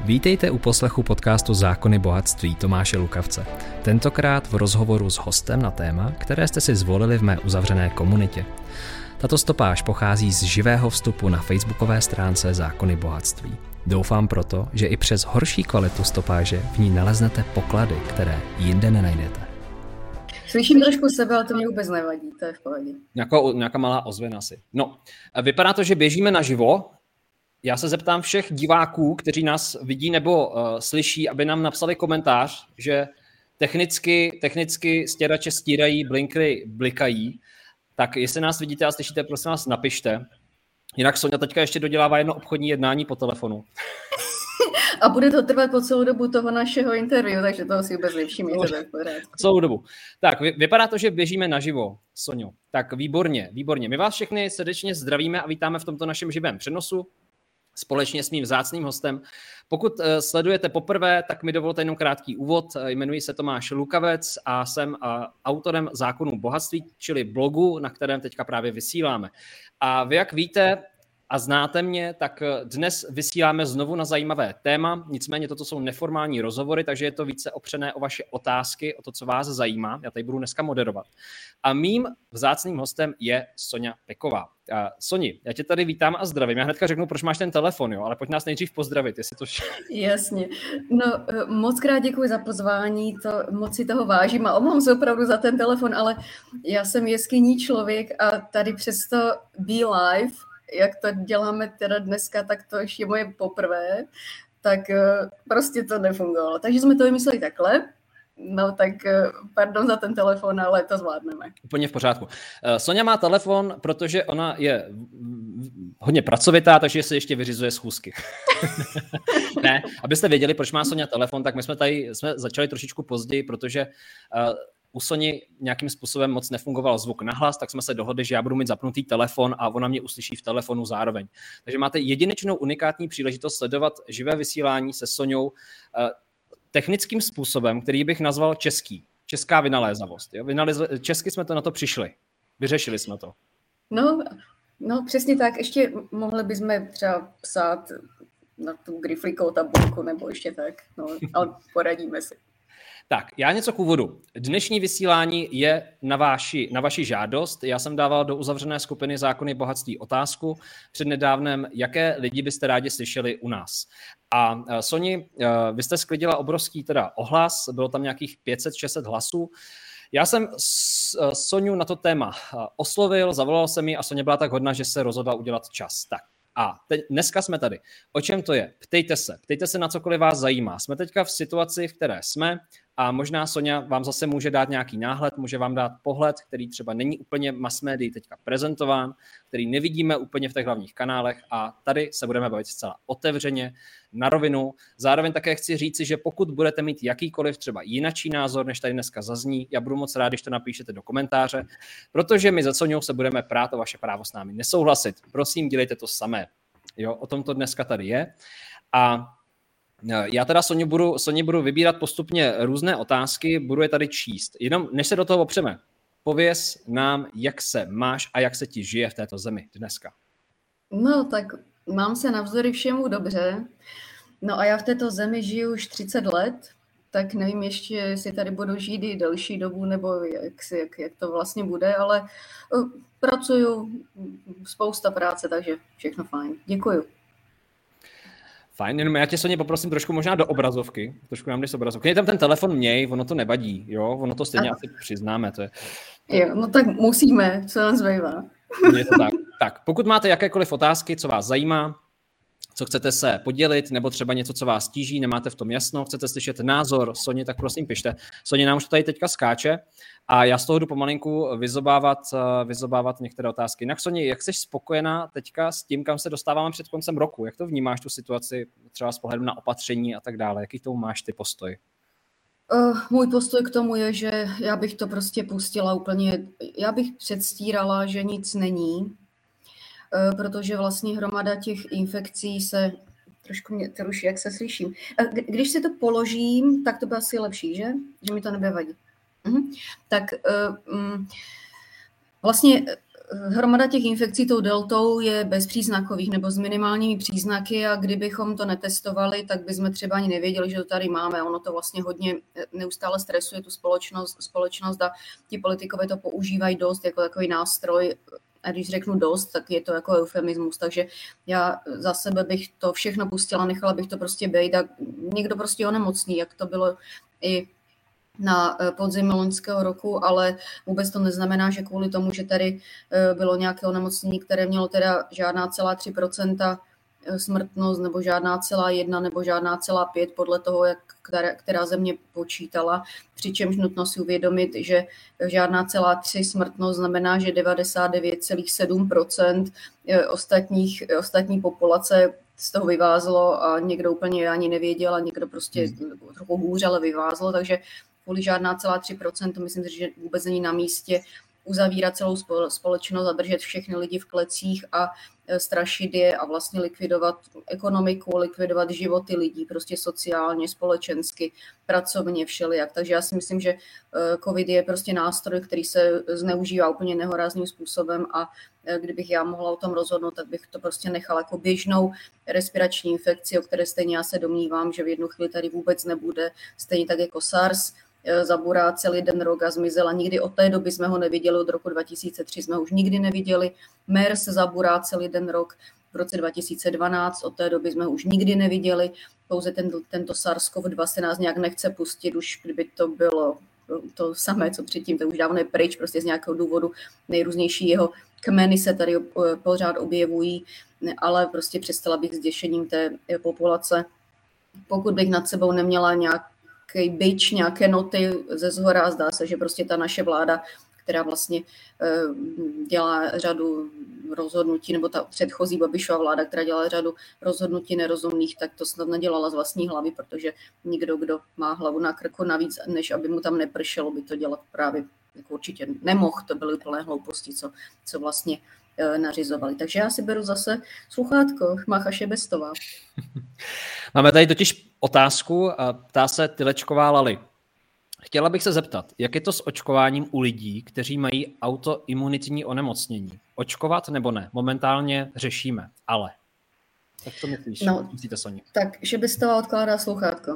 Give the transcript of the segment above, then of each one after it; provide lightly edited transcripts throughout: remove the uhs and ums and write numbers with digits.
Vítejte u poslechu podcastu Zákony bohatství Tomáše Lukavce. Tentokrát v rozhovoru s hostem na téma, které jste si zvolili v mé uzavřené komunitě. Tato stopáž pochází z živého vstupu na facebookové stránce Zákony bohatství. Doufám proto, že i přes horší kvalitu stopáže v ní naleznete poklady, které jinde nenajdete. Slyším trošku sebe, ale to mě vůbec nevadí, to je v pohodě. Nějaká malá ozvěna asi. No, vypadá to, že běžíme naživo. Já se zeptám všech diváků, kteří nás vidí nebo slyší, aby nám napsali komentář, že technicky stěrače stírají, blinkry blikají. Tak jestli nás vidíte a slyšíte, prosím vás, napište. Jinak Soňa teďka ještě dodělává jedno obchodní jednání po telefonu. A bude to trvat po celou dobu toho našeho interview, takže toho si vůbec nevšimněte. Celou dobu. Tak, vypadá to, že běžíme naživo, Soňo. Tak výborně. My vás všechny srdečně zdravíme a vítáme v tomto našem živém přenosu společně s mým vzácným hostem. Pokud sledujete poprvé, tak mi dovolte jenom krátký úvod. Jmenuji se Tomáš Lukavec a jsem autorem Zákonů bohatství, čili blogu, na kterém teďka právě vysíláme. A vy, jak víte a znáte mě, tak dnes vysíláme znovu na zajímavé téma, nicméně toto jsou neformální rozhovory, takže je to více opřené o vaše otázky, o to, co vás zajímá. Já tady budu dneska moderovat. A mým vzácným hostem je Soňa Peková. Soni, já tě tady vítám a zdravím. Já hnedka řeknu, proč máš ten telefon, jo, ale pojď nás nejdřív pozdravit, jestli to... Jasně. No, moc krát děkuji za pozvání, moc si toho vážím a omlouvám se opravdu za ten telefon, ale já jsem jeskyní člověk a tady přesto Be Live, jak to děláme teda dneska, tak to ještě moje poprvé, tak prostě to nefungovalo. Takže jsme to vymysleli takhle. No tak pardon za ten telefon, ale to zvládneme. Úplně v pořádku. Soňa má telefon, protože ona je hodně pracovitá, takže si ještě vyřizuje schůzky. Ne, abyste věděli, proč má Soňa telefon, tak my jsme začali trošičku později, protože u Soni nějakým způsobem moc nefungoval zvuk nahlas, tak jsme se dohodli, že já budu mít zapnutý telefon a ona mě uslyší v telefonu zároveň. Takže máte jedinečnou unikátní příležitost sledovat živé vysílání se Soňou technickým způsobem, který bych nazval česká vynalézavost. Jo? Česky jsme to na to přišli. Vyřešili jsme to. No, přesně tak. Ještě mohli bychom třeba psát na tu griflikou tabulku nebo ještě tak. No, ale poradíme si. Tak, já něco k úvodu. Dnešní vysílání je na vaši žádost. Já jsem dával do uzavřené skupiny Zákony bohatství otázku přednedávnem, jaké lidi byste rádi slyšeli u nás. A Soni, vy jste sklidila obrovský ohlas, bylo tam nějakých 500-600 hlasů. Já jsem Soňu na to téma oslovil, zavolal jsem ji a Soňa byla tak hodná, že se rozhodla udělat čas. Tak. A dneska jsme tady. O čem to je? Ptejte se na cokoliv vás zajímá. Jsme teďka v situaci, v které jsme a možná Soňa vám zase může dát nějaký náhled, může vám dát pohled, který třeba není úplně mass médií teďka prezentován, který nevidíme úplně v těch hlavních kanálech a tady se budeme bavit zcela otevřeně, na rovinu. Zároveň také chci říci, že pokud budete mít jakýkoliv třeba jinačí názor, než tady dneska zazní, já budu moc rád, když to napíšete do komentáře, protože my za Soňou se budeme prát o vaše právo s námi nesouhlasit. Prosím, dělejte to samé. Jo, o tom to dneska tady je. A já teda Soně budu vybírat postupně různé otázky, budu je tady číst. Jenom než se do toho opřeme, pověz nám, jak se máš a jak se ti žije v této zemi dneska. No tak mám se navzdory všemu dobře. No a já v této zemi žiju už 30 let, tak nevím ještě, jestli tady budu žít i delší dobu, nebo jak to vlastně bude, ale pracuju, spousta práce, takže všechno fajn. Děkuju. Fajn, jenom já tě Soně poprosím trošku možná do obrazovky. Trošku nám jdeš z obrazovky. Je tam ten telefon měj, ono to nevadí, jo? Ono to stejně asi přiznáme. To je... Jo, no tak musíme, co nám zbývá. Je to tak. Tak, pokud máte jakékoliv otázky, co vás zajímá, co chcete se podělit, nebo třeba něco, co vás tíží, nemáte v tom jasno, chcete slyšet názor Soni, tak prosím pište. Soni nám už tady teďka skáče a já z toho jdu pomalinku vyzobávat některé otázky. Jinak Soni, jak jsi spokojená teďka s tím, kam se dostáváme před koncem roku? Jak to vnímáš tu situaci třeba z pohledu na opatření a tak dále? Jaký tomu máš ty postoj? Můj postoj k tomu je, že já bych to prostě pustila úplně, já bych předstírala, že nic není, protože vlastně hromada těch infekcí se, trošku mě to ruší, jak se slyším. Když si to položím, tak to bude asi lepší, že? Že mi to nebude vadit. Tak vlastně hromada těch infekcí tou deltou je bezpříznakových nebo s minimálními příznaky a kdybychom to netestovali, tak bychom třeba ani nevěděli, že to tady máme. Ono to vlastně hodně neustále stresuje tu společnost a ti politikové to používají dost jako takový nástroj. A když řeknu dost, tak je to jako eufemismus, takže já za sebe bych to všechno pustila, nechala bych to prostě bejt a někdo prostě onemocní, jak to bylo i na podzim loňského roku, ale vůbec to neznamená, že kvůli tomu, že tady bylo nějaké onemocnění, které mělo teda žádná celá 3% smrtnost, nebo žádná celá 1, nebo žádná celá 5, podle toho, jak která země počítala. Přičemž nutno si uvědomit, že žádná celá 3 smrtnost znamená, že 99,7% ostatní populace z toho vyvázlo a někdo úplně ani nevěděl a někdo prostě trochu hůř, ale vyvázlo, takže kvůli žádná celá 3%, myslím si, že vůbec není na místě uzavírat celou společnost a držet všechny lidi v klecích a strašit je a vlastně likvidovat ekonomiku, likvidovat životy lidí, prostě sociálně, společensky, pracovně, všelijak. Takže já si myslím, že COVID je prostě nástroj, který se zneužívá úplně nehorázným způsobem a kdybych já mohla o tom rozhodnout, tak bych to prostě nechala jako běžnou respirační infekci, o které stejně já se domnívám, že v jednu chvíli tady vůbec nebude, stejně tak jako SARS, zaburá celý den rok a zmizel a nikdy od té doby jsme ho neviděli, od roku 2003 jsme ho už nikdy neviděli. MERS zaburá celý den rok v roce 2012, od té doby jsme ho už nikdy neviděli, pouze tento SARS-CoV-2 se nás nějak nechce pustit, už kdyby to bylo to samé, co předtím, to už dávno je pryč, prostě z nějakého důvodu nejrůznější jeho kmeny se tady pořád objevují, ale prostě přestala bych s děšením té populace. Pokud bych nad sebou neměla nějaký bič, nějaké noty ze zhora, zdá se, že prostě ta naše vláda, která vlastně dělá řadu rozhodnutí, nebo ta předchozí Babišova vláda, která dělá řadu rozhodnutí nerozumných, tak to snad nedělala z vlastní hlavy, protože nikdo, kdo má hlavu na krku navíc, než aby mu tam nepršelo, by to dělat právě jako určitě nemohl, to byly plné hlouposti, co vlastně nařizovali. Takže já si beru zase sluchátko, Mácha Šebestová. Máme tady totiž otázku, ptá se Tylečková Lali. Chtěla bych se zeptat, jak je to s očkováním u lidí, kteří mají autoimunitní onemocnění? Očkovat nebo ne? Momentálně řešíme, ale. Tak co myslíš? No, myslíte, Soně? Tak Šebestová odkládá sluchátko.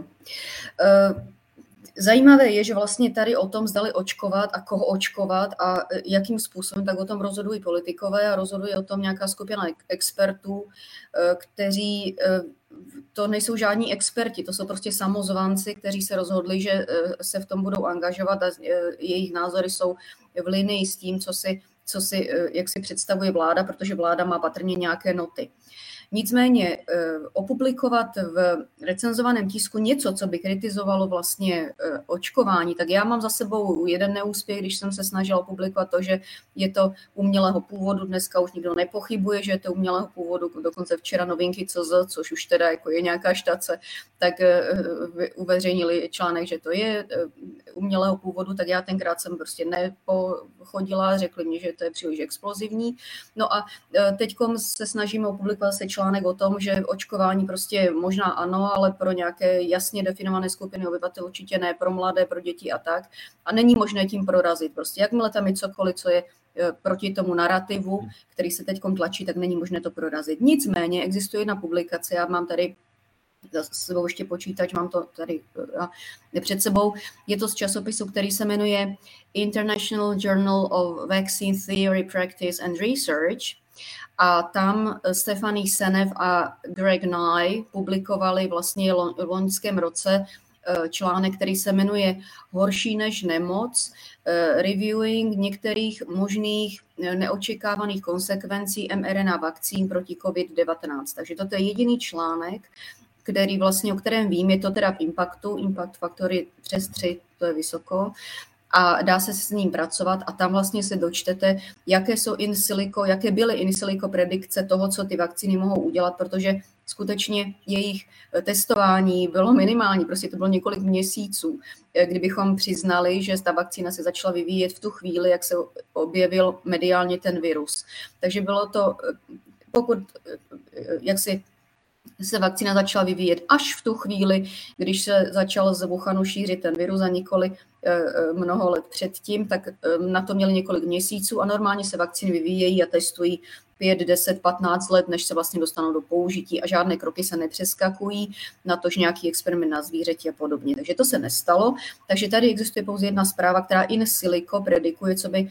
Zajímavé je, že vlastně tady o tom zdali očkovat a koho očkovat a jakým způsobem, tak o tom rozhodují politikové a rozhoduje o tom nějaká skupina expertů, kteří to nejsou žádní experti, to jsou prostě samozvanci, kteří se rozhodli, že se v tom budou angažovat a jejich názory jsou v linii s tím, jak si představuje vláda, protože vláda má patrně nějaké noty. Nicméně opublikovat v recenzovaném tisku něco, co by kritizovalo vlastně očkování, tak já mám za sebou jeden neúspěch, když jsem se snažila opublikovat to, že je to umělého původu, dneska už nikdo nepochybuje, že je to umělého původu, dokonce včera Novinky CZ, což už teda jako je nějaká štace, tak uveřejnili článek, že to je umělého původu, tak já tenkrát jsem prostě nepochodila, řekli mi, že to je příliš explozivní. No a teďkom se snažíme opublikovat se článek o tom, že očkování prostě možná ano, ale pro nějaké jasně definované skupiny obyvatel určitě ne, pro mladé, pro děti a tak. A není možné tím prorazit. Prostě jakmile tam je cokoliv, co je proti tomu narrativu, který se teďkom tlačí, tak není možné to prorazit. Nicméně existuje jedna publikace, já mám tady za sebou ještě počítač, mám to tady před sebou. Je to z časopisu, který se jmenuje International Journal of Vaccine Theory, Practice and Research. A tam Stephanie Senev a Greg Nye publikovali vlastně v loňském roce článek, který se jmenuje Horší než nemoc, reviewing některých možných neočekávaných konsekvencí mRNA vakcín proti COVID-19. Takže toto je jediný článek, který vlastně, o kterém vím, je to teda v Impactu, Impact faktory přes 3, to je vysoko, a dá se s ním pracovat a tam vlastně se dočtete, jaké byly in silico predikce toho, co ty vakcíny mohou udělat, protože skutečně jejich testování bylo minimální, prostě to bylo několik měsíců, kdybychom přiznali, že ta vakcína se začala vyvíjet v tu chvíli, jak se objevil mediálně ten virus. Takže bylo to, pokud jak si se vakcína začala vyvíjet až v tu chvíli, když se začal z Wuhanu šířit ten virus a nikoli mnoho let předtím, tak na to měli několik měsíců a normálně se vakcíny vyvíjejí a testují 5, 10, 15 let, než se vlastně dostanou do použití a žádné kroky se nepřeskakují, natož nějaký experiment na zvířeti a podobně. Takže to se nestalo. Takže tady existuje pouze jedna zpráva, která in silico predikuje, co by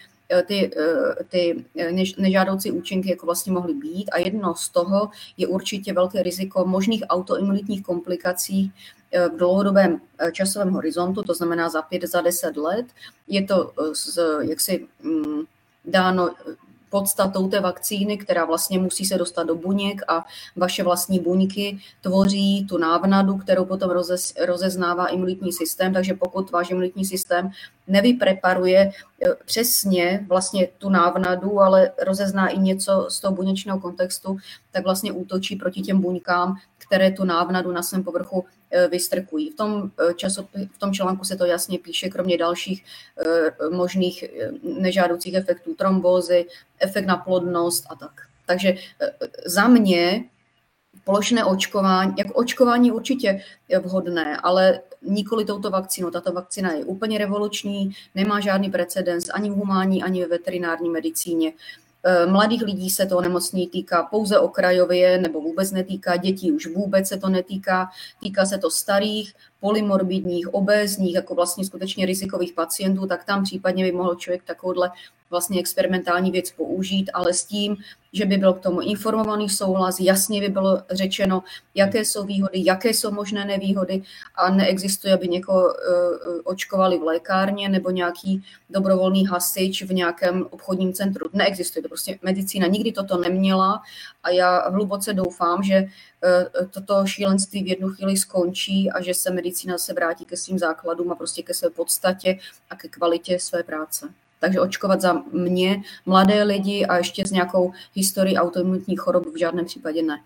ty nežádoucí účinky jako vlastně mohly být a jedno z toho je určitě velké riziko možných autoimunitních komplikací v dlouhodobém časovém horizontu, to znamená za 5, za 10 let. Je to jaksi dáno podstatou té vakcíny, která vlastně musí se dostat do buněk a vaše vlastní buňky tvoří tu návnadu, kterou potom rozeznává imunitní systém, takže pokud váš imunitní systém nevypreparuje přesně vlastně tu návnadu, ale rozezná i něco z toho buněčného kontextu, tak vlastně útočí proti těm buňkám, které tu návnadu na svém povrchu vystrkují. V tom článku se to jasně píše, kromě dalších možných nežádoucích efektů trombózy, efekt na plodnost a tak. Takže za mě plošné očkování, jako očkování určitě je vhodné, ale nikoli touto vakcínou. Tato vakcína je úplně revoluční, nemá žádný precedens ani v humánní, ani ve veterinární medicíně. Mladých lidí se to onemocnění týká pouze okrajově nebo vůbec netýká, dětí už vůbec se to netýká, týká se to starých, polymorbidních, obézních, jako vlastně skutečně rizikových pacientů, tak tam případně by mohl člověk takovouhle vlastně experimentální věc použít, ale s tím, že by byl k tomu informovaný souhlas, jasně by bylo řečeno, jaké jsou výhody, jaké jsou možné nevýhody a neexistuje, aby někoho očkovali v lékárně nebo nějaký dobrovolný hasič v nějakém obchodním centru. Neexistuje to, prostě medicína nikdy toto neměla a já hluboce doufám, že toto šílenství v jednu chvíli skončí a že se medicína se vrátí ke svým základům a prostě ke své podstatě a ke kvalitě své práce. Takže očkovat za mě, mladé lidi a ještě s nějakou historií autoimunitních chorob v žádném případě ne.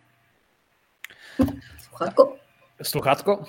Sluchátko?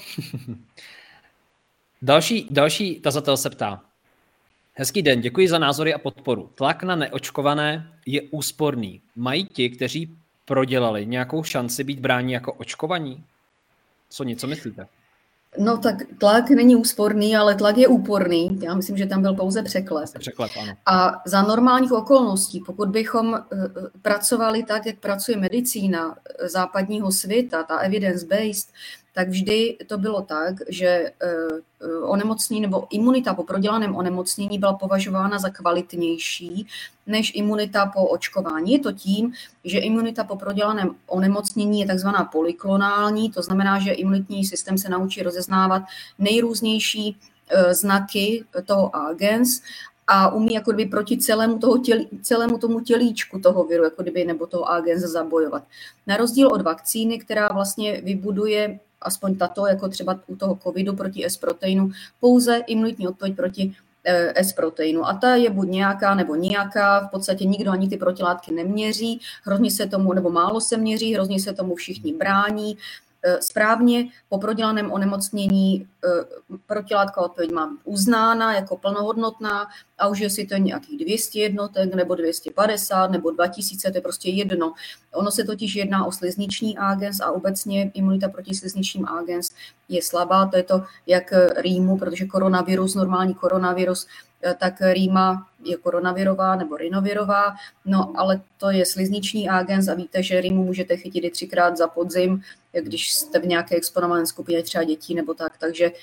Další tazatel se ptá. Hezký den, děkuji za názory a podporu. Tlak na neočkované je úsporný. Mají ti, kteří prodělali, nějakou šanci být bráni jako očkovaní? Co myslíte? No tak tlak není úsporný, ale tlak je úporný. Já myslím, že tam byl pouze překlep. Ano. A za normálních okolností, pokud bychom pracovali tak, jak pracuje medicína západního světa, ta evidence-based, tak vždy to bylo tak, že onemocnění nebo imunita po prodělaném onemocnění byla považována za kvalitnější než imunita po očkování. Je to tím, že imunita po prodělaném onemocnění je takzvaná polyklonální, to znamená, že imunitní systém se naučí rozeznávat nejrůznější znaky toho agens a umí jako kdyby proti celému tomu tělíčku toho viru, jako kdyby nebo toho agens zabojovat. Na rozdíl od vakcíny, která vlastně vybuduje aspoň tato, jako třeba u toho covidu proti S-proteinu, pouze imunitní odpověď proti S-proteinu. A ta je buď nějaká nebo nijaká, v podstatě nikdo ani ty protilátky neměří, hrozně se tomu, nebo málo se měří, hrozně se tomu všichni brání. Správně po prodělaném onemocnění protilátka odpověď má uznána jako plnohodnotná a už jestli to je nějakých 200 jednotek nebo 250 nebo 2000, to je prostě jedno. Ono se totiž jedná o slizniční agens a obecně imunita proti slizničním agens je slabá, to je to jak rýmu, protože normální koronavirus, tak rýma je koronavirová nebo rinovirová, no ale to je slizniční agens a víte, že rýmu můžete chytit i 3krát za podzim, když jste v nějaké exponované skupině třeba dětí nebo tak, takže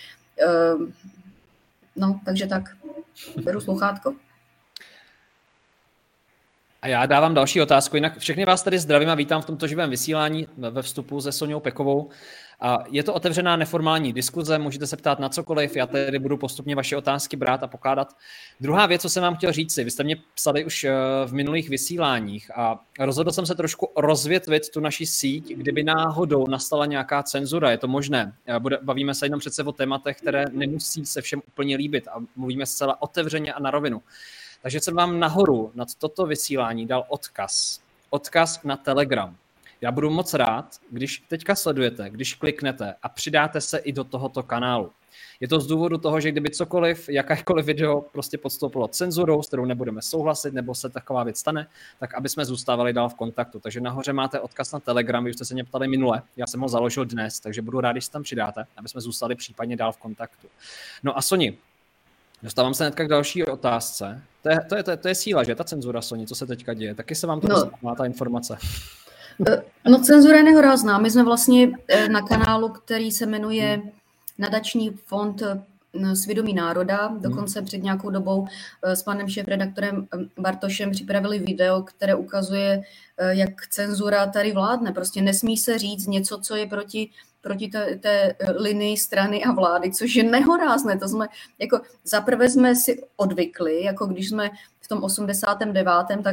tak, beru sluchátko. A já dávám další otázku. Jinak všechny vás tady zdravím a vítám v tomto živém vysílání ve vstupu se Soňou Pekovou. A je to otevřená neformální diskuze, můžete se ptát na cokoliv, já tedy budu postupně vaše otázky brát a pokládat. Druhá věc, co jsem vám chtěl říct, vy jste mě psali už v minulých vysíláních a rozhodl jsem se trošku rozvětvit tu naši síť, kdyby náhodou nastala nějaká cenzura, je to možné. Bavíme se jenom přece o tématech, které nemusí se všem úplně líbit a mluvíme zcela otevřeně a na rovinu. Takže jsem vám nahoru nad toto vysílání dal odkaz na Telegram. Já budu moc rád, když teďka sledujete, když kliknete a přidáte se i do tohoto kanálu. Je to z důvodu toho, že kdyby cokoliv, jakékoliv video prostě podstoupilo cenzurou, s kterou nebudeme souhlasit, nebo se taková věc stane, tak aby jsme zůstávali dál v kontaktu. Takže nahoře máte odkaz na Telegram, vy jste se mě ptali minule, já jsem ho založil dnes, takže budu rád, když se tam přidáte, aby jsme zůstali případně dál v kontaktu. No a Soni, dostávám se hnedka k další otázce. To je síla, že ta cenzura, Soni, co se teďka děje? Taky se vám to dostává ta informace. No cenzura je nehorázná. My jsme vlastně na kanálu, který se jmenuje Nadační fond Svědomí národa, dokonce před nějakou dobou s panem šéfredaktorem Bartošem připravili video, které ukazuje, jak cenzura tady vládne. Prostě nesmí se říct něco, co je proti té linii strany a vlády, což je nehorázné. To jsme, jako zaprvé jsme si odvykli, jako když jsme v tom 89., tak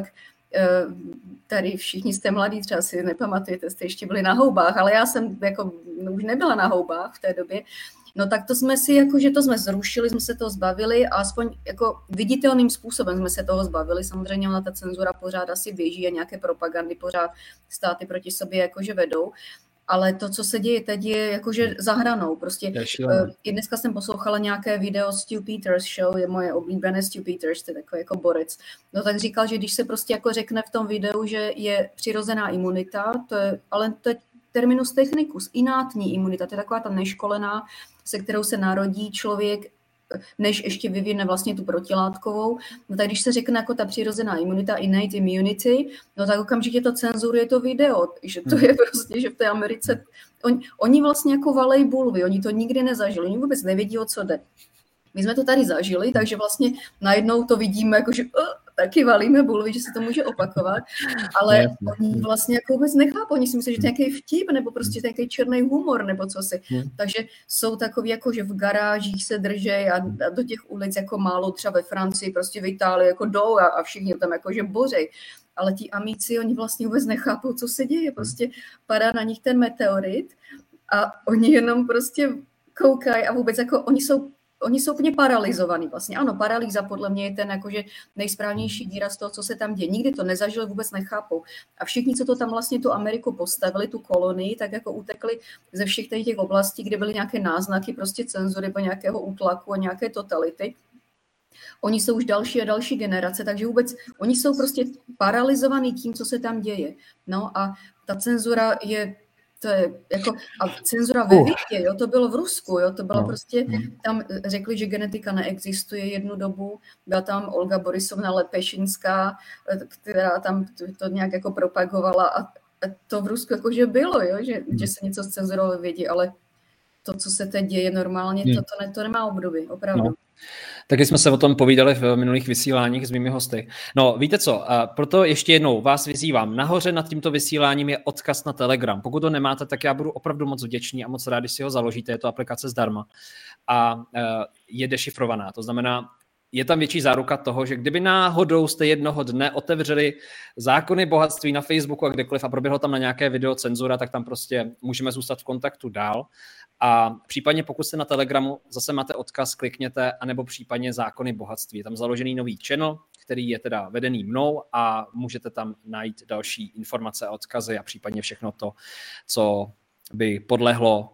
tady všichni jste mladí, třeba si nepamatujete, jste ještě byli na houbách, ale já jsem jako už nebyla na houbách v té době. No tak to jsme si, jakože to jsme zrušili, jsme se toho zbavili a aspoň jako viditelným způsobem jsme se toho zbavili. Samozřejmě ona ta cenzura pořád asi běží a nějaké propagandy pořád státy proti sobě jakože vedou. Ale to, co se děje teď, je jakože za hranou. Prostě i dneska jsem poslouchala nějaké video Stu Peters show, je moje oblíbené Stu Peters, to je takový jako borec. No tak říkal, že když se prostě jako řekne v tom videu, že je přirozená imunita, ale to je terminus technicus, innátní imunita, to je taková ta neškolená, se kterou se narodí člověk, než ještě vyvine vlastně tu protilátkovou. No tak když se řekne jako ta přirozená imunita, innate immunity, no tak okamžitě to cenzuruje to video, že to je prostě, že v té Americe, oni vlastně jako valej bulvy, oni to nikdy nezažili, oni vůbec nevědí, o co jde. My jsme to tady zažili, takže vlastně najednou to vidíme, jako že taky valíme bulvy, že se to může opakovat, ale oni vlastně jako vůbec nechápou, oni si myslí, že to je nějaký vtip, nebo prostě nějaký černý humor, nebo co si. Takže jsou takový, jako že v garážích se držej a do těch ulic jako málo, třeba ve Francii, prostě v Itálii jako jdou a všichni tam jako že bořej. Ale ti amíci, oni vlastně vůbec nechápou, co se děje, prostě padá na nich ten meteorit a oni jenom prostě koukají a vůbec jako oni jsou úplně paralizovaní vlastně. Ano, paralýza podle mě je ten jakože nejsprávnější výraz toho, co se tam děje. Nikdy to nezažili, vůbec nechápou. A všichni, co to tam vlastně tu Ameriku postavili, tu kolonii, tak jako utekli ze všech těch oblastí, kde byly nějaké náznaky prostě cenzury, po nějakého útlaku a nějaké totality. Oni jsou už další a další generace, takže vůbec oni jsou prostě paralizovaní tím, co se tam děje. No a ta cenzura je jako, a cenzura ve větě, jo, to bylo v Rusku, jo, to bylo prostě, tam řekli, že genetika neexistuje jednu dobu, byla tam Olga Borisovna Lepešinská, která tam to nějak jako propagovala a to v Rusku jakože bylo, jo, že se něco zcenzurovalo ve vědě, ale to, co se teď děje normálně, to nemá obdoby, opravdu. No. Taky jsme se o tom povídali v minulých vysíláních s mými hosty. No, víte co, proto ještě jednou vás vyzývám. Nahoře nad tímto vysíláním je odkaz na Telegram. Pokud to nemáte, tak já budu opravdu moc vděčný a moc rád, když si ho založíte. Je to aplikace zdarma a je dešifrovaná. To znamená, je tam větší záruka toho, že kdyby náhodou jste jednoho dne otevřeli zákony bohatství na Facebooku a kdekoliv a proběhlo tam na nějaké video cenzura, tak tam prostě můžeme zůstat v kontaktu dál. A případně pokud jste na Telegramu, zase máte odkaz, klikněte, anebo případně zákony bohatství. Je tam založený nový channel, který je teda vedený mnou a můžete tam najít další informace a odkazy a případně všechno to, co by podlehlo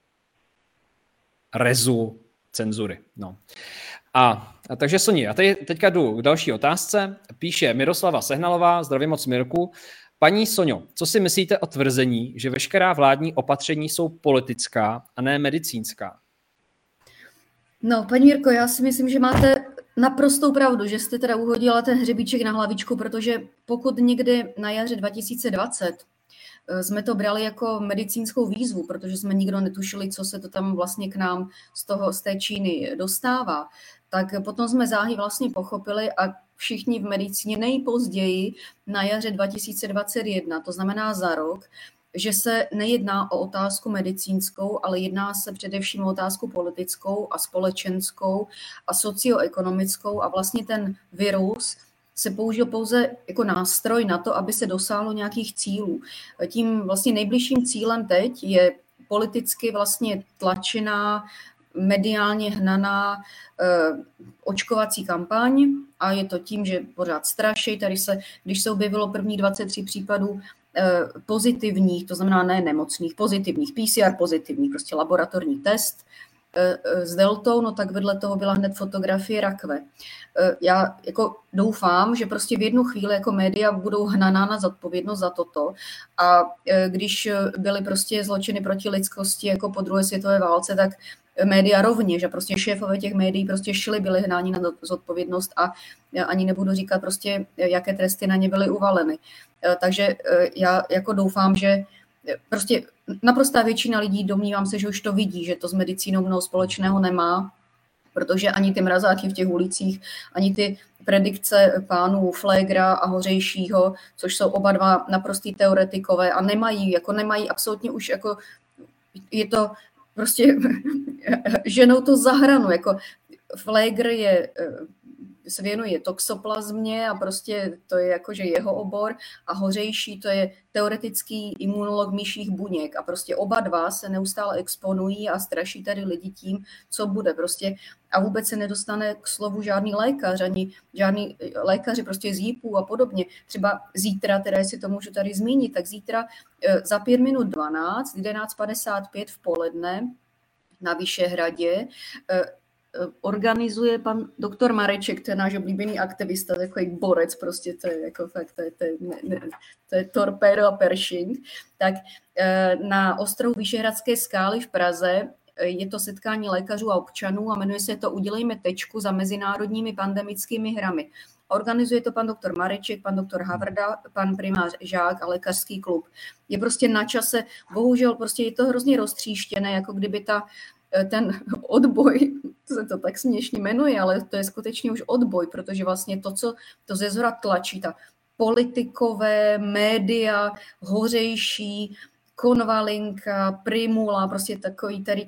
rezu cenzury. No. A takže Soni, já teďka jdu k další otázce. Píše Miroslava Sehnalová, zdravím moc Mirku. Paní Soňo, co si myslíte o tvrzení, že veškerá vládní opatření jsou politická a ne medicínská? No, paní Mirko, já si myslím, že máte naprostou pravdu, že jste teda uhodila ten hřebíček na hlavičku, protože pokud někdy na jaře 2020 jsme to brali jako medicínskou výzvu, protože jsme nikdo netušili, co se to tam vlastně k nám z té Číny dostává, tak potom jsme záhy vlastně pochopili a všichni v medicíně nejpozději na jaře 2021, to znamená za rok, že se nejedná o otázku medicínskou, ale jedná se především o otázku politickou a společenskou a socioekonomickou a vlastně ten virus se použil pouze jako nástroj na to, aby se dosáhlo nějakých cílů. Tím vlastně nejbližším cílem teď je politicky vlastně tlačená, mediálně hnaná očkovací kampaň a je to tím, že pořád straší. Tady když se objevilo první 23 případů pozitivních, to znamená ne nemocných, pozitivních, PCR pozitivních, prostě laboratorní test s deltou, no tak vedle toho byla hned fotografie rakve. Já jako doufám, že prostě v jednu chvíli jako média budou hnaná na zodpovědnost za toto a když byly prostě zločiny proti lidskosti jako po druhé světové válce, tak média rovněž a prostě šéfové těch médií prostě byli hnáni na zodpovědnost a ani nebudu říkat prostě, jaké tresty na ně byly uvaleny. Takže já jako doufám, že prostě naprostá většina lidí, domnívám se, že už to vidí, že to s medicínou mnoho společného nemá, protože ani ty mrazáky v těch ulicích, ani ty predikce pánů Flegra a Hořejšího, což jsou oba dva naprostý teoretikové a nemají absolutně už jako, je to prostě ženou to za hranu, jako Flegr se věnuje toxoplazmě a prostě to je jakože jeho obor a Hořejší to je teoretický imunolog myších buněk a prostě oba dva se neustále exponují a straší tady lidi tím, co bude prostě a vůbec se nedostane k slovu žádný lékař, ani žádný lékaři prostě z JIPů a podobně. Třeba zítra, teda jestli to můžu tady zmínit, tak zítra za 5 minut 12, 11:55 v poledne na Vyšehradě organizuje pan doktor Mareček, to je náš oblíbený aktivista, takový borec, prostě to je jako fakt, to je torpédo a Pershing, tak na ostrohu Vyšehradské skály v Praze je to setkání lékařů a občanů a jmenuje se to Udělejme tečku za mezinárodními pandemickými hrami. Organizuje to pan doktor Mareček, pan doktor Havrda, pan primář Žák a lékařský klub. Je prostě na čase, bohužel prostě je to hrozně roztříštěné, jako kdyby ten odboj, se to tak směšně jmenuje, ale to je skutečně už odboj, protože vlastně to, co to ze zhora tlačí, ta politikové, média, Hořejší, Konvalinka, Primula, prostě takový tady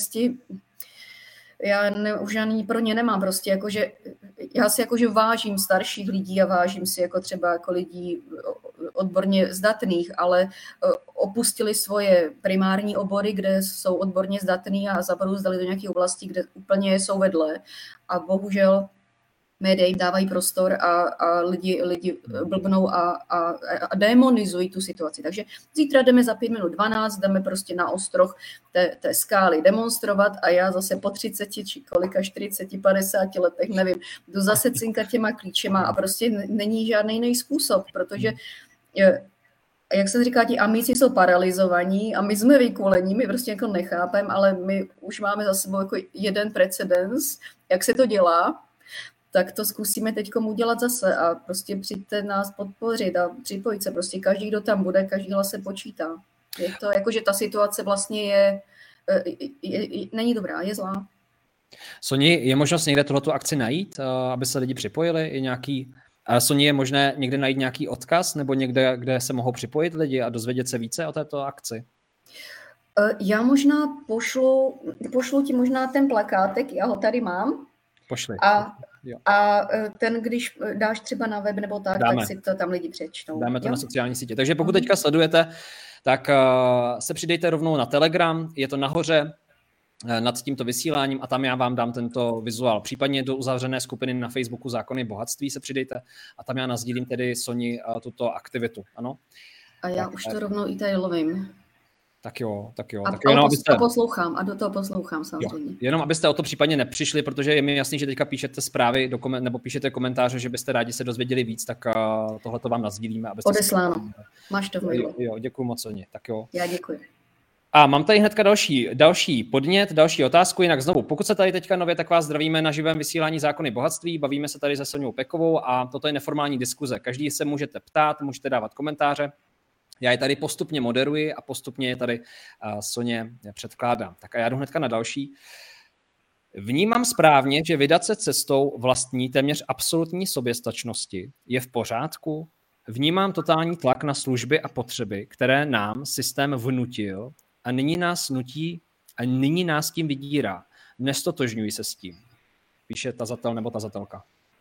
už ani pro ně nemám prostě, jakože, já si jakože vážím starších lidí a vážím si jako třeba jako lidí odborně zdatných, ale opustili svoje primární obory, kde jsou odborně zdatní a zabrouzdali do nějakých oblastí, kde úplně jsou vedle a bohužel média jim dávají prostor a lidi blbnou a demonizují tu situaci. Takže zítra jdeme za 5 minut 12, jdeme prostě na ostroh té skály demonstrovat a já zase po 30 či kolika 40, 50 letech, nevím, jdu zase cinkat těma klíčema a prostě není žádný jiný způsob, protože jak se říká, ti amici jsou paralizovaní a my jsme vykulení, my prostě jako nechápeme, ale my už máme za sebou jako jeden precedens, jak se to dělá, tak to zkusíme teď udělat zase a prostě přijďte nás podpořit a připojit se. Prostě každý, kdo tam bude, každý hlas se počítá. Je to jako, že ta situace vlastně není dobrá, je zlá. Soni, je možnost někde tohletu akci najít, aby se lidi připojili? Je nějaký... Soni, je možné někde najít nějaký odkaz nebo někde, kde se mohou připojit lidi a dozvědět se více o této akci? Já možná pošlu ti možná ten plakátek, já ho tady mám. Pošli. A ten, když dáš třeba na web nebo tak si to tam lidi přečtou. Dáme to na sociální sítě. Takže pokud teďka sledujete, tak se přidejte rovnou na Telegram, je to nahoře nad tímto vysíláním a tam já vám dám tento vizuál. Případně do uzavřené skupiny na Facebooku Zákony bohatství se přidejte a tam já nasdílím tedy Soni tuto aktivitu. Ano? A já už to rovnou i tady lovím. Tak jo. A poslouchám, a do toho poslouchám samozřejmě. Jo, jenom abyste o to případně nepřišli, protože je mi jasný, že teďka píšete zprávy nebo píšete komentáře, že byste rádi se dozvěděli víc, tak tohle to vám nasdílíme. Odesláno. Máš to v mailu. Jo, děkuju moc, Soni. Tak jo. Já děkuji. A mám tady hnedka další podnět, další otázku, jinak znovu, pokud se tady teďka nově, tak vás zdravíme na živém vysílání Zákony bohatství, bavíme se tady se Soňou Pekovou a toto je neformální diskuze. Každý se můžete ptát, můžete dávat komentáře. Já je tady postupně moderuji a postupně je tady Soně předkládám. Tak a já jdu hnedka na další. Vnímám správně, že vydat se cestou vlastní téměř absolutní soběstačnosti je v pořádku? Vnímám totální tlak na služby a potřeby, které nám systém vnutil a nyní nás tím vydírá. Nestotožňuji se s tím. Píše tazatel nebo tazatelka.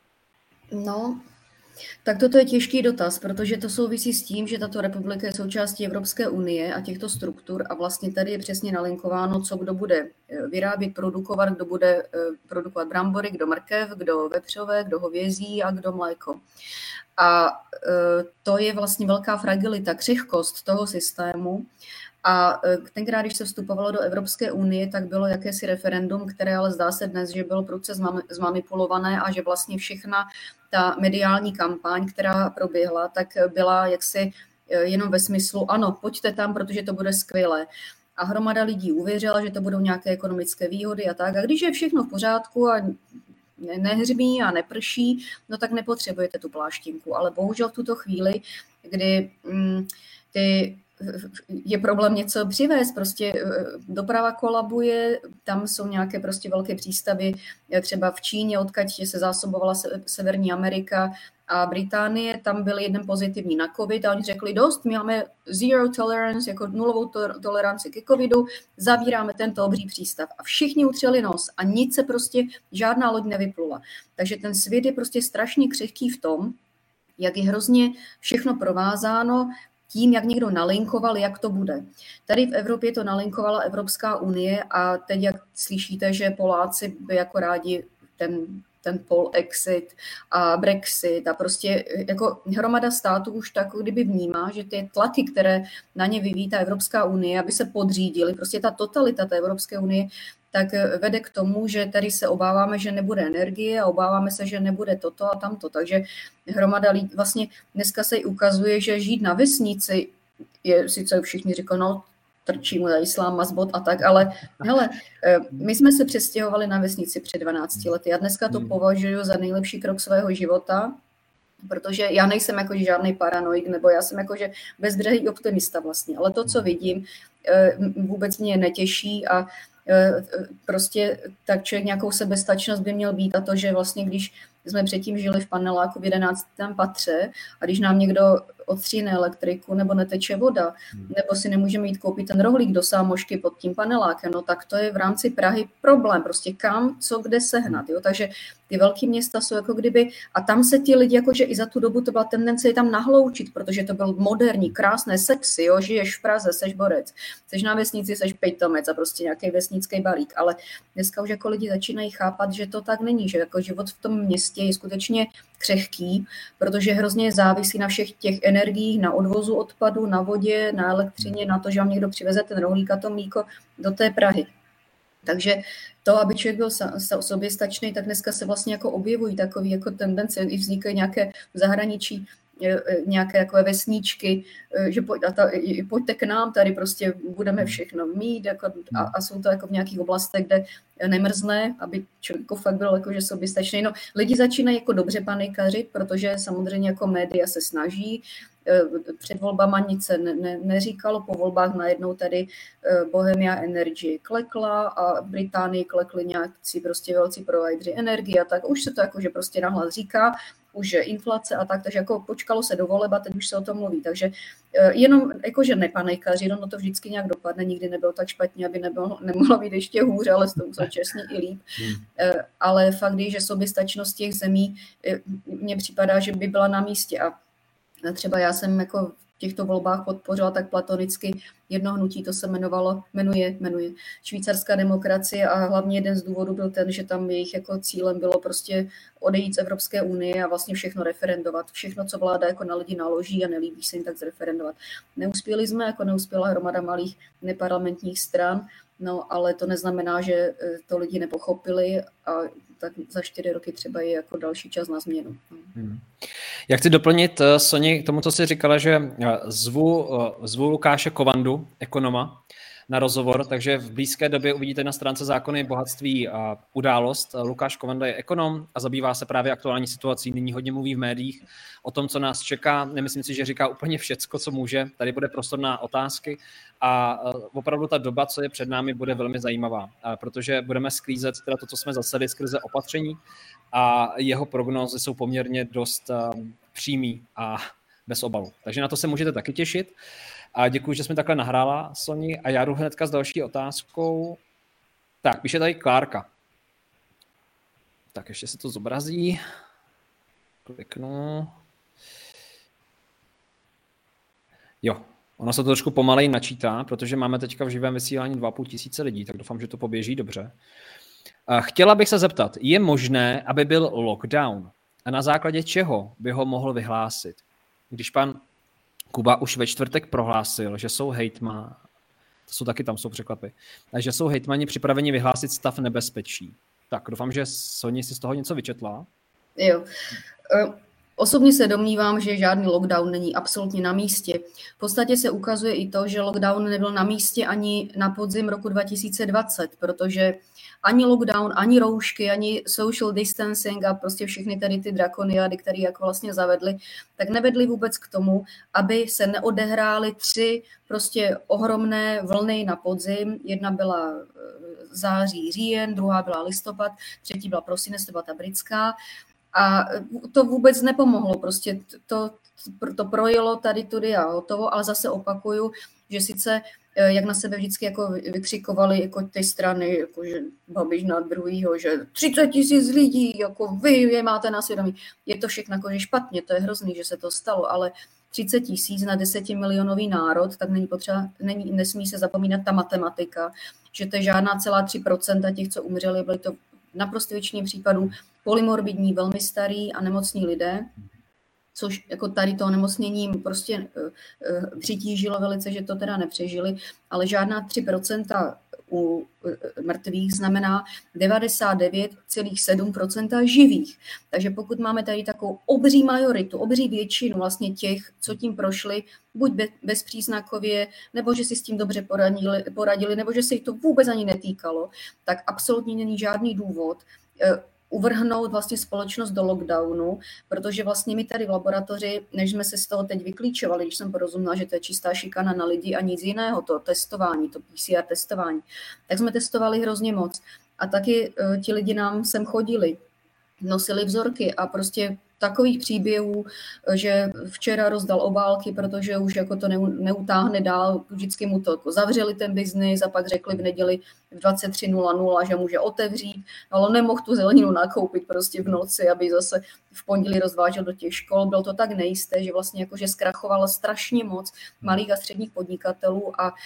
No, tak toto je těžký dotaz, protože to souvisí s tím, že tato republika je součástí Evropské unie a těchto struktur a vlastně tady je přesně nalinkováno, co kdo bude vyrábět, produkovat, kdo bude produkovat brambory, kdo mrkev, kdo vepřové, kdo hovězí a kdo mléko. A to je vlastně velká fragilita, křehkost toho systému. A tenkrát, když se vstupovalo do Evropské unie, tak bylo jakési referendum, které ale zdá se dnes, že bylo prudce zmanipulované a že vlastně všechna ta mediální kampaň, která proběhla, tak byla jaksi jenom ve smyslu, ano, pojďte tam, protože to bude skvělé. A hromada lidí uvěřila, že to budou nějaké ekonomické výhody a tak. A když je všechno v pořádku a nehřmí a neprší, no tak nepotřebujete tu pláštinku. Ale bohužel v tuto chvíli, kdy je problém něco přivést, prostě doprava kolabuje, tam jsou nějaké prostě velké přístavy, třeba v Číně, odkud se zásobovala Severní Amerika a Británie, tam byl jeden pozitivní na covid a oni řekli dost, my máme zero tolerance, jako nulovou toleranci ke covidu, zavíráme tento obří přístav a všichni utřeli nos a nic se prostě, žádná loď nevyplula. Takže ten svět je prostě strašně křehký v tom, jak je hrozně všechno provázáno tím, jak někdo nalinkoval, jak to bude. Tady v Evropě to nalinkovala Evropská unie a teď, jak slyšíte, že Poláci by jako rádi ten polexit a Brexit a prostě jako hromada států už tak kdyby vnímá, že ty tlaky, které na ně vyvíjí ta Evropská unie, aby se podřídili, prostě ta totalita té Evropské unie, tak vede k tomu, že tady se obáváme, že nebude energie a obáváme se, že nebude toto a tamto. Takže hromada lidí, vlastně dneska se i ukazuje, že žít na vesnici je, sice všichni říkají, no trčí mu za islám, mazbot a tak, ale hele, my jsme se přestěhovali na vesnici před 12 lety a dneska to považuji za nejlepší krok svého života, protože já nejsem jako žádný paranoik, nebo já jsem jakože bezbřehý optimista vlastně, ale to, co vidím, vůbec mě netěší a prostě tak člověk nějakou sebestačnost by měl být a to, že vlastně když jsme předtím žili v paneláku v 11. patře a když nám někdo odstříhne elektriku nebo neteče voda, nebo si nemůžeme jít koupit ten rohlík do sámošky pod tím panelákem, no tak to je v rámci Prahy problém, prostě kam, co, kde sehnat, jo, takže ty velké města jsou jako kdyby, a tam se ti lidi, jakože i za tu dobu to byla tendence je tam nahloučit, protože to byl moderní, krásné, sexy, jo, žiješ v Praze, seš borec, seš na vesnici, seš pejtomec a prostě nějaký vesnický balík, ale dneska už jako lidi začínají chápat, že to tak není, že jako život v tom městě je skutečně křehký, protože hrozně závisí na všech těch energiích, na odvozu odpadu, na vodě, na elektřině, na to, že vám někdo přiveze ten rohlík a to mlíko do té Prahy. Takže to, aby člověk byl soběstačný, tak dneska se vlastně jako objevují takové jako tendence, i vznikají nějaké v zahraničí, nějaké takové vesničky, že pojďte k nám, tady prostě budeme všechno mít jako, a jsou to jako v nějakých oblastech, kde nemrzne, aby člověk jako fakt byl jakože soběstačný. No, lidi začínají jako dobře panikařit, protože samozřejmě jako média se snaží, před volbama nic se neříkalo, po volbách najednou tady Bohemia Energy klekla a v Británii klekli nějaký prostě velcí provideri energie a tak už se to jakože prostě nahlas říká, už je inflace a tak, takže jako počkalo se do voleb a teď už se o tom mluví, takže jenom jakože nepanikaři, no to vždycky nějak dopadne, nikdy nebylo tak špatně, aby nemohlo být ještě hůře, ale s tomu současně i líp, ale fakt je, že soběstačnost těch zemí mně připadá, že by byla na místě a třeba já jsem jako v těchto volbách podpořila tak platonicky jedno hnutí, to se jmenuje švýcarská demokracie a hlavně jeden z důvodů byl ten, že tam jejich jako cílem bylo prostě odejít z Evropské unie a vlastně všechno referendovat. Všechno, co vláda jako na lidi naloží a nelíbí se jim, tak zreferendovat. Neuspěli jsme, jako neuspěla hromada malých neparlamentních stran, no ale to neznamená, že to lidi nepochopili a tak za 4 roky třeba je jako další čas na změnu. Já chci doplnit, Soni, k tomu, co jsi říkala, že zvu Lukáše Kovandu, ekonoma, na rozhovor, takže v blízké době uvidíte na stránce Zákony bohatství a událost. Lukáš Kovanda je ekonom a zabývá se právě aktuální situací. Nyní hodně mluví v médiích o tom, co nás čeká. Nemyslím si, že říká úplně všecko, co může. Tady bude prostor na otázky a opravdu ta doba, co je před námi, bude velmi zajímavá, protože budeme sklízet teda to, co jsme zasedli skrze opatření a jeho prognózy jsou poměrně dost přímý a bez obalu. Takže na to se můžete taky těšit. A děkuji, že jsme takhle nahrála, Soni. A já jdu hnedka s další otázkou. Tak, píše tady Klárka. Tak ještě se to zobrazí. Kliknu. Jo, ono se to trošku pomaleji načítá, protože máme teďka v živém vysílání 2500 lidí, tak doufám, že to poběží dobře. Chtěla bych se zeptat, je možné, aby byl lockdown? a na základě čeho by ho mohl vyhlásit? Když pan Kuba už ve čtvrtek prohlásil, že jsou hejtmani, to jsou taky tam jsou překvapy, že jsou hejtmani připraveni vyhlásit stav nebezpečí. Tak doufám, že Soni si z toho něco vyčetla. Jo. Osobně se domnívám, že žádný lockdown není absolutně na místě. V podstatě se ukazuje i to, že lockdown nebyl na místě ani na podzim roku 2020, protože ani lockdown, ani roušky, ani social distancing a prostě všechny tady ty drakoniády, které jako vlastně zavedly, tak nevedly vůbec k tomu, aby se neodehrály 3 prostě ohromné vlny na podzim. Jedna byla září, říjen, druhá byla listopad, třetí byla prosinec, to byla ta britská. A to vůbec nepomohlo, prostě to projelo tady tudy a hotovo, ale zase opakuju, že sice jak na sebe vždycky jako vykřikovali jako ty strany, jako že Babiš na druhýho, že 30 000 lidí, jako vy je máte na svědomí. Je to všechno jako že špatně, to je hrozný, že se to stalo, ale 30 000 na 10milionový národ, tak nesmí se zapomínat ta matematika, že to je žádná celá 3% těch, co umřeli, byly to naprosto většině případů polymorbidní, velmi starí a nemocní lidé, což jako tady to onemocněním prostě přitížilo velice, že to teda nepřežili, ale žádná 3% u mrtvých znamená 99,7% živých. Takže pokud máme tady takovou obří majoritu, obří většinu vlastně těch, co tím prošli, buď bezpříznakově, nebo že si s tím dobře poradili, nebo že se jich to vůbec ani netýkalo, tak absolutně není žádný důvod uvrhnout vlastně společnost do lockdownu, protože vlastně my tady v laboratoři, než jsme se z toho teď vyklíčovali, když jsem porozuměla, že to je čistá šikana na lidi a nic jiného, to testování, to PCR testování, tak jsme testovali hrozně moc. A taky ti lidi nám sem chodili, nosili vzorky a prostě takových příběhů, že včera rozdal obálky, protože už jako to neutáhne dál, vždycky mu to jako zavřeli ten biznis a pak řekli v neděli v 23:00, že může otevřít, ale nemohl tu zeleninu nakoupit prostě v noci, aby zase v pondělí rozvážel do těch škol. Bylo to tak nejisté, že vlastně jakože zkrachovalo strašně moc malých a středních podnikatelů a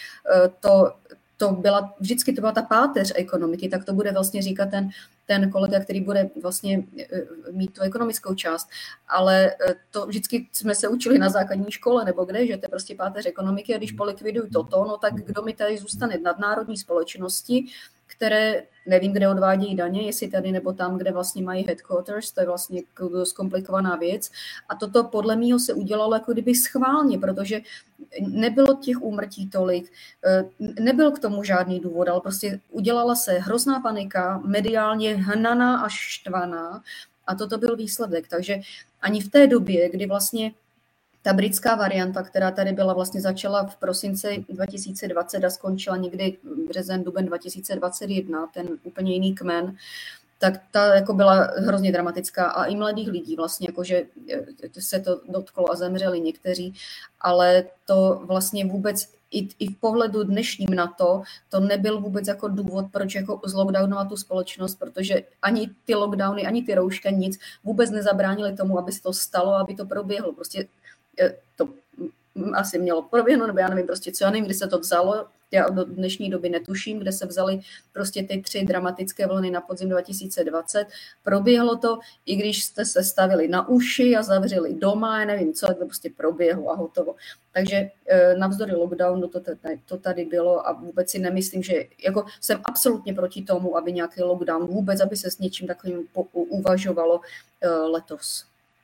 vždycky to byla ta páteř ekonomiky, tak to bude vlastně říkat ten kolega, který bude vlastně mít tu ekonomickou část, ale to vždycky jsme se učili na základní škole nebo kde, že to je prostě páteř ekonomiky a když polikvidují toto, no tak kdo mi tady zůstane nadnárodní společnosti, které nevím, kde odvádějí daně, jestli tady nebo tam, kde vlastně mají headquarters, to je vlastně zkomplikovaná věc. A toto podle mýho se udělalo jako kdyby schválně, protože nebylo těch úmrtí tolik, nebyl k tomu žádný důvod, ale prostě udělala se hrozná panika, mediálně hnaná až štvaná a toto byl výsledek. Takže ani v té době, kdy vlastně ta britská varianta, která tady byla, vlastně začala v prosinci 2020 a skončila někdy březen, duben 2021, ten úplně jiný kmen, tak ta jako byla hrozně dramatická a i mladých lidí vlastně, jakože se to dotklo a zemřeli někteří, ale to vlastně vůbec i v pohledu dnešním na to nebyl vůbec jako důvod, proč jako zlockdownovat tu společnost, protože ani ty lockdowny, ani ty roušky, nic vůbec nezabránili tomu, aby se to stalo, aby to proběhlo. Prostě to asi mělo proběhnout, nebo já nevím prostě co, já nevím, kdy se to vzalo, já do dnešní doby netuším, kde se vzaly prostě ty 3 dramatické vlny na podzim 2020. Proběhlo to, i když jste se stavili na uši a zavřeli doma, já nevím co, to prostě proběhlo a hotovo. Takže navzdory lockdownu to tady bylo a vůbec si nemyslím, že jako jsem absolutně proti tomu, aby nějaký lockdown vůbec, aby se s něčím takovým uvažovalo letos.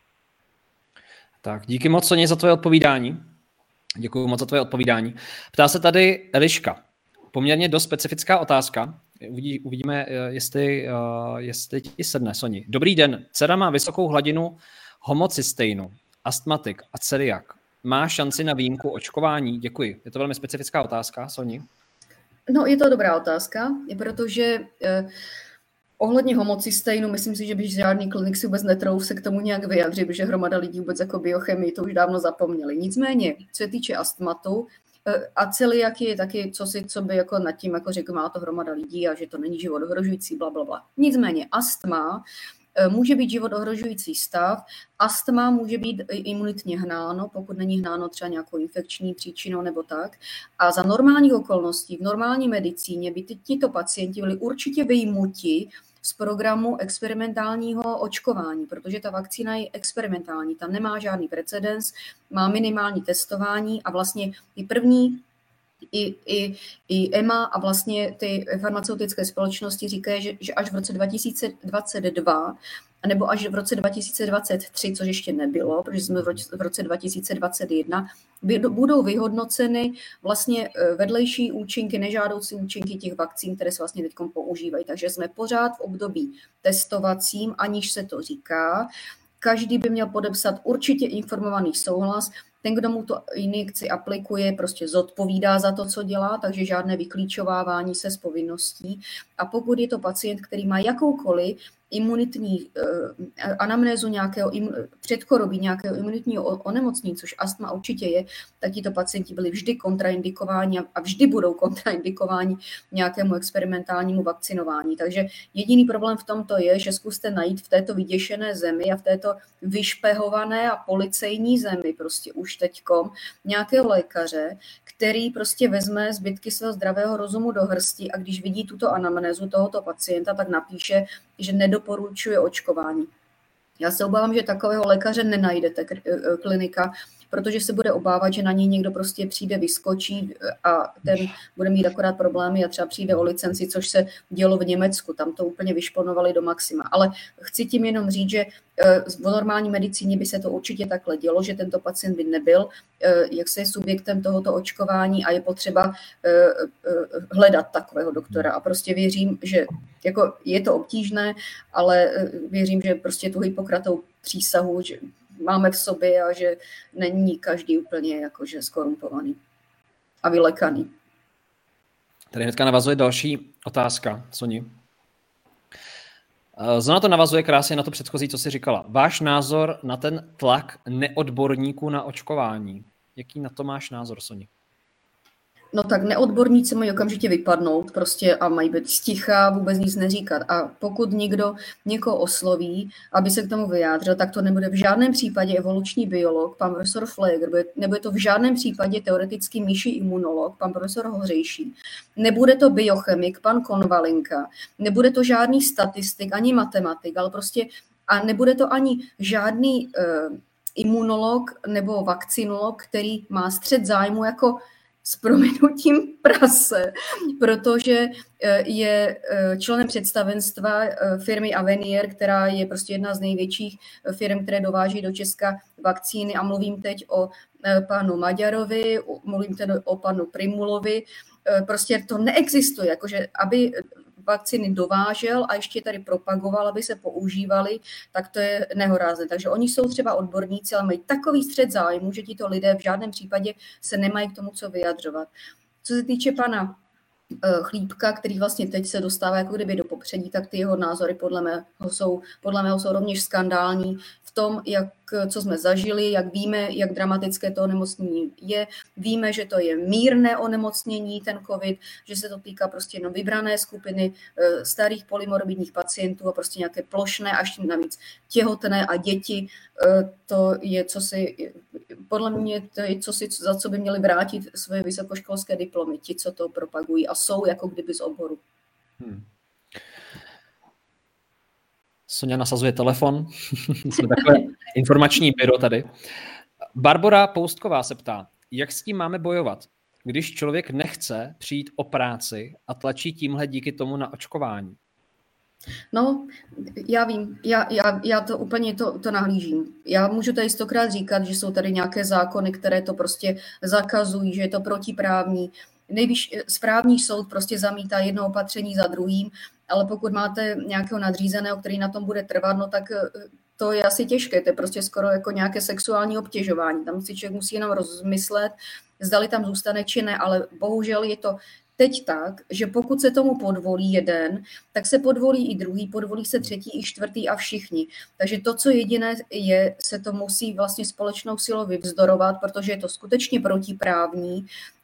Tak, díky moc, Soně, za tvoje odpovídání. Děkuji moc za tvoje odpovídání. Ptá se tady Eliška. Poměrně dost specifická otázka. Uvidíme, jestli ti sedne, Soni. Dobrý den. Dcera má vysokou hladinu homocysteinu, astmatik a celiak. Má šanci na výjimku očkování? Děkuji. Je to velmi specifická otázka, Soni. No, je to dobrá otázka, protože ohledně homocysteinu, myslím si, že by žádný klinik si vůbec netrouf se k tomu nějak vyjadřit, protože hromada lidí vůbec jako biochemii to už dávno zapomněli. Nicméně, co se týče astmatu a celiaky je taky co by jako nad tím jako řekl, má to hromada lidí a že to není život ohrožující, blablabla. Nicméně astma může být život ohrožující stav, astma může být imunitně hnáno, pokud není hnáno třeba nějakou infekční příčinou nebo tak. A za normálních okolností, v normální medicíně by tito pacienti byli určitě vyjmuti z programu experimentálního očkování, protože ta vakcína je experimentální, tam nemá žádný precedens, má minimální testování a vlastně i první i EMA a vlastně ty farmaceutické společnosti říkají, že až v roce 2022 nebo až v roce 2023, což ještě nebylo, protože jsme v roce 2021, budou vyhodnoceny vlastně vedlejší účinky, nežádoucí účinky těch vakcín, které se vlastně teď používají. Takže jsme pořád v období testovacím, aniž se to říká. Každý by měl podepsat určitě informovaný souhlas. Ten, kdo mu to injekci aplikuje, prostě zodpovídá za to, co dělá, takže žádné vyklíčovávání se z povinností. A pokud je to pacient, který má jakoukoliv imunitní anamnézu nějakého předchoroby, nějakého imunitního onemocnění, což astma určitě je, tak tito pacienti byli vždy kontraindikováni a vždy budou kontraindikováni nějakému experimentálnímu vakcinování. Takže jediný problém v tomto je, že zkuste najít v této vyděšené zemi a v této vyšpehované a policejní zemi prostě už teďkom nějakého lékaře, který prostě vezme zbytky svého zdravého rozumu do hrsti a když vidí tuto anamnézu tohoto pacienta, tak napíše, že nedoporučuje očkování. Já se obávám, že takového lékaře nenajdete klinika, protože se bude obávat, že na něj někdo prostě přijde, vyskočí a ten bude mít akorát problémy a třeba přijde o licenci, což se dělo v Německu, tam to úplně vyšponovali do maxima. Ale chci tím jenom říct, že v normální medicíně by se to určitě takhle dělo, že tento pacient by nebyl jak se je subjektem tohoto očkování a je potřeba hledat takového doktora. A prostě věřím, že jako je to obtížné, ale věřím, že prostě tu Hippokratovou přísahu, že máme v sobě a že není každý úplně jakože skorumpovaný a vylekaný. Tady hnedka navazuje další otázka, Soni. Zona to navazuje krásně na to předchozí, co jsi říkala. Váš názor na ten tlak neodborníků na očkování. Jaký na to máš názor, Soni? No tak neodborníci mají okamžitě vypadnout prostě a mají být sticha, vůbec nic neříkat. A pokud někdo někoho osloví, aby se k tomu vyjádřil, tak to nebude v žádném případě evoluční biolog, pan profesor Pfleger, nebude to v žádném případě teoretický myší imunolog, pan profesor Hořejší, nebude to biochemik, pan Konvalinka, nebude to žádný statistik, ani matematik, ale prostě a nebude to ani žádný imunolog nebo vakcinolog, který má střet zájmu jako s prominutím prase, protože je členem představenstva firmy Avenier, která je prostě jedna z největších firm, které dováží do Česka vakcíny a mluvím teď o panu Maďarovi, mluvím teď o panu Primulovi, prostě to neexistuje, jakože aby vakcíny dovážel a ještě tady propagoval, aby se používaly, tak to je nehorázné. Takže oni jsou třeba odborníci, ale mají takový střet zájmu, že tito lidé v žádném případě se nemají k tomu co vyjadřovat. Co se týče pana Chlípka, který vlastně teď se dostává jako kdyby do popředí, tak ty jeho názory podle mého jsou rovněž skandální v tom, co jsme zažili, jak víme, jak dramatické to onemocnění je. Víme, že to je mírné onemocnění, ten covid, že se to týká prostě jenom vybrané skupiny starých polymorbidních pacientů a prostě nějaké plošné, až navíc těhotné a děti. To je, podle mě, to je, za co by měli vrátit své vysokoškolské diplomy, ti, co to propagují a jsou jako kdyby z oboru. Soňa nasazuje telefon. Jsme takové informační byro tady. Barbora Poustková se ptá, jak s tím máme bojovat, když člověk nechce přijít o práci a tlačí tímhle díky tomu na očkování? No, já vím, já to úplně to nahlížím. Já můžu tady 100krát říkat, že jsou tady nějaké zákony, které to prostě zakazují, že je to protiprávní. Správní soud prostě zamítá jedno opatření za druhým, ale pokud máte nějakého nadřízeného, který na tom bude trvat, no tak to je asi těžké, to je prostě skoro jako nějaké sexuální obtěžování. Tam si člověk musí jenom rozmyslet, zdali tam zůstane či ne, ale bohužel je to teď tak, že pokud se tomu podvolí jeden, tak se podvolí i druhý, podvolí se třetí i čtvrtý a všichni. Takže to, co jediné je, se to musí vlastně společnou silou vyvzdorovat, protože je to skutečně protiprávní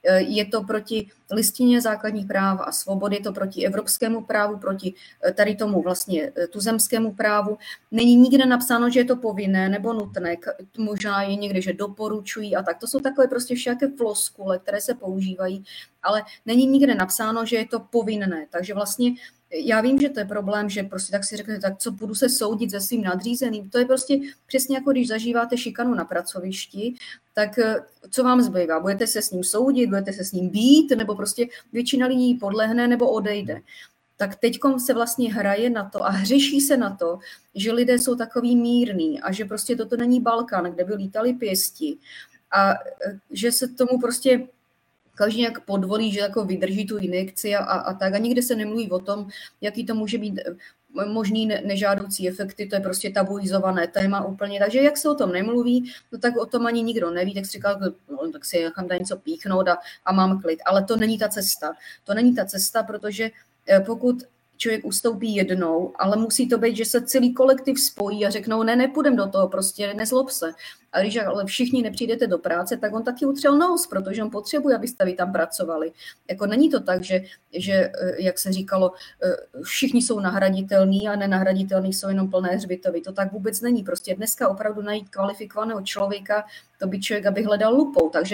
je to proti listině základních práv a svobod, je to proti evropskému právu, proti tady tomu vlastně tuzemskému právu. Není nikde napsáno, že je to povinné nebo nutné, možná je někde, že doporučují a tak. To jsou takové prostě všaké floskule, které se používají, ale není nikde napsáno, že je to povinné. Takže vlastně já vím, že to je problém, že prostě tak si řeknete, tak co budu se soudit se svým nadřízeným. To je prostě přesně jako když zažíváte šikanu na pracovišti, tak co vám zbývá? Budete se s ním soudit, budete se s ním bít, nebo prostě většina lidí podlehne nebo odejde. Tak teďkom se vlastně hraje na to a hřeší se na to, že lidé jsou takový mírný a že prostě toto není Balkán, kde by lítali pěsti a že se tomu prostě každý nějak podvolí, že jako vydrží tu injekci a tak. A nikde se nemluví o tom, jaký to může být možný nežádoucí efekty, to je prostě tabuizované téma úplně. Takže jak se o tom nemluví, no tak o tom ani nikdo neví, tak si říkal, no, tak si nechám tady něco píchnout a mám klid. Ale to není ta cesta. To není ta cesta, protože pokud člověk ustoupí jednou, ale musí to být, že se celý kolektiv spojí a řeknou, ne, nepůjdem do toho, prostě nezlob se. A když ale všichni nepřijdete do práce, tak on taky utřel nos, protože on potřebuje, abyste vy tam pracovali. Jako není to tak, že jak se říkalo, všichni jsou nahraditelní a nenahraditelní jsou jenom plné hřbitovy. To tak vůbec není. Prostě dneska opravdu najít kvalifikovaného člověka, to by člověk, aby hledal lupou. Takže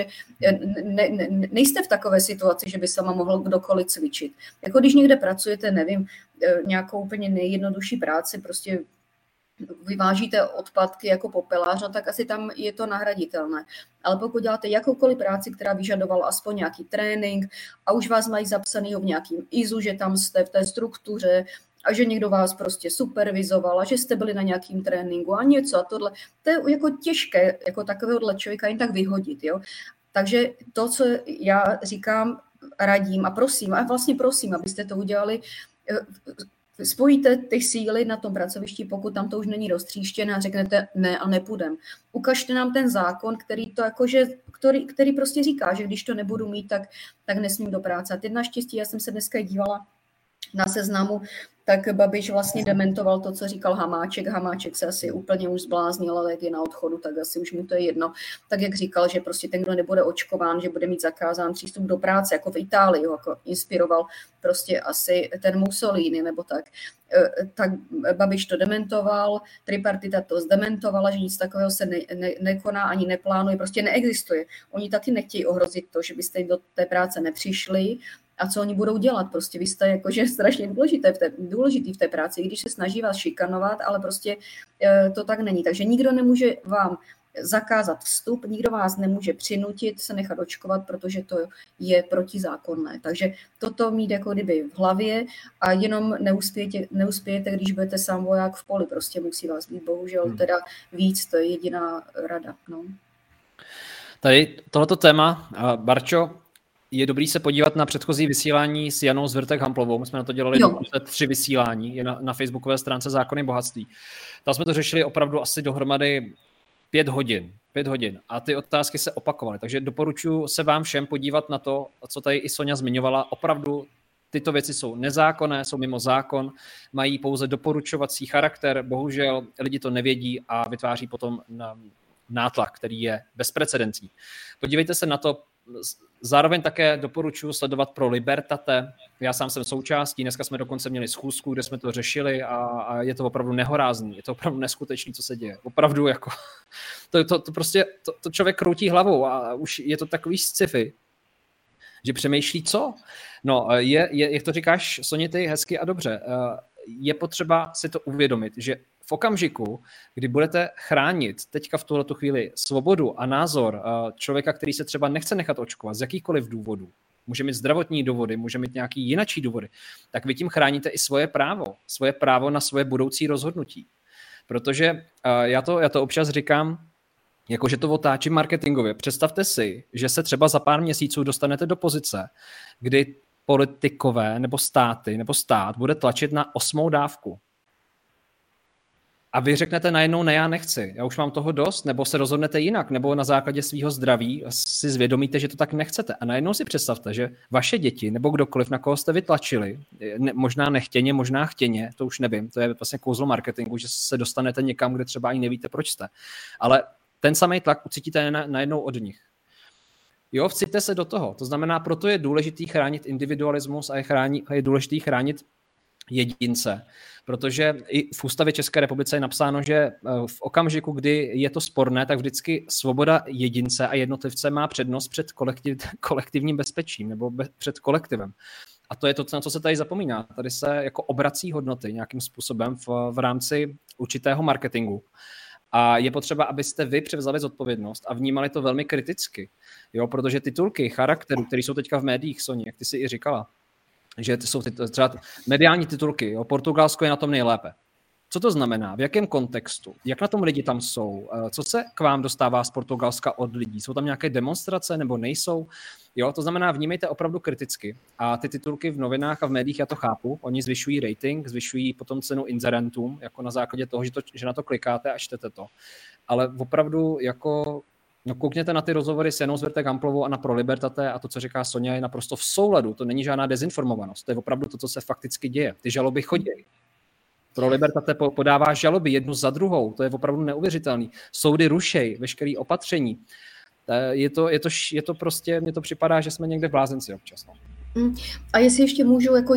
nejste v takové situaci, že by sama mohl kdokoliv cvičit. Jako když někde pracujete, nevím, nějakou úplně nejjednodušší práci, prostě vyvážíte odpadky jako popelář, no tak asi tam je to nahraditelné. Ale pokud děláte jakoukoliv práci, která vyžadovala aspoň nějaký trénink a už vás mají zapsanýho v nějakým IZU, že tam jste v té struktuře a že někdo vás prostě supervizoval a že jste byli na nějakým tréninku a něco a tohle, to je jako těžké jako takovéhohle člověka jen tak vyhodit. Jo? Takže to, co já říkám, radím a prosím, abyste to udělali, spojíte ty síly na tom pracovišti, pokud tam to už není roztříštěné a řeknete ne a nepůjdem. Ukažte nám ten zákon, který prostě říká, že když to nebudu mít, tak nesmím do práce. A teď naštěstí, já jsem se dneska dívala na Seznamu, tak Babiš vlastně dementoval to, co říkal Hamáček. Hamáček se asi úplně už zbláznil, ale jak je na odchodu, tak asi už mu to je jedno. Tak jak říkal, že prostě ten, kdo nebude očkován, že bude mít zakázán přístup do práce, jako v Itálii, jako inspiroval prostě asi ten Mussolini nebo tak. Tak Babiš to dementoval, tripartita to zdementovala, že nic takového se nekoná ani neplánuje, prostě neexistuje. Oni taky nechtějí ohrozit to, že byste jim do té práce nepřišli. A co oni budou dělat? Prostě vy jste jakože strašně důležitý v té práci, když se snaží vás šikanovat, ale prostě to tak není. Takže nikdo nemůže vám zakázat vstup, nikdo vás nemůže přinutit se nechat očkovat, protože to je protizákonné. Takže toto mít jako kdyby v hlavě a jenom neuspějete, když budete sám voják v poli. Prostě musí vás být bohužel teda víc, to je jediná rada. No. Tady tohleto téma, Barčo, je dobrý se podívat na předchozí vysílání s Janou Zvrtek-Hamplovou. My jsme na to dělali 3 vysílání, je na facebookové stránce Zákony bohatství. Tam jsme to řešili opravdu asi dohromady 5 hodin. A ty otázky se opakovaly. Takže doporučuji se vám všem podívat na to, co tady i Sonja zmiňovala. Opravdu tyto věci jsou nezákonné, jsou mimo zákon, mají pouze doporučovací charakter. Bohužel lidi to nevědí a vytváří potom nátlak, který je bezprecedentní. Podívejte se na to. Zároveň také doporučuji sledovat Pro Libertate. Já sám jsem součástí, dneska jsme dokonce měli schůzku, kde jsme to řešili a je to opravdu nehorázný, je to opravdu neskutečný, co se děje. Opravdu jako, to člověk kroutí hlavou a už je to takový sci-fi, že přemýšlí co? No, jak to říkáš, Soně, ty hezky a dobře, je potřeba si to uvědomit, že v okamžiku, kdy budete chránit teďka v tuhletu chvíli svobodu a názor člověka, který se třeba nechce nechat očkovat z jakýchkoliv důvodů, může mít zdravotní důvody, může mít nějaký jinačí důvody, tak vy tím chráníte i svoje právo na svoje budoucí rozhodnutí. Protože já to občas říkám, jakože to otáčím marketingově. Představte si, že se třeba za pár měsíců dostanete do pozice, kdy politikové nebo státy nebo stát bude tlačit na 8. dávku. A vy řeknete najednou ne, já nechci, já už mám toho dost, nebo se rozhodnete jinak, nebo na základě svého zdraví si zvědomíte, že to tak nechcete. A najednou si představte, že vaše děti nebo kdokoliv, na koho jste vytlačili, možná nechtěně, možná chtěně, to už nevím, to je vlastně kouzlo marketingu, že se dostanete někam, kde třeba ani nevíte, proč jste. Ale ten samý tlak ucítíte najednou od nich. Jo, vcípte se do toho. To znamená, proto je důležitý chránit individualismus a je důležitý chránit jedince. Protože i v ústavě České republice je napsáno, že v okamžiku, kdy je to sporné, tak vždycky svoboda jedince a jednotlivce má přednost před kolektivním bezpečím nebo před kolektivem. A to je to, na co se tady zapomíná. Tady se jako obrací hodnoty nějakým způsobem v rámci určitého marketingu. A je potřeba, abyste vy převzali zodpovědnost a vnímali to velmi kriticky. Jo, protože titulky charakteru, které jsou teďka v médiích, Soni, jak ty si i říkala, že jsou třeba mediální titulky, jo, Portugalsko je na tom nejlépe. Co to znamená? V jakém kontextu? Jak na tom lidi tam jsou? Co se k vám dostává z Portugalska od lidí? Jsou tam nějaké demonstrace nebo nejsou? Jo, to znamená, vnímejte opravdu kriticky. A ty titulky v novinách a v médiích, já to chápu, oni zvyšují rating, zvyšují potom cenu inzerentům, jako na základě toho, že na to klikáte a čtete to. Ale opravdu jako koukněte na ty rozhovory s Janou Zvrtek-Hamplovou a na Pro Libertate a to, co říká Sonja, je naprosto v souladu. To není žádná dezinformovanost. To je opravdu to, co se fakticky děje. Ty žaloby chodí. Pro Libertate podává žaloby jednu za druhou. To je opravdu neuvěřitelný. Soudy rušej veškeré opatření. Je to prostě, mně to připadá, že jsme někde v blázenci občas. No. A jestli ještě můžu jako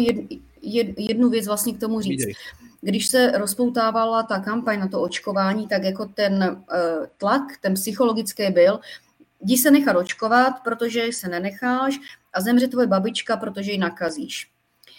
jednu věc vlastně k tomu říct. Když se rozpoutávala ta kampaň na to očkování, tak jako ten tlak, ten psychologický byl, jdi se nechat očkovat, protože se nenecháš a zemře tvoje babička, protože ji nakazíš.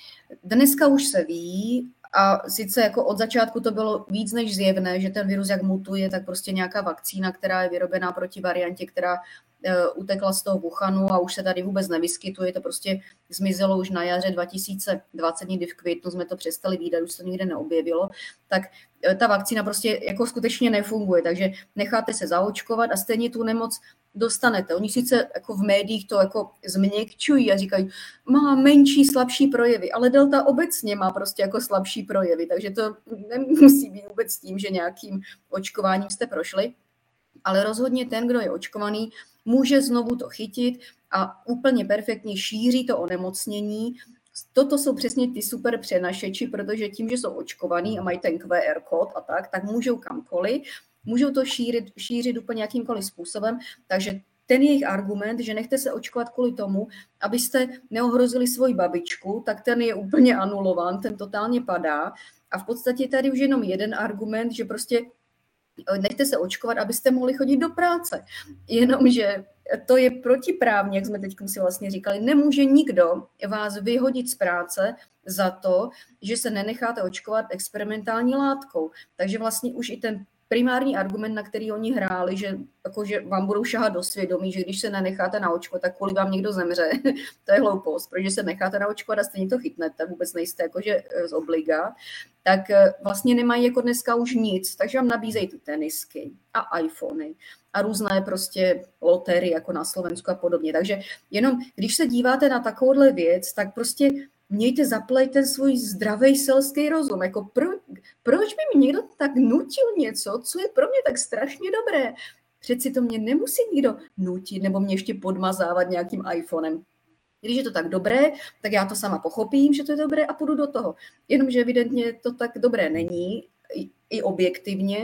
Dneska už se ví, a sice jako od začátku to bylo víc než zjevné, že ten virus jak mutuje, tak prostě nějaká vakcína, která je vyrobená proti variantě, která utekla z toho Wuhanu a už se tady vůbec nevyskytuje, to prostě zmizelo už na jaře 2020, někdy v květnu jsme to přestali vídat, už se to nikde neobjevilo, tak ta vakcína prostě jako skutečně nefunguje, takže necháte se zaočkovat a stejně tu nemoc dostanete. Oni sice jako v médiích to jako změkčují a říkají, má menší, slabší projevy, ale delta obecně má prostě jako slabší projevy, takže to nemusí být vůbec tím, že nějakým očkováním jste prošli, ale rozhodně ten, kdo je očkovaný, může znovu to chytit a úplně perfektně šíří to onemocnění. Toto jsou přesně ty super přenašeči, protože tím, že jsou očkovaný a mají ten QR kód a tak můžou kamkoliv, můžou to šířit úplně jakýmkoliv způsobem, takže ten jejich argument, že nechte se očkovat kvůli tomu, abyste neohrozili svoji babičku, tak ten je úplně anulován, ten totálně padá a v podstatě tady už jenom jeden argument, že prostě nechte se očkovat, abyste mohli chodit do práce. Jenomže to je protiprávně, jak jsme teď si vlastně říkali, nemůže nikdo vás vyhodit z práce za to, že se nenecháte očkovat experimentální látkou. Takže vlastně už i ten primární argument, na který oni hráli, že vám budou šahat do svědomí, že když se nenecháte naočkovat, tak kvůli vám někdo zemře. To je hloupost, protože se necháte naočkovat a stejně to chytnete, vůbec nejste jakože z obliga, tak vlastně nemají jako dneska už nic, takže vám nabízejí ty tenisky a iPhony a různé prostě loterie jako na Slovensku a podobně. Takže jenom, když se díváte na takovouhle věc, tak prostě mějte zaplejt ten svůj zdravý selský rozum. Jako proč by mi někdo tak nutil něco, co je pro mě tak strašně dobré? Přeci to mě nemusí nikdo nutit nebo mě ještě podmazávat nějakým iPhonem. Když je to tak dobré, tak já to sama pochopím, že to je dobré a půjdu do toho. Jenomže evidentně to tak dobré není, i objektivně.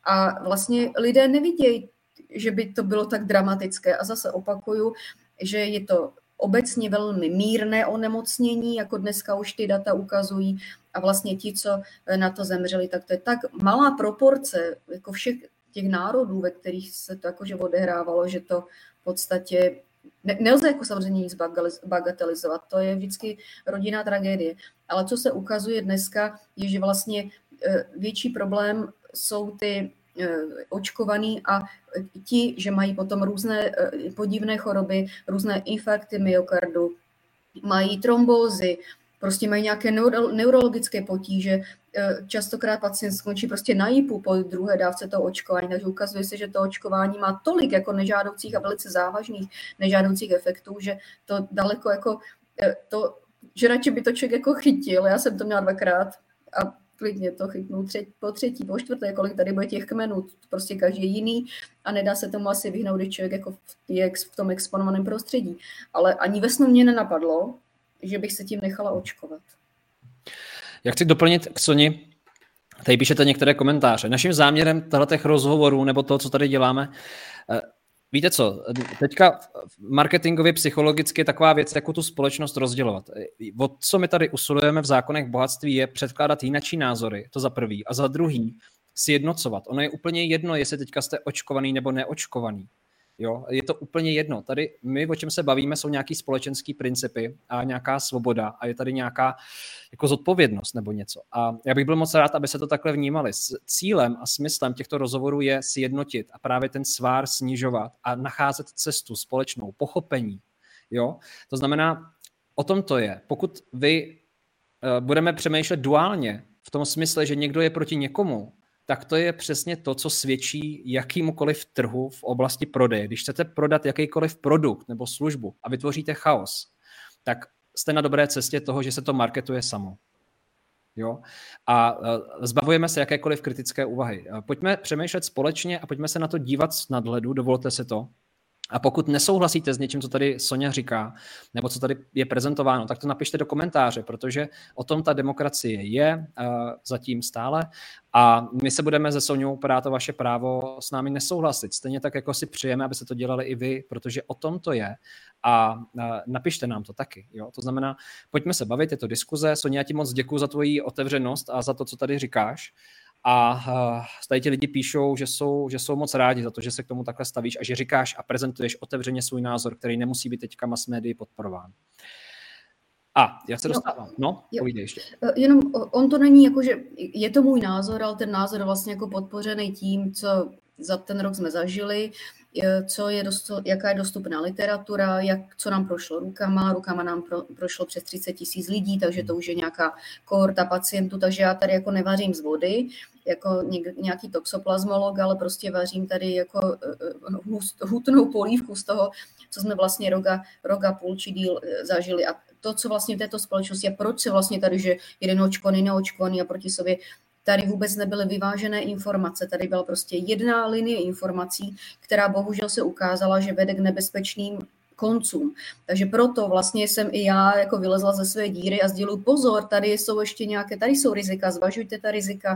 A vlastně lidé nevidějí, že by to bylo tak dramatické. A zase opakuju, že je to obecně velmi mírné onemocnění, jako dneska už ty data ukazují. A vlastně ti, co na to zemřeli, tak to je tak malá proporce jako všech těch národů, ve kterých se to jakože odehrávalo, že to v podstatě nelze jako samozřejmě nic bagatelizovat, to je vždycky rodinná tragédie. Ale co se ukazuje dneska, je, že vlastně větší problém jsou ty očkovaní a ti, že mají potom různé podivné choroby, různé infarkty myokardu, mají trombózy, prostě mají nějaké neurologické potíže. Častokrát pacient skončí prostě na JIPu po druhé dávce toho očkování, takže ukazuje se, že to očkování má tolik jako nežádoucích a velice závažných nežádoucích efektů, že to daleko jako to, že radši by to člověk jako chytil. Já jsem to měla 2krát a klidně to chytnu po třetí, po čtvrté, kolik tady bude těch kmenů, prostě každý jiný a nedá se tomu asi vyhnout, když člověk jako v tom exponovaném prostředí. Ale ani ve snu mě nenapadlo, že bych se tím nechala očkovat. Já chci doplnit k Soni, tady píšete některé komentáře. Naším záměrem těchto rozhovorů nebo toho, co tady děláme, Víte co, teďka marketingově, psychologicky je taková věc, jako tu společnost rozdělovat. O co my tady usilujeme v zákonech bohatství je předkládat jinačí názory, to za prvý. A za druhý, sjednocovat. Ono je úplně jedno, jestli teďka jste očkovaný nebo neočkovaný. Jo, je to úplně jedno. Tady my, o čem se bavíme, jsou nějaký společenský principy a nějaká svoboda a je tady nějaká jako zodpovědnost nebo něco. A já bych byl moc rád, aby se to takhle vnímali. Cílem a smyslem těchto rozhovorů je sjednotit a právě ten svár snižovat a nacházet cestu společnou, pochopení. Jo? To znamená, o tom to je. Pokud vy budeme přemýšlet duálně v tom smyslu, že někdo je proti někomu, tak to je přesně to, co svědčí jakýmukoliv trhu v oblasti prodeje. Když chcete prodat jakýkoliv produkt nebo službu a vytvoříte chaos, tak jste na dobré cestě toho, že se to marketuje samo. Jo? A zbavujeme se jakékoliv kritické úvahy. Pojďme přemýšlet společně a pojďme se na to dívat z nadhledu, dovolte si to. A pokud nesouhlasíte s něčím, co tady Sonja říká, nebo co tady je prezentováno, tak to napište do komentáře, protože o tom ta demokracie je zatím stále a my se budeme se Soňou ptát o vaše právo s námi nesouhlasit. Stejně tak, jako si přejeme, aby se to dělali i vy, protože o tom to je a napište nám to taky. Jo? To znamená, pojďme se bavit, je to diskuze. Sonja, já ti moc děkuju za tvoji otevřenost a za to, co tady říkáš. A tady ti lidi píšou, že jsou moc rádi za to, že se k tomu takhle stavíš a že říkáš a prezentuješ otevřeně svůj názor, který nemusí být teďka mass médii podporován. A já se dostávám. No, povídej ještě. Jenom on to není jako, že je to můj názor, ale ten názor vlastně jako podpořený tím, co za ten rok jsme zažili, jaká je dostupná literatura, co nám prošlo rukama nám prošlo přes 30 000 lidí, takže to už je nějaká kohorta pacientů, takže já tady jako nevařím z vody, jako nějaký toxoplasmolog, ale prostě vařím tady jako hutnou polívku z toho, co jsme vlastně roka půl či díl zažili. A to, co vlastně v této společnosti, a proč se vlastně tady, že jeden očkovaný, neočkovaný a proti sobě, tady vůbec nebyly vyvážené informace, tady byla prostě jedna linie informací, která bohužel se ukázala, že vede k nebezpečným koncům. Takže proto vlastně jsem i já jako vylezla ze své díry a sděluji pozor, tady jsou ještě tady jsou rizika, zvažujte ta rizika,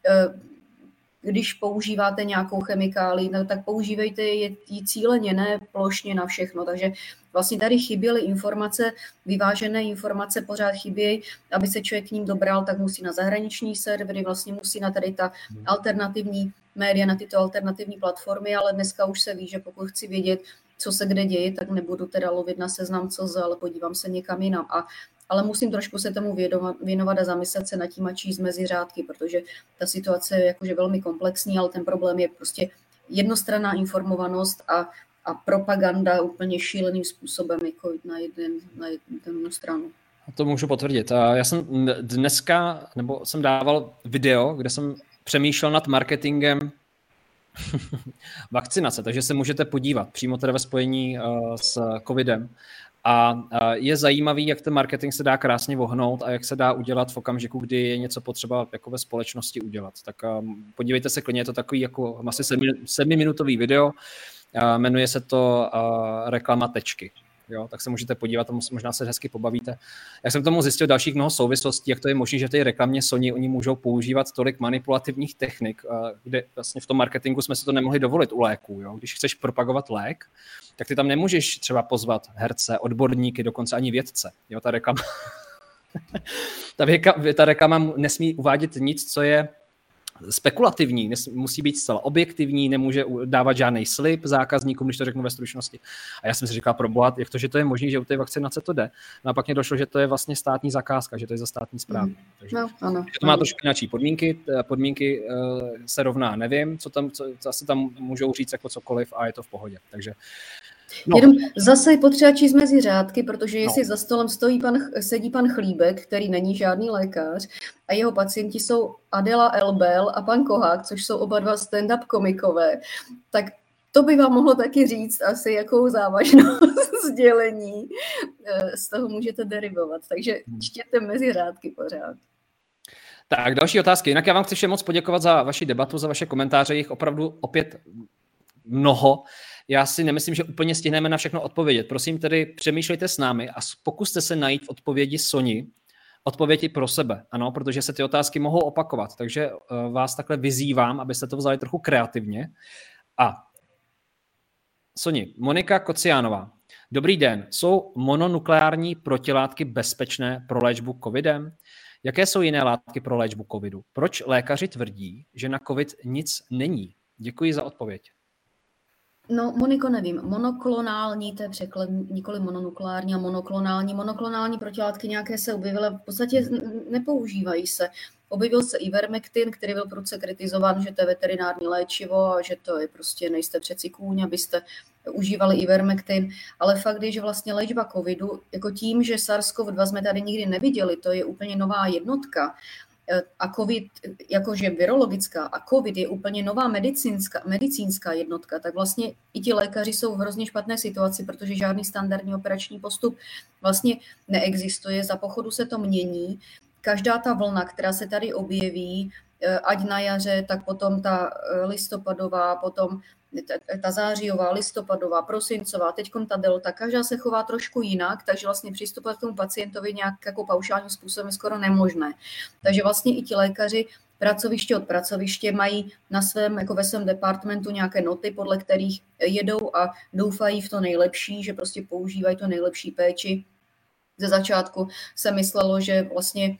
když používáte nějakou chemikálii, tak používejte ji cíleně, ne plošně na všechno. Takže vlastně tady chyběly informace, vyvážené informace pořád chybějí, aby se člověk k ním dobral, tak musí na zahraniční servery, vlastně musí na tady ta alternativní média, na tyto alternativní platformy, ale dneska už se ví, že pokud chci vědět, co se kde děje, tak nebudu teda lovit na Seznam CZ, ale podívám se někam jinam. Ale musím trošku se tomu věnovat a zamyslet se nad tím a číst mezi řádky, protože ta situace je jakože velmi komplexní, ale ten problém je prostě jednostranná informovanost a propaganda úplně šíleným způsobem jako na jednu stranu. To můžu potvrdit. Já jsem dneska, nebo jsem dával video, kde jsem přemýšlel nad marketingem vakcinace, takže se můžete podívat přímo tedy ve spojení s covidem. A je zajímavý, jak ten marketing se dá krásně vohnout a jak se dá udělat v okamžiku, kdy je něco potřeba jako ve společnosti udělat. Tak podívejte se klidně, je to takový jako asi 7minutový video, jmenuje se to reklama tečky. Jo, tak se můžete podívat a možná se hezky pobavíte. Já jsem tomu zjistil dalších mnoho souvislostí, jak to je možné, že v té reklamě Sony oni můžou používat tolik manipulativních technik, kde vlastně v tom marketingu jsme si to nemohli dovolit u léků. Jo? Když chceš propagovat lék, tak ty tam nemůžeš třeba pozvat herce, odborníky, dokonce ani vědce. Jo, ta reklama nesmí uvádět nic, co je spekulativní, musí být zcela objektivní, nemůže dávat žádný slib zákazníkům, když to řeknu ve stručnosti. A já jsem si říkal, probohat, jak to, že to je možné, že u té vakcinace to jde. No a pak mě došlo, že to je vlastně státní zakázka, že to je za státní správu. Takže to má trošku jináčí podmínky. Podmínky se rovná, nevím, co asi tam můžou říct jako cokoliv a je to v pohodě. Takže Jenom zase je potřeba číst mezi řádky, protože jestli za stolem sedí pan Chlíbek, který není žádný lékař, a jeho pacienti jsou Adela Elbel a pan Kohák, což jsou oba dva stand-up komikové, tak to by vám mohlo taky říct asi, jakou závažnost sdělení z toho můžete derivovat. Takže čtěte mezi řádky pořád. Tak, další otázky. Jinak já vám chci všem moc poděkovat za vaši debatu, za vaše komentáře, jich opravdu opět mnoho. Já si nemyslím, že úplně stihneme na všechno odpovědět. Prosím tedy přemýšlejte s námi a pokuste se najít v odpovědi Soni odpovědi pro sebe, ano, protože se ty otázky mohou opakovat. Takže vás takhle vyzývám, abyste to vzali trochu kreativně. A Soni, Monika Kociánová. Dobrý den. Jsou mononukleární protilátky bezpečné pro léčbu covidem? Jaké jsou jiné látky pro léčbu covidu? Proč lékaři tvrdí, že na covid nic není? Děkuji za odpověď. No, Moniko, nevím. Monoklonální, to je překlad, nikoli mononukleární a monoklonální. Monoklonální protilátky nějaké se objevily, v podstatě nepoužívají se. Objevil se Ivermectin, který byl prudce kritizován, že to je veterinární léčivo a že to je prostě, nejste přeci kůň, abyste užívali Ivermectin, ale fakt je, že vlastně léčba covidu, jako tím, že SARS-CoV-2 jsme tady nikdy neviděli, to je úplně nová jednotka, a COVID, jakože virologická, a COVID je úplně nová medicínská jednotka, tak vlastně i ti lékaři jsou v hrozně špatné situaci, protože žádný standardní operační postup vlastně neexistuje, za pochodu se to mění. Každá ta vlna, která se tady objeví, ať na jaře, tak potom ta listopadová, potom ta zářijová, listopadová, prosincová, teďkom ta delta, každá se chová trošku jinak, takže vlastně přistupovat k tomu pacientovi nějak jako paušálním způsobem je skoro nemožné. Takže vlastně i ti lékaři pracoviště od pracoviště mají na svém, jako ve svém departmentu nějaké noty, podle kterých jedou a doufají v to nejlepší, že prostě používají to nejlepší péči. Ze začátku se myslelo, že vlastně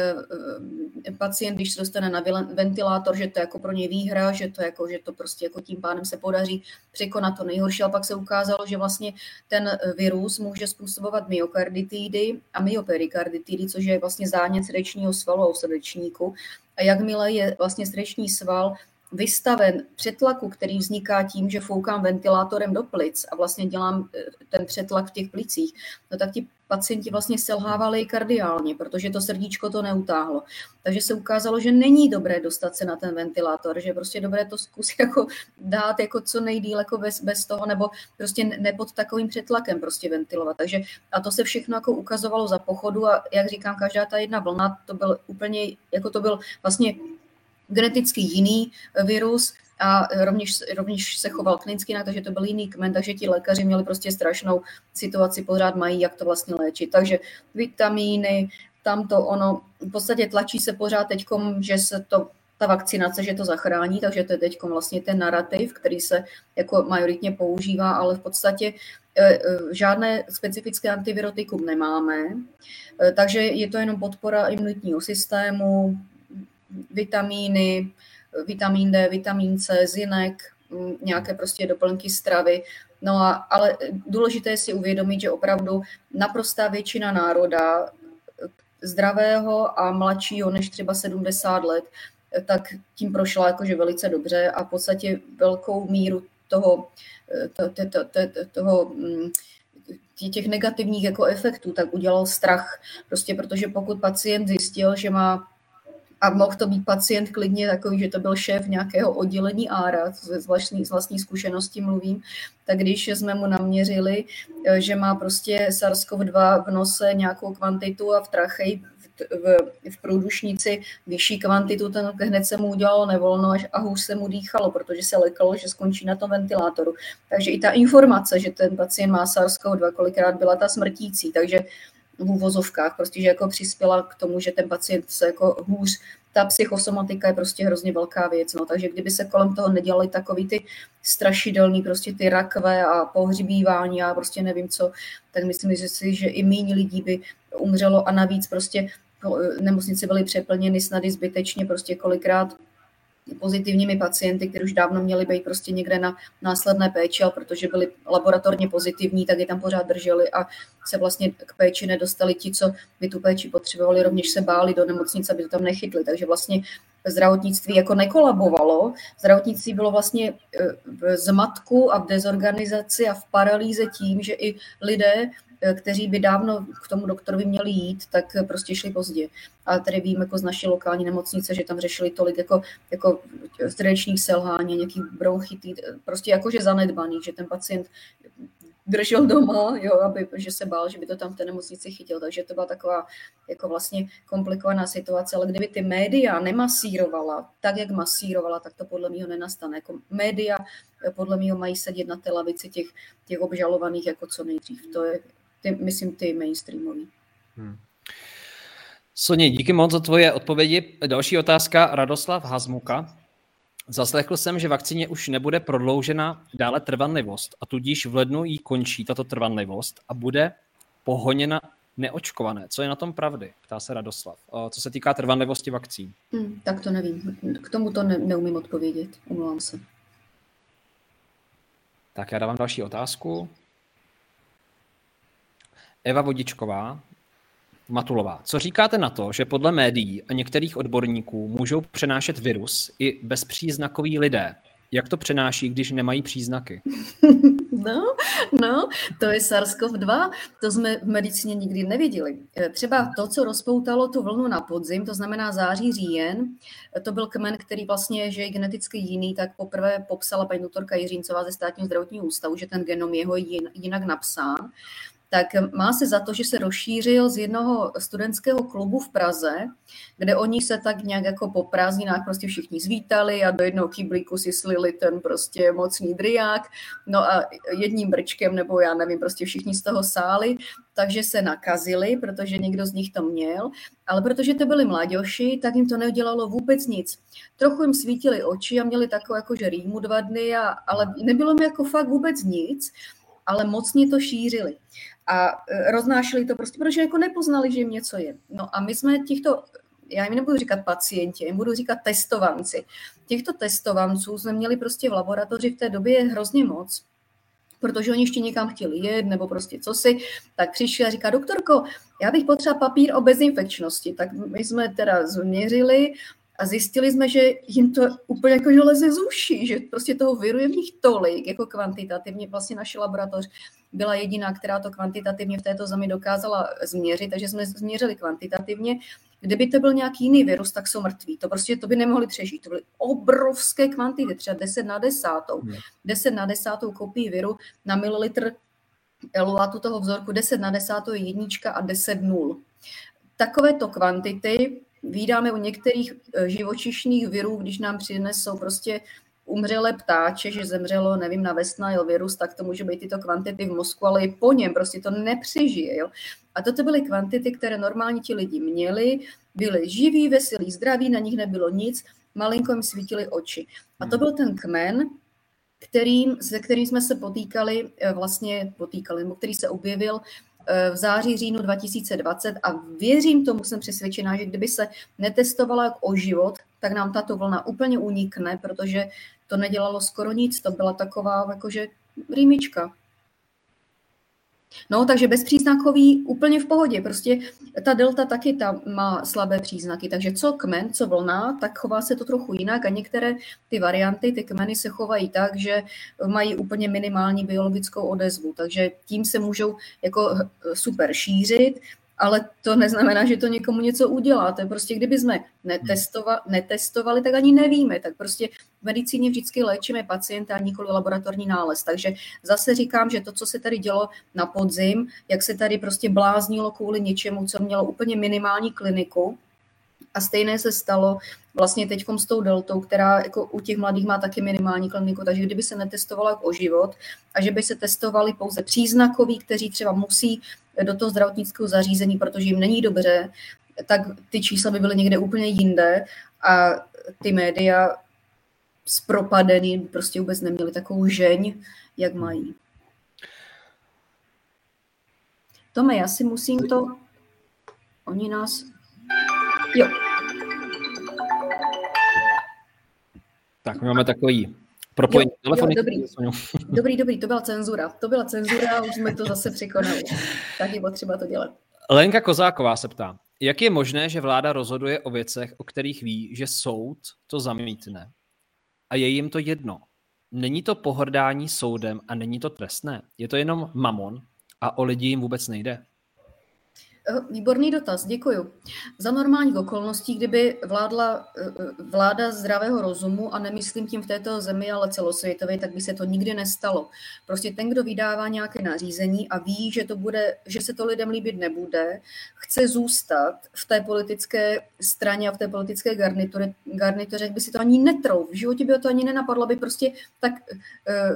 pacient, když se dostane na ventilátor, že to je jako pro něj výhra, že to prostě jako tím pádem se podaří překonat to nejhorší, ale pak se ukázalo, že vlastně ten virus může způsobovat myokarditidy a myoperikarditidy, což je vlastně zánět srdečního svalu a srdečníku. A jakmile je vlastně srdeční sval vystaven přetlaku, který vzniká tím, že foukám ventilátorem do plic a vlastně dělám ten přetlak v těch plicích, no tak ti pacienti vlastně selhávali kardiálně, protože to srdíčko to neutáhlo. Takže se ukázalo, že není dobré dostat se na ten ventilátor, že je prostě dobré to zkusit jako dát jako co nejdýl jako bez toho, nebo prostě ne pod takovým přetlakem prostě ventilovat. Takže a to se všechno jako ukazovalo za pochodu a jak říkám, každá ta jedna vlna, to byl úplně, jako to byl vlastně geneticky jiný virus a rovněž se choval klinicky jinak, takže to byl jiný kmen, takže ti lékaři měli prostě strašnou situaci, pořád mají, jak to vlastně léčit. Takže vitamíny, tamto ono, v podstatě tlačí se pořád teďkom, že se ta vakcinace, že to zachrání, takže to je teďkom vlastně ten narrativ, který se jako majoritně používá, ale v podstatě žádné specifické antivirotikum nemáme, takže je to jenom podpora imunitního systému, vitamíny, vitamin D, vitamin C, zinek, nějaké prostě doplňky stravy. No ale důležité je si uvědomit, že opravdu naprostá většina národa zdravého a mladšího než třeba 70 let, tak tím prošla jakože velice dobře a v podstatě velkou míru těch negativních jako efektů tak udělal strach. Prostě protože pokud pacient zjistil, že má, a mohl to být pacient klidně takový, že to byl šéf nějakého oddělení ARA, z vlastní zkušenosti mluvím, tak když jsme mu naměřili, že má prostě SARS-CoV-2 v nose nějakou kvantitu a v tracheji, v průdušnici vyšší kvantitu, ten hned se mu udělalo nevolno a hůř se mu dýchalo, protože se lekalo, že skončí na tom ventilátoru. Takže i ta informace, že ten pacient má SARS-CoV-2, kolikrát byla ta smrtící, takže v uvozovkách, prostě, že jako přispěla k tomu, že ten pacient se jako hůř, ta psychosomatika je prostě hrozně velká věc, no, takže kdyby se kolem toho nedělaly takový ty strašidelný, prostě ty rakve a pohřbívání a prostě nevím co, tak myslím si, že i méně lidí by umřelo a navíc prostě nemocnice byly přeplněny snady zbytečně, prostě kolikrát pozitivními pacienty, kteří už dávno měli být prostě někde na následné péči, ale protože byli laboratorně pozitivní, tak je tam pořád drželi a se vlastně k péči nedostali ti, co by tu péči potřebovali, rovněž se báli do nemocnice, aby to tam nechytli. Takže vlastně zdravotnictví jako nekolabovalo. Zdravotnictví bylo vlastně v zmatku a v dezorganizaci a v paralýze tím, že i lidé, kteří by dávno k tomu doktorovi měli jít, tak prostě šli pozdě. A tady vím jako z naší lokální nemocnice, že tam řešili tolik jako srdečních selhání, nějakých bronchitid, prostě jakože zanedbaný, že ten pacient držel doma, jo, že se bál, že by to tam v té nemocnici chytil. Takže to byla taková jako vlastně komplikovaná situace, ale kdyby ty média nemasírovala tak, jak masírovala, tak to podle mého nenastane. Jako média podle mého mají sedět na té lavici těch obžalovaných jako co nejdřív. To je, myslím, ty mainstreamový. Soně, díky moc za tvoje odpovědi. Další otázka, Radoslav Hazmuka. Zaslechl jsem, že vakcíně už nebude prodloužena dále trvanlivost a tudíž v lednu jí končí tato trvanlivost a bude pohoněna neočkované. Co je na tom pravdy? Ptá se Radoslav. Co se týká trvanlivosti vakcín. Tak to nevím. K tomu to neumím odpovědět. Omlouvám se. Tak já dávám další otázku. Eva Vodičková, Matulová. Co říkáte na to, že podle médií a některých odborníků můžou přenášet virus i bezpříznakoví lidé? Jak to přenáší, když nemají příznaky? No, to je SARS-CoV-2, to jsme v medicíně nikdy neviděli. Třeba to, co rozpoutalo tu vlnu na podzim, to znamená září, říjen, to byl kmen, který vlastně, že je geneticky jiný, tak poprvé popsala paní doktorka Jiříncová ze Státního zdravotního ústavu, že ten genom jeho je jinak napsán. Tak má se za to, že se rozšířil z jednoho studentského klubu v Praze, kde oni se tak nějak jako po prázdninách prostě všichni zvítali a do jednoho kyblíku si slili ten prostě mocný driák, no a jedním brčkem, nebo já nevím, prostě všichni z toho sáli, takže se nakazili, protože někdo z nich to měl, ale protože to byli mladěši, tak jim to neudělalo vůbec nic. Trochu jim svítily oči a měli takovou jakože rýmu 2 dny, ale nebylo mi jako fakt vůbec nic, ale mocně to šířili a roznášeli to prostě, protože jako nepoznali, že jim něco je. No a my jsme já jim nebudu říkat pacienti, jim budu říkat testovanci. Těchto testovanců jsme měli prostě v laboratoři v té době hrozně moc, protože oni ještě někam chtěli jet, nebo prostě cosi, tak přišli a říká, doktorko, já bych potřeba papír o bezinfekčnosti. Tak my jsme teda změřili a zjistili jsme, že jim to úplně jako že leze z uší, že prostě toho viru je v nich tolik, jako kvantitativně. Vlastně naše laboratoř byla jediná, která to kvantitativně v této zemi dokázala změřit, takže jsme změřili kvantitativně. Kdyby to byl nějaký jiný virus, tak jsou mrtví. To by nemohli přežít. To byly obrovské kvantity, třeba 10 na 10. 10 na 10 kopii viru na mililitr eluatu toho vzorku, 10 na 10 je 1 a 10 nul. Takovéto kvantity vídáme u některých živočišných virů, když nám přinesou prostě umřelé ptáče, že zemřelo, nevím, na West virus, tak to může být tyto kvantity v mozku, ale i po něm prostě to nepřežije. Jo? A toto byly kvantity, které normálně ti lidi měli, byli živí, veselí, zdraví, na nich nebylo nic, malinko jim svítily oči. A to byl ten kmen, se kterým jsme se potýkali, nebo který se objevil v září, říjnu 2020 a věřím tomu, jsem přesvědčená, že kdyby se netestovala jak o život, tak nám tato vlna úplně unikne, protože to nedělalo skoro nic, to byla taková jakože rýmička. No, takže bezpříznakový úplně v pohodě, prostě ta delta taky tam má slabé příznaky, takže co kmen, co vlna, tak chová se to trochu jinak a některé ty varianty, ty kmeny se chovají tak, že mají úplně minimální biologickou odezvu, takže tím se můžou jako super šířit, ale to neznamená, že to někomu něco udělá. To je prostě, kdyby jsme netestovali, tak ani nevíme. Tak prostě v medicíně vždycky léčíme pacienta a nikoli laboratorní nález. Takže zase říkám, že to, co se tady dělo na podzim, jak se tady prostě bláznilo kvůli něčemu, co mělo úplně minimální kliniku, a stejné se stalo vlastně teďkom s tou deltou, která jako u těch mladých má taky minimální kliniku, takže kdyby se netestovalo o život a že by se testovali pouze příznakoví, kteří třeba musí do toho zdravotnického zařízení, protože jim není dobře, tak ty čísla by byly někde úplně jinde a ty média zpropadený prostě vůbec neměly takovou žeň, jak mají. Tome, já si musím to... Oni nás... Jo. Tak, my máme takový propojení telefony. Dobrý, to byla cenzura, už jsme to zase překonali. Tak je potřeba to dělat. Lenka Kozáková se ptá, jak je možné, že vláda rozhoduje o věcech, o kterých ví, že soud to zamítne a je jim to jedno. Není to pohrdání soudem a není to trestné. Je to jenom mamon a o lidi jim vůbec nejde. Výborný dotaz, děkuju. Za normálních okolností, kdyby vláda zdravého rozumu, a nemyslím tím v této zemi, ale celosvětově, tak by se to nikdy nestalo. Prostě ten, kdo vydává nějaké nařízení a ví, že se to lidem líbit nebude, chce zůstat v té politické straně a v té politické garnituře, by si to ani netrouf. V životě by to ani nenapadlo, by prostě tak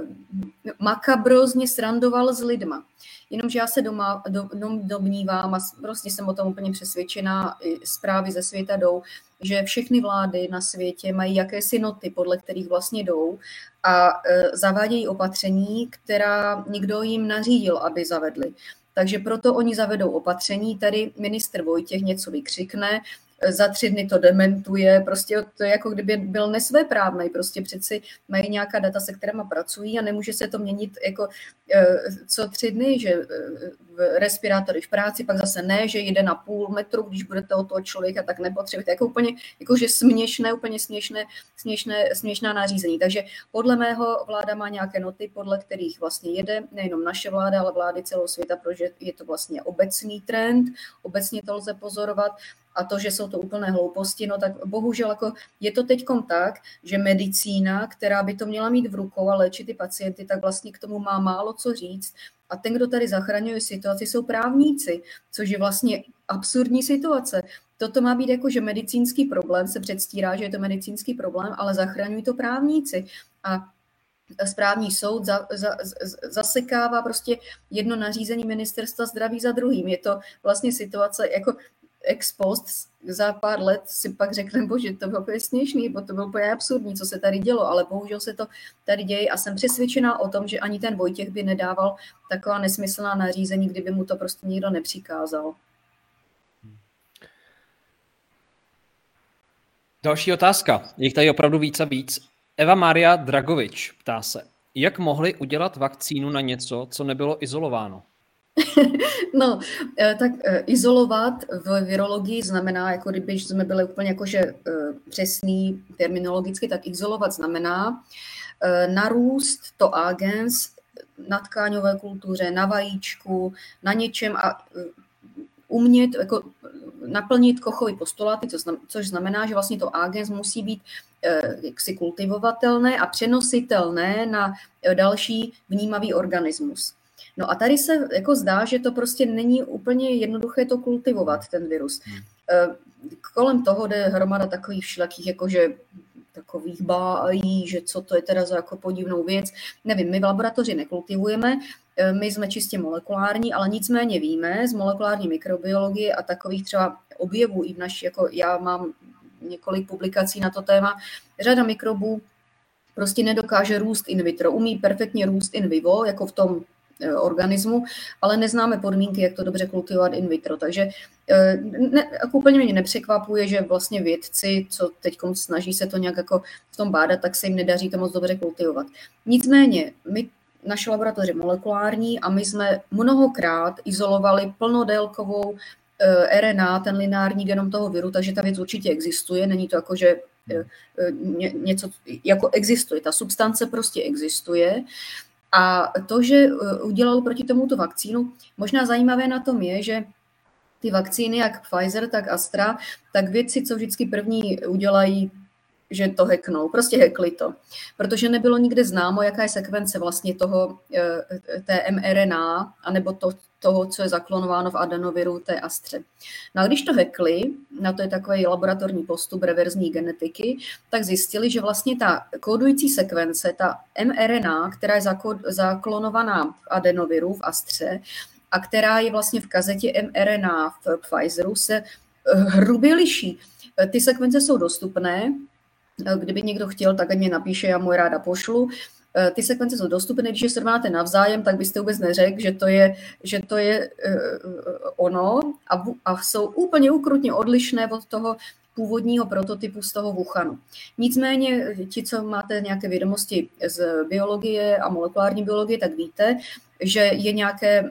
makabrozně srandoval s lidma. Jenomže já se domnívám a prostě jsem o tom úplně přesvědčená, zprávy ze světa jdou, že všechny vlády na světě mají jakési noty, podle kterých vlastně jdou a zavádějí opatření, která nikdo jim nařídil, aby zavedli. Takže proto oni zavedou opatření, tady ministr Vojtěch něco vykřikne, za 3 dny to dementuje, prostě to je jako kdyby byl nesvéprávnej, prostě přeci mají nějaká data, se kterými pracují a nemůže se to měnit jako co 3 dny, že respirátory v práci, pak zase ne, že jde na půl metru, když budete od toho člověka, tak nepotřebujete, jako úplně, jakože směšné, úplně směšná nařízení. Takže podle mého vláda má nějaké noty, podle kterých vlastně jede, nejenom naše vláda, ale vlády celého světa, protože je to vlastně obecný trend, obecně to lze pozorovat. A to, že jsou to úplné hlouposti, no tak bohužel jako je to teďkom tak, že medicína, která by to měla mít v rukou a léčit ty pacienty, tak vlastně k tomu má málo co říct. A ten, kdo tady zachraňuje situaci, jsou právníci, což je vlastně absurdní situace. Toto má být jako, že medicínský problém, se předstírá, že je to medicínský problém, ale zachraňují to právníci. A správní soud zasekává prostě jedno nařízení ministerstva zdraví za druhým. Je to vlastně situace jako ex post, za pár let si pak řekneme, bože, to bylo úplně směšný, bo to bylo úplně absurdní, co se tady dělo, ale bohužel se to tady děje a jsem přesvědčená o tom, že ani ten Vojtěch by nedával taková nesmyslná nařízení, kdyby mu to prostě nikdo nepřikázal. Další otázka. Je tady opravdu víc a víc. Eva Maria Dragovič ptá se, jak mohli udělat vakcínu na něco, co nebylo izolováno? No, tak izolovat v virologii znamená, jako kdyby jsme byli úplně jakože přesný terminologicky, tak izolovat znamená narůst to agens na tkáňové kultuře, na vajíčku, na něčem a umět jako naplnit Kochovy postuláty, což znamená, že vlastně to agens musí být jaksi kultivovatelné a přenositelné na další vnímavý organismus. No a tady se jako zdá, že to prostě není úplně jednoduché to kultivovat, ten virus. Kolem toho jde hromada takových všelakých, jakože takových bájí, že co to je teda za jako podivnou věc. Nevím, my v laboratoři nekultivujeme, my jsme čistě molekulární, ale nicméně víme z molekulární mikrobiologie a takových třeba objevů i v naší, jako já mám několik publikací na to téma, řada mikrobů prostě nedokáže růst in vitro, umí perfektně růst in vivo, jako v tom organismu, ale neznáme podmínky, jak to dobře kultivovat in vitro. Takže jako úplně mě nepřekvapuje, že vlastně vědci, co teď snaží se to nějak jako v tom bádat, tak se jim nedaří to moc dobře kultivovat. Nicméně, naše laboratoře je molekulární a my jsme mnohokrát izolovali plnodélkovou RNA, ten lineární genom toho viru, takže ta věc určitě existuje, není to jako, že něco jako existuje, ta substance prostě existuje. A to, že udělal proti tomuto vakcínu, možná zajímavé na tom je, že ty vakcíny, jak Pfizer, tak Astra, tak vědci, co vždycky první udělají, že to hacknou, prostě hackli to. Protože nebylo nikde známo, jaká je sekvence vlastně toho, té mRNA, anebo toho, co je zaklonováno v adenoviru té Astře. No a když to hackli, na to je takový laboratorní postup reverzní genetiky, tak zjistili, že vlastně ta kódující sekvence, ta mRNA, která je zaklonovaná v adenoviru v Astře a která je vlastně v kazetě mRNA v Pfizeru, se hrubě liší. Ty sekvence jsou dostupné, kdyby někdo chtěl, tak ať mě napíše, já mu je ráda pošlu. Ty sekvence jsou dostupné, když je srovnáte navzájem, tak byste vůbec neřekl, že to je ono a jsou úplně ukrutně odlišné od toho původního prototypu z toho Wuhanu. Nicméně, ti, co máte nějaké vědomosti z biologie a molekulární biologie, tak víte, že je nějaké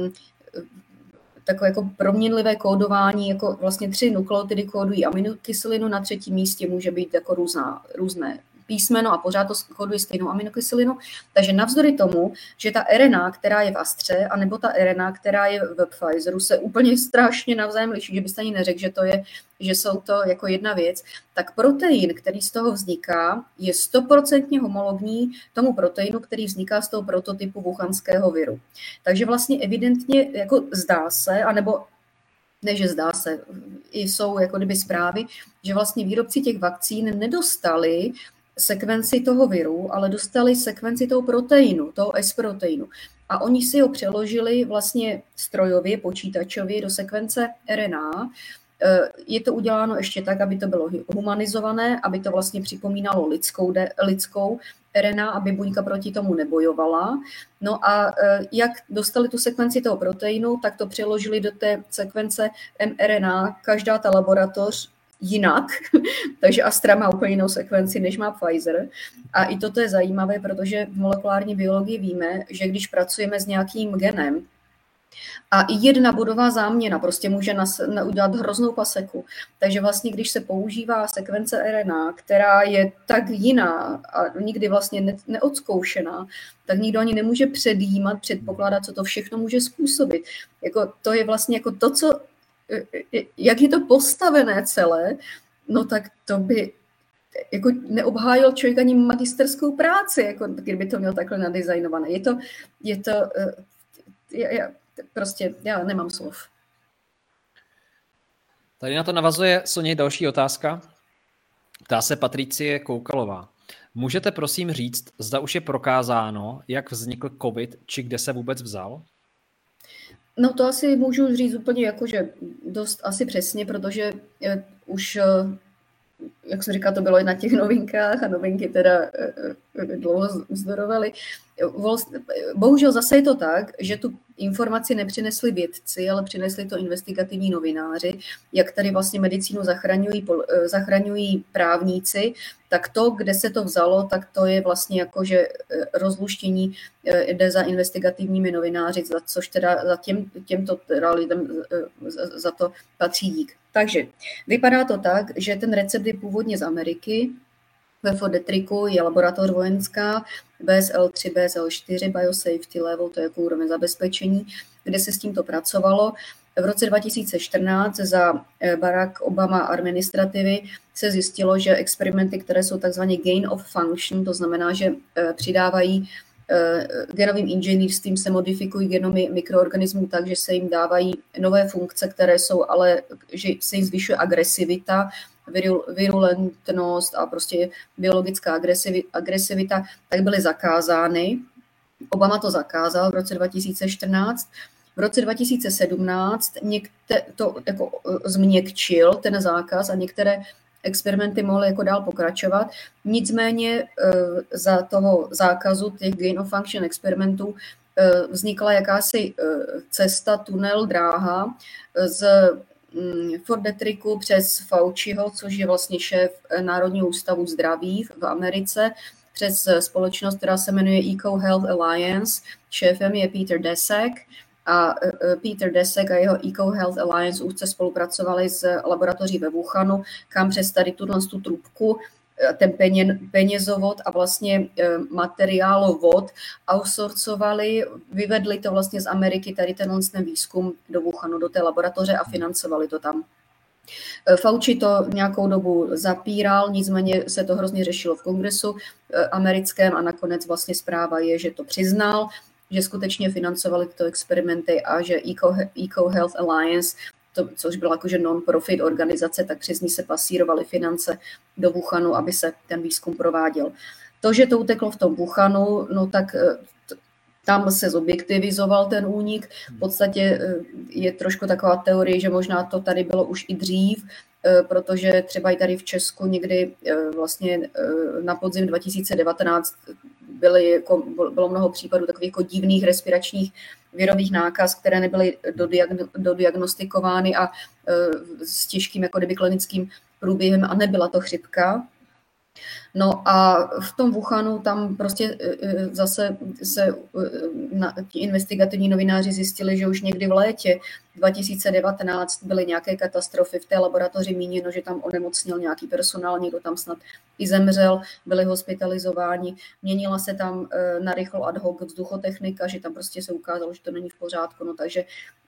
takové jako proměnlivé kódování, jako vlastně 3 nukleotidy kódují aminokyselinu, na 3. místě může být jako různé písmeno a pořád to kóduje stejnou aminokyselinu. Takže navzdory tomu, že ta RNA, která je v Astře, anebo ta RNA, která je v Pfizeru, se úplně strašně navzájem liší, že byste ani neřekl, že jsou to jako jedna věc, tak protein, který z toho vzniká, je 100% homologní tomu proteinu, který vzniká z toho prototypu wuhanského viru. Takže vlastně evidentně jako zdá se, anebo ne, že zdá se, jsou jako kdyby zprávy, že vlastně výrobci těch vakcín nedostali sekvenci toho viru, ale dostali sekvenci toho proteinu, toho S-proteinu. a oni si ho přeložili vlastně strojově, počítačově do sekvence RNA. Je to uděláno ještě tak, aby to bylo humanizované, aby to vlastně připomínalo lidskou RNA, aby buňka proti tomu nebojovala. No a jak dostali tu sekvenci toho proteinu, tak to přeložili do té sekvence mRNA, každá ta laboratoř jinak, takže Astra má úplně jinou sekvenci, než má Pfizer. A i toto je zajímavé, protože v molekulární biologii víme, že když pracujeme s nějakým genem, a i jedna bodová záměna prostě může udělat hroznou paseku. Takže vlastně, když se používá sekvence RNA, která je tak jiná a nikdy vlastně neodzkoušená, tak nikdo ani nemůže předjímat, předpokládat, co to všechno může způsobit. Jako, to je vlastně jako to, co, jak je to postavené celé, no tak to by jako neobhájil člověk ani magisterskou práci, jako kdyby to měl takhle nadizajnované. Prostě já nemám slov. Tady na to navazuje Soně další otázka. Ptá se Patricie Koukalová. Můžete prosím říct, zda už je prokázáno, jak vznikl COVID, či kde se vůbec vzal? No to asi můžu říct úplně jakože dost asi přesně, protože už, jak jsem říkala, to bylo i na těch novinkách a novinky teda dlouho vzdorovaly. Bohužel zase je to tak, že tu informaci nepřinesli vědci, ale přinesli to investigativní novináři, jak tady vlastně medicínu zachraňují právníci, tak to, kde se to vzalo, tak to je vlastně jakože rozluštění jde za investigativními novináři, což teda za těmto teda lidem za to patří dík. Takže vypadá to tak, že ten recept je původně z Ameriky. Ve Fordetriku je laboratoř vojenská BSL-3, BSL-4, Biosafety Level, to je jako úroveň zabezpečení, kde se s tímto pracovalo. V roce 2014 za Barack Obama administrativy se zjistilo, že experimenty, které jsou takzvané gain of function, to znamená, že přidávají genovým inženýrstvím se modifikují genomy mikroorganismů tak, že se jim dávají nové funkce, které jsou ale, že se jim zvyšuje agresivita, virulentnost a prostě biologická agresivita, tak byly zakázány. Obama to zakázal v roce 2014. V roce 2017 to jako změkčil ten zákaz a některé experimenty mohly jako dál pokračovat. Nicméně za toho zákazu těch gain of function experimentů vznikla jakási cesta, tunel, dráha z Fordetriku přes Fauciho, což je vlastně šéf Národního ústavu zdraví v Americe, přes společnost, která se jmenuje Eco Health Alliance. Šéfem je Peter Daszak a Peter Daszak a jeho Eco Health Alliance úzce spolupracovali s laboratoří ve Wuhanu, kam přes tady tu trubku, ten penězovod a vlastně materiálovod outsourcovali, vyvedli to vlastně z Ameriky, tady ten výzkum do Wuhanu, do té laboratoře a financovali to tam. Fauci to nějakou dobu zapíral, nicméně se to hrozně řešilo v kongresu americkém a nakonec vlastně zpráva je, že to přiznal, že skutečně financovali tyto experimenty a že Eco Health Alliance, což byla jakože non-profit organizace, tak přes ní se pasírovaly finance do Wuhanu, aby se ten výzkum prováděl. To, že to uteklo v tom Wuhanu, no tak tam se zobjektivizoval ten únik. V podstatě je trošku taková teorie, že možná to tady bylo už i dřív, protože třeba i tady v Česku někdy vlastně na podzim 2019 bylo mnoho případů takových jako divných respiračních virových nákaz, které nebyly dodiagnostikovány a s těžkým jako kdyby klinickým průběhem a nebyla to chřipka. No a v tom Wuhanu tam prostě zase se ti investigativní novináři zjistili, že už někdy v létě 2019 byly nějaké katastrofy v té laboratoři, míněno, že tam onemocnil nějaký personál, někdo tam snad i zemřel, byli hospitalizováni, měnila se tam narychlo ad hoc vzduchotechnika, že tam prostě se ukázalo, že to není v pořádku, no takže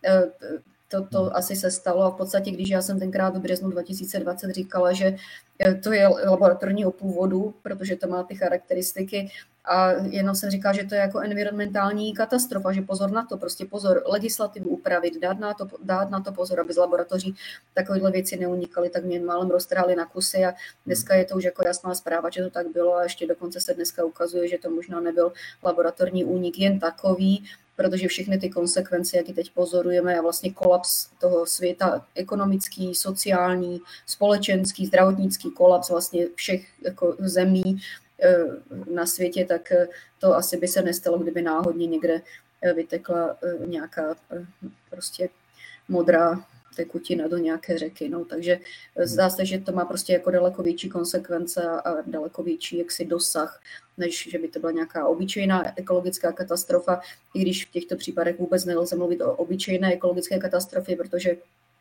to asi se stalo a v podstatě, když já jsem tenkrát v březnu 2020 říkala, že to je laboratorního původu, protože to má ty charakteristiky a jenom jsem říkala, že to je jako environmentální katastrofa, že pozor na to, prostě pozor, legislativu upravit, dát na to pozor, aby z laboratoří takovéhle věci neunikaly, tak mě málem roztrhali na kusy a dneska je to už jako jasná zpráva, že to tak bylo a ještě dokonce se dneska ukazuje, že to možná nebyl laboratorní únik jen takový, protože všechny ty konsekvence, jak ji teď pozorujeme, a vlastně kolaps toho světa, ekonomický, sociální, společenský, zdravotnický kolaps vlastně všech jako zemí na světě, tak to asi by se nestalo, kdyby náhodně někde vytekla nějaká prostě modrá tekutina do nějaké řeky. No. Takže zdá se, že to má prostě jako daleko větší konsekvence a daleko větší jaksi dosah, než že by to byla nějaká obyčejná ekologická katastrofa, i když v těchto případech vůbec nelze mluvit o obyčejné ekologické katastrofě, protože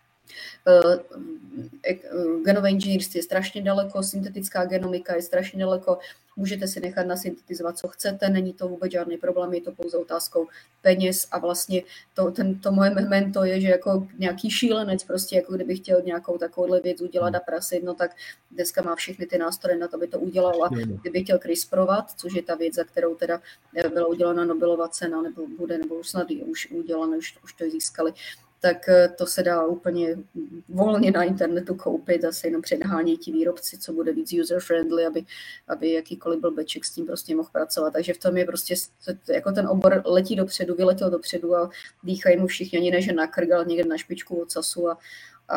genové inženýrství je strašně daleko, syntetická genomika je strašně daleko, můžete si nechat nasyntetizovat, co chcete, není to vůbec žádný problém, je to pouze otázkou peněz a vlastně to moje memento je, že jako nějaký šílenec prostě, jako kdyby chtěl nějakou takovouhle věc udělat a prasit, no tak dneska má všechny ty nástroje na to, aby to udělala. Kdyby chtěl CRISPRovat, což je ta věc, za kterou teda byla udělána Nobelova cena, nebo bude, nebo už snad už udělána, už to získali, tak to se dá úplně volně na internetu koupit, asi jenom předhání ti výrobci, co bude víc user-friendly, aby jakýkoliv blbeček s tím prostě mohl pracovat. Takže v tom je prostě, jako ten obor letí dopředu, vyletěl dopředu a dýchají mu všichni, ani ne, že na krk, ale někde na špičku ocasu a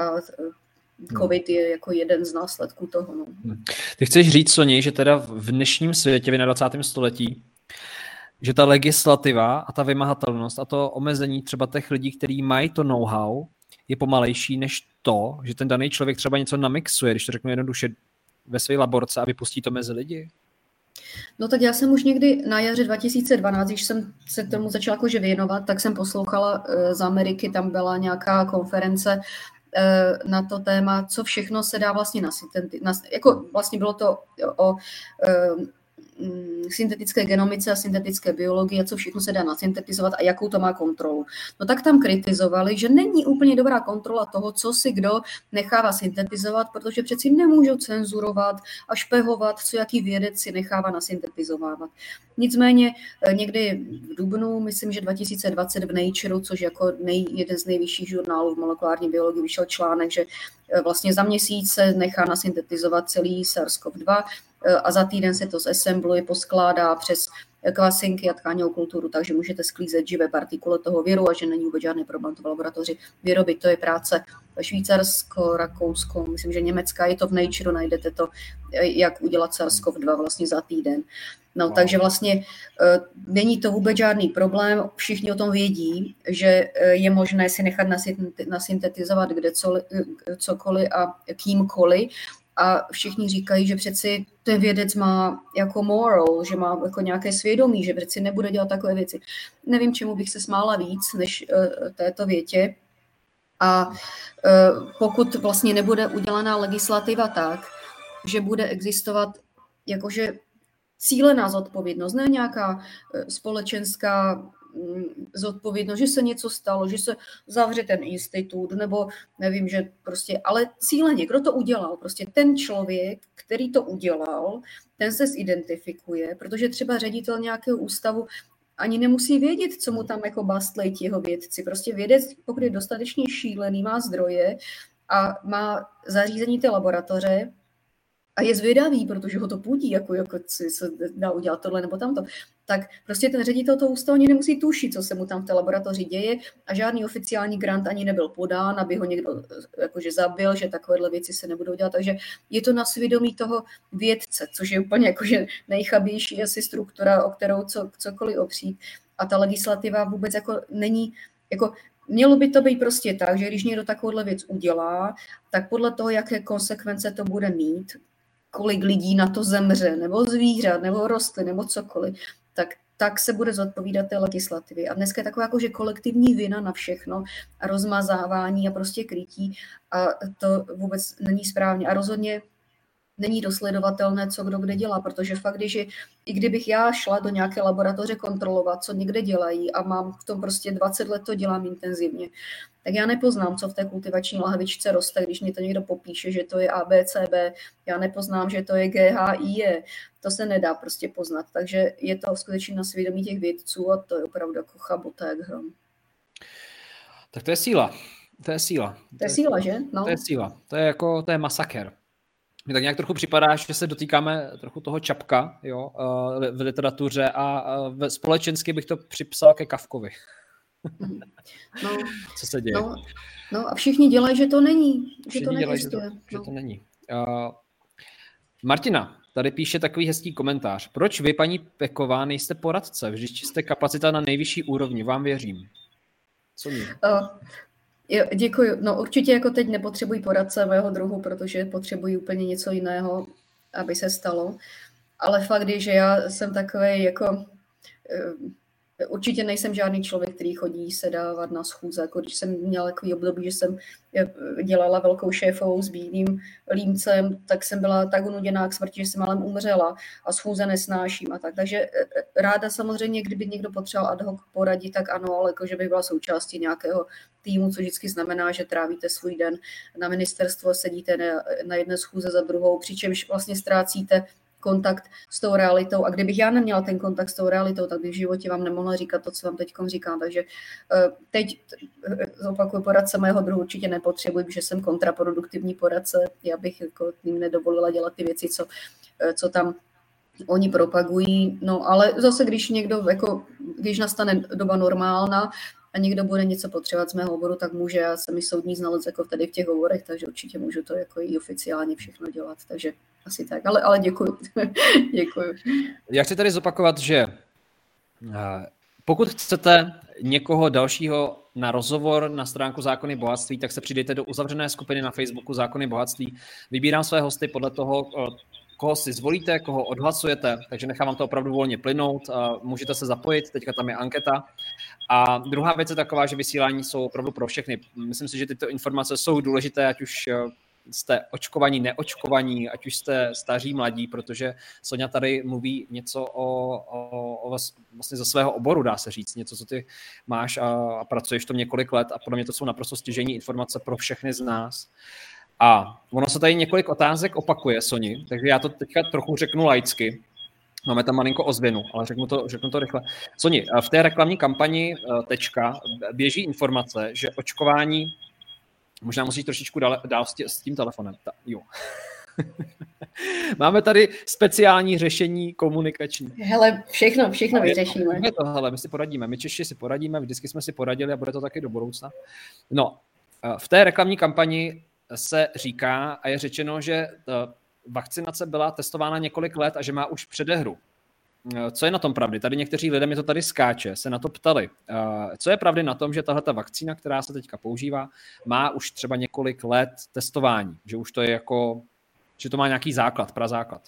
COVID je jako jeden z následků toho. No. Ty chceš říct, Soni, že teda v dnešním světě, v 21. století, že ta legislativa a ta vymahatelnost a to omezení třeba těch lidí, kteří mají to know-how, je pomalejší než to, že ten daný člověk třeba něco namixuje, když to řeknu jednoduše, ve své laborce a vypustí to mezi lidi? No tak já jsem už někdy na jaře 2012, když jsem se tomu začala jakože věnovat, tak jsem poslouchala z Ameriky, tam byla nějaká konference na to téma, co všechno se dá vlastně jako vlastně bylo to o syntetické genomice a syntetické biologii a co všechno se dá nasyntetizovat a jakou to má kontrolu. No tak tam kritizovali, že není úplně dobrá kontrola toho, co si kdo nechává syntetizovat, protože přeci nemůžou cenzurovat a špehovat, co jaký vědec si nechává nasyntetizovávat. Nicméně někdy v dubnu, myslím, že 2020 v Nature, což jako jeden z nejvyšších žurnálů v molekulární biologii, vyšel článek, že vlastně za měsíc se nechá nasyntetizovat celý SARS-CoV-2 a za týden se to zassembluje, poskládá přes kvasinky a tkáňovou kulturu, takže můžete sklízet živé partikule toho viru a že není vůbec žádný problém to v laboratoři vyrobit. To je práce Švýcarsko, Rakousko, myslím, že Německa, je to v Nature, najdete to, jak udělat SARS-CoV-2 vlastně za týden. No, takže vlastně není to vůbec žádný problém, všichni o tom vědí, že je možné si nechat nasyntetizovat cokoliv a kýmkoliv, a všichni říkají, že přeci ten vědec má jako moral, že má jako nějaké svědomí, že přeci nebude dělat takové věci. Nevím, čemu bych se smála víc, než této větě. A pokud vlastně nebude udělaná legislativa tak, že bude existovat jakože cílená zodpovědnost, ne nějaká společenská zodpovědnost, že se něco stalo, že se zavře ten institut, nebo nevím, že prostě, ale cíleně, kdo to udělal, prostě ten člověk, který to udělal, ten se zidentifikuje, protože třeba ředitel nějakého ústavu ani nemusí vědět, co mu tam jako bastlej ti jeho vědci. Prostě vědec, pokud je dostatečně šílený, má zdroje a má zařízení té laboratoře, a je zvědavý, protože ho to půdí, jako se dá udělat tohle nebo tamto, tak prostě ten ředitel toho ústavu ani nemusí tušit, co se mu tam v té laboratoři děje a žádný oficiální grant ani nebyl podán, aby ho někdo jakože zabil, že takovéhle věci se nebudou dělat. Takže je to na svědomí toho vědce, což je úplně jakože nejchabější asi struktura, o kterou cokoliv opřít. A ta legislativa vůbec jako není, jako mělo by to být prostě tak, že když někdo takovouhle věc udělá, tak podle toho, jaké konsekvence to bude mít, kolik lidí na to zemře, nebo zvířat, nebo rostlin, nebo cokoliv, tak se bude zodpovídat té legislativy. A dneska je taková jako, že kolektivní vina na všechno a rozmazávání a prostě krytí a to vůbec není správně. A rozhodně není dosledovatelné, co kdo kde dělá, protože fakt, i kdybych já šla do nějaké laboratoře kontrolovat, co někde dělají a mám v tom prostě 20 let to dělám intenzivně, tak já nepoznám, co v té kultivační lahvičce roste, když mi to někdo popíše, že to je ABCB, já nepoznám, že to je GHIE, to se nedá prostě poznat, takže je to skutečně na svědomí těch vědců a to je opravdu jako chabota jak hrom. Tak to je síla. To je síla. To je síla, že? No. To je síla. To je masakr. Mně tak nějak trochu připadá, že se dotýkáme trochu toho Čapka, jo, v literatuře a společensky bych to připsal ke Kafkovi. No, co se děje? No a všichni dělají, že to není, že to neexistuje. Že to není. Martina tady píše takový hezký komentář. Proč vy, paní Peková, nejste poradce? Vždyť jste kapacita na nejvyšší úrovni, vám věřím. Co mi? Jo, děkuji. No určitě jako teď nepotřebuji poradce mého druhu, protože potřebuji úplně něco jiného, aby se stalo. Ale fakt je, že já jsem takový jako... Určitě nejsem žádný člověk, který chodí se dávat na schůze. Jako když jsem měla takový období, že jsem dělala velkou šéfovou s bílým límcem, tak jsem byla tak unuděná k smrti, že jsem málem umřela a schůze nesnáším a tak. Takže ráda samozřejmě, kdyby někdo potřeboval ad hoc poradit, tak ano, ale jako, že bych byla součástí nějakého týmu, což vždycky znamená, že trávíte svůj den na ministerstvo, sedíte na jedné schůze za druhou, přičemž vlastně ztrácíte kontakt s tou realitou. A kdybych já neměla ten kontakt s tou realitou, tak bych v životě vám nemohla říkat to, co vám teď říkám. Takže teď zopakuju, poradce mého druhu určitě nepotřebuji, protože jsem kontraproduktivní poradce. Já bych jako tím nedovolila dělat ty věci, co tam oni propagují. No ale zase, když nastane doba normálna a někdo bude něco potřebovat z mého oboru, tak může. Já jsem i soudní znalec jako tady v těch oborech, takže určitě můžu to jako i oficiálně všechno dělat. Takže asi tak, ale děkuju. Děkuju. Já chci tady zopakovat, že pokud chcete někoho dalšího na rozhovor na stránku Zákony bohatství, tak se přidejte do uzavřené skupiny na Facebooku Zákony bohatství. Vybírám své hosty podle toho, koho si zvolíte, koho odhlasujete, takže nechám vám to opravdu volně plynout. Můžete se zapojit, teďka tam je anketa. A druhá věc je taková, že vysílání jsou opravdu pro všechny. Myslím si, že tyto informace jsou důležité, ať už jste očkovaní, neočkovaní, ať už jste staří, mladí, protože Sonja tady mluví něco o vlastně ze svého oboru, dá se říct, něco, co ty máš a pracuješ v tom několik let a podle mě to jsou naprosto stěžejní informace pro všechny z nás. A ono se tady několik otázek opakuje, Soni, takže já to teďka trochu řeknu laicky. Máme tam malinko ozvěnu, ale řeknu to rychle. Soni, v té reklamní kampani běží informace, že očkování, možná musíš trošičku dál s tím telefonem. Jo. Máme tady speciální řešení komunikační. Hele, všechno vyřešíme. Hele, my si poradíme, my Češi si poradíme, vždycky jsme si poradili a bude to taky do budoucna. No, v té reklamní kampani se říká a je řečeno, že vakcinace byla testována několik let a že má už předehru. Co je na tom pravdy? Tady někteří lidé mi to tady skáče, se na to ptali. Co je pravdy na tom, že tahleta vakcína, která se teďka používá, má už třeba několik let testování? Že už to je jako, že to má nějaký základ, prazáklad?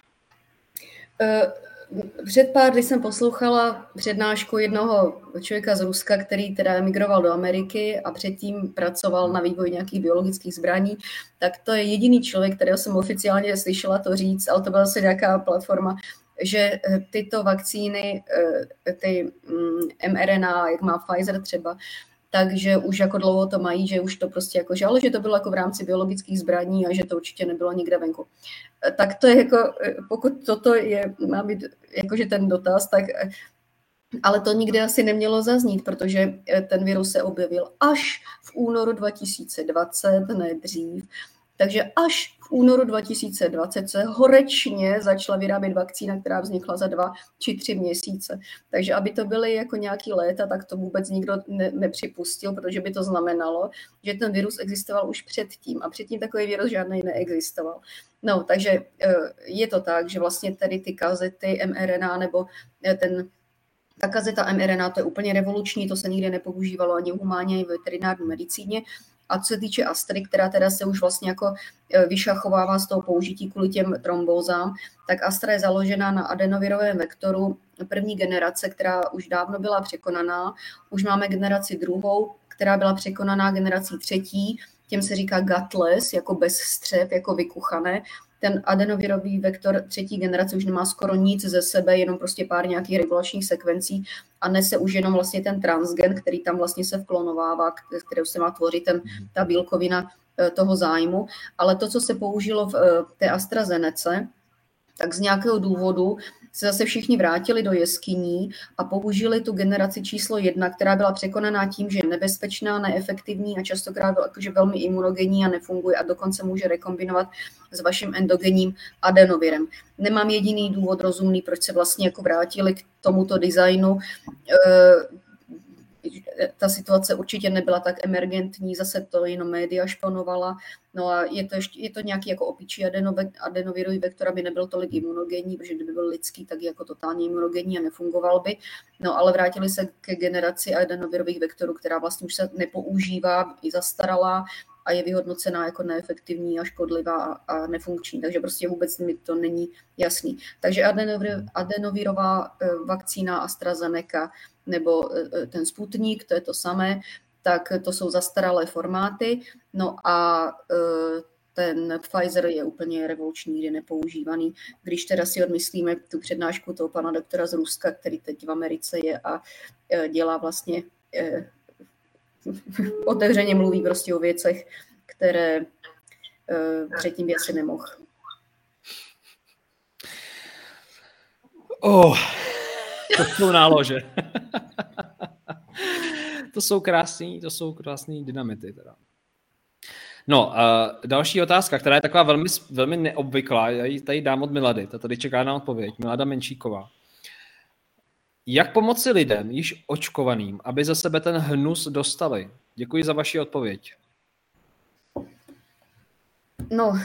Před pár dny jsem poslouchala přednášku jednoho člověka z Ruska, který teda emigroval do Ameriky a předtím pracoval na vývoji nějakých biologických zbraní, tak to je jediný člověk, kterého jsem oficiálně slyšela to říct, ale to byla asi nějaká platforma, že tyto vakcíny, ty mRNA, jak má Pfizer třeba, takže už jako dlouho to mají, že už to prostě jako, že, ale že to bylo jako v rámci biologických zbraní a že to určitě nebylo nikde venku. Tak to je jako, pokud toto je, má být jakože ten dotaz, tak, ale to nikdy asi nemělo zaznít, protože ten virus se objevil až v únoru 2020, ne dřív. Takže až v únoru 2020 se horečně začala vyrábět vakcína, která vznikla za 2 či 3 měsíce. Takže aby to byly jako nějaký léta, tak to vůbec nikdo nepřipustil, protože by to znamenalo, že ten virus existoval už předtím a předtím takový virus žádný neexistoval. No, takže je to tak, že vlastně tady ty kazety mRNA nebo ta kazeta mRNA, to je úplně revoluční, to se nikdy nepoužívalo ani v humánně, ani v veterinární medicíně. A co se týče Astry, která teda se už vlastně jako vyšachovává z toho použití kvůli těm trombózám, tak Astra je založena na adenovirovém vektoru první generace, která už dávno byla překonaná. Už máme generaci druhou, která byla překonaná generací třetí, těm se říká gutless, jako bez střep, jako vykuchané. Ten adenovirový vektor třetí generace už nemá skoro nic ze sebe, jenom prostě pár nějakých regulačních sekvencí a nese už jenom vlastně ten transgen, který tam vlastně se vklonovává, kterou se má tvořit ta bílkovina toho zájmu. Ale to, co se použilo v té AstraZeneca, tak z nějakého důvodu se zase všichni vrátili do jeskyní a použili tu generaci číslo 1, která byla překonaná tím, že je nebezpečná, neefektivní a častokrát jakože velmi imunogenní a nefunguje a dokonce může rekombinovat s vaším endogenním adenovirem. Nemám jediný důvod rozumný, proč se vlastně jako vrátili k tomuto designu. Ta situace určitě nebyla tak emergentní, zase to jenom média šponovala. No a je to nějaký jako opičí adenovirový vektor, aby nebyl tolik imunogenní, protože kdyby byl lidský, tak je jako totálně imunogenní a nefungoval by. No ale vrátili se ke generaci adenovirových vektorů, která vlastně už se nepoužívá, i zastaralá a je vyhodnocená jako neefektivní a škodlivá a nefunkční. Takže prostě vůbec mi to není jasný. Takže adenovirová vakcína AstraZeneca nebo ten Sputnik, to je to samé, tak to jsou zastaralé formáty. No a ten Pfizer je úplně revoluční, nikdy nepoužívaný. Když teda si odmyslíme tu přednášku toho pana doktora z Ruska, který teď v Americe je a dělá vlastně otevřeně mluví prostě o věcech, které předtím by asi nemohl. To jsou nálože. To jsou krásný dynamity. Teda. No, další otázka, která je taková velmi, velmi neobvyklá, já ji tady dám od Milady, ta tady čeká na odpověď, Milada Menšíková. Jak pomoci lidem již očkovaným, aby za sebe ten hnus dostali? Děkuji za vaši odpověď. No,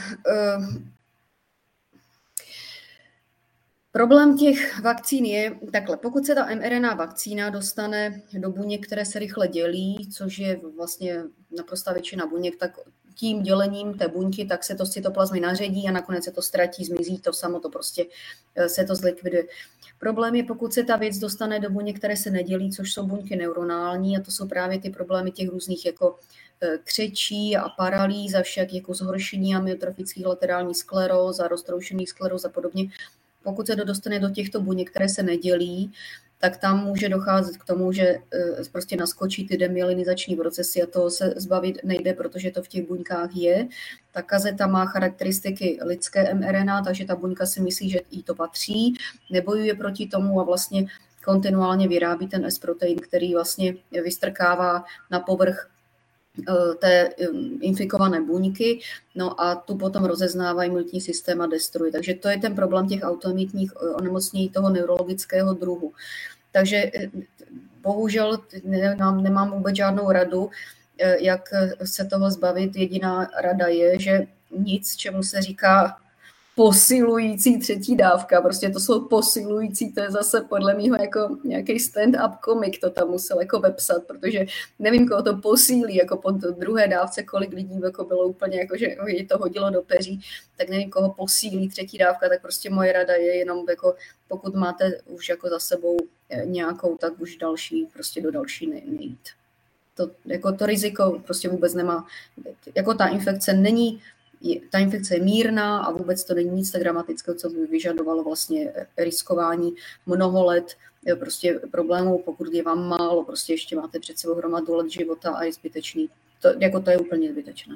problém těch vakcín je takhle. Pokud se ta mRNA vakcína dostane do buněk, které se rychle dělí, což je vlastně naprostá většina buněk, tak tím dělením té buňky, tak se to z cytoplazmy naředí a nakonec se to ztratí, zmizí to samo, to prostě se to zlikviduje. Problém je, pokud se ta věc dostane do buněk, které se nedělí, což jsou buňky neuronální a to jsou právě ty problémy těch různých jako křečí a paralýz a však jako zhoršení amyotrofických laterálních skleróz a roztroušených skleróz a podobně. Pokud se to dostane do těchto buněk, které se nedělí, tak tam může docházet k tomu, že prostě naskočí ty demyelinizační procesy a toho se zbavit nejde, protože to v těch buňkách je. Ta kazeta má charakteristiky lidské mRNA, takže ta buňka si myslí, že jí to patří, nebojuje proti tomu a vlastně kontinuálně vyrábí ten S-protein, který vlastně vystrkává na povrch té infikované buňky, no a tu potom rozeznává imunitní systém a destruuje. Takže to je ten problém těch autoimunitních onemocnění toho neurologického druhu. Takže bohužel nemám vůbec žádnou radu, jak se toho zbavit. Jediná rada je, že nic, čemu se říká posilující třetí dávka, prostě to jsou posilující, to je zase podle mýho jako nějaký stand-up komik, to tam musel jako vepsat, protože nevím, koho to posílí, jako po druhé dávce, kolik lidí jako bylo úplně jako, že je to hodilo do peří, tak nevím, koho posílí třetí dávka, tak prostě moje rada je jenom jako, pokud máte už jako za sebou nějakou, tak už další, prostě do další nejít. To riziko prostě vůbec nemá, jako ta infekce je mírná a vůbec to není nic tak dramatického, co by vyžadovalo vlastně riskování mnoho let prostě problémů, pokud je vám málo, prostě ještě máte před sebou hromadu let života a je zbytečný. To je úplně zbytečné.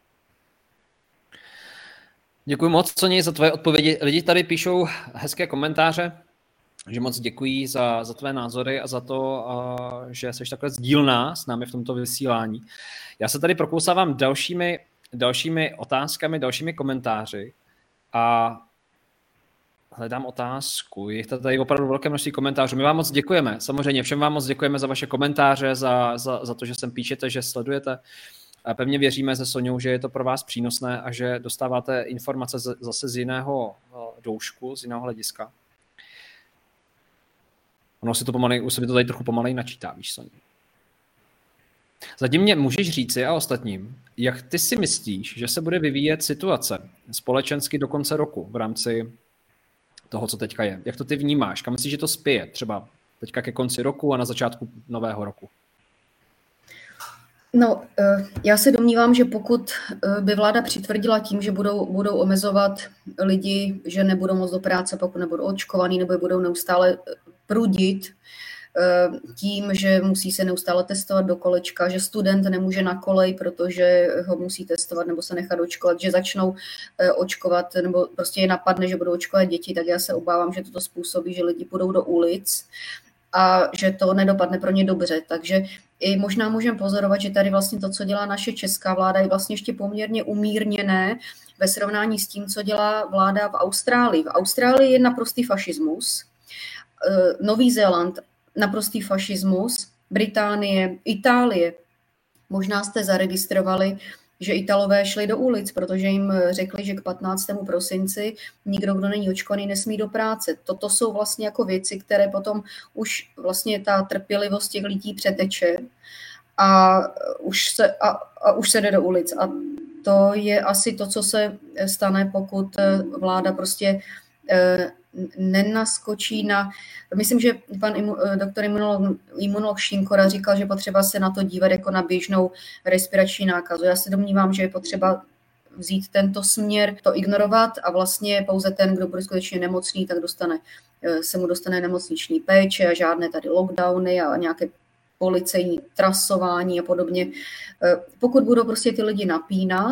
Děkuji moc, Soni, za tvoje odpovědi. Lidi tady píšou hezké komentáře, že moc děkují za tvé názory a za to, že jsi takhle sdílná s námi v tomto vysílání. Já se tady prokousávám dalšími otázkami, dalšími komentáři a hledám otázku. Je tady opravdu velké množství komentářů. My vám moc děkujeme. Samozřejmě všem vám moc děkujeme za vaše komentáře, za to, že sem píšete, že sledujete. A pevně věříme se Soňou, že je to pro vás přínosné a že dostáváte informace zase z jiného doušku, z jiného hlediska. Už se mi to tady trochu pomalej načítá, víš, Soně. Zatím mě můžeš říci a ostatním, jak ty si myslíš, že se bude vyvíjet situace společensky do konce roku v rámci toho, co teďka je? Jak to ty vnímáš? Kam myslíš, že to spěje třeba teďka ke konci roku a na začátku nového roku? No, já se domnívám, že pokud by vláda přitvrdila tím, že budou omezovat lidi, že nebudou moc do práce, pokud nebudou očkovaný, nebo budou neustále prudit, tím, že musí se neustále testovat do kolečka, že student nemůže na kolej, protože ho musí testovat nebo se nechat očkovat, že začnou očkovat nebo prostě je napadne, že budou očkovat děti, tak já se obávám, že toto způsobí, že lidi půjdou do ulic a že to nedopadne pro ně dobře. Takže i možná můžeme pozorovat, že tady vlastně to, co dělá naše česká vláda, je vlastně ještě poměrně umírněné ve srovnání s tím, co dělá vláda v Austrálii. V Austrálii je naprostý fašismus, Nový Zéland naprostý fašismus, Británie, Itálie. Možná jste zaregistrovali, že Italové šli do ulic, protože jim řekli, že k 15. prosinci nikdo, kdo není očkovaný, nesmí do práce. Toto jsou vlastně jako věci, které potom už vlastně ta trpělivost těch lidí přeteče a už se jde do ulic. A to je asi to, co se stane, pokud vláda prostě nenaskočí na... Myslím, že pan doktor imunolog Šinkora říkal, že potřeba se na to dívat jako na běžnou respirační nákazu. Já se domnívám, že je potřeba vzít tento směr, to ignorovat a vlastně pouze ten, kdo bude skutečně nemocný, tak se mu dostane nemocniční péče a žádné tady lockdowny a nějaké policejní trasování a podobně. Pokud budou prostě ty lidi napínat,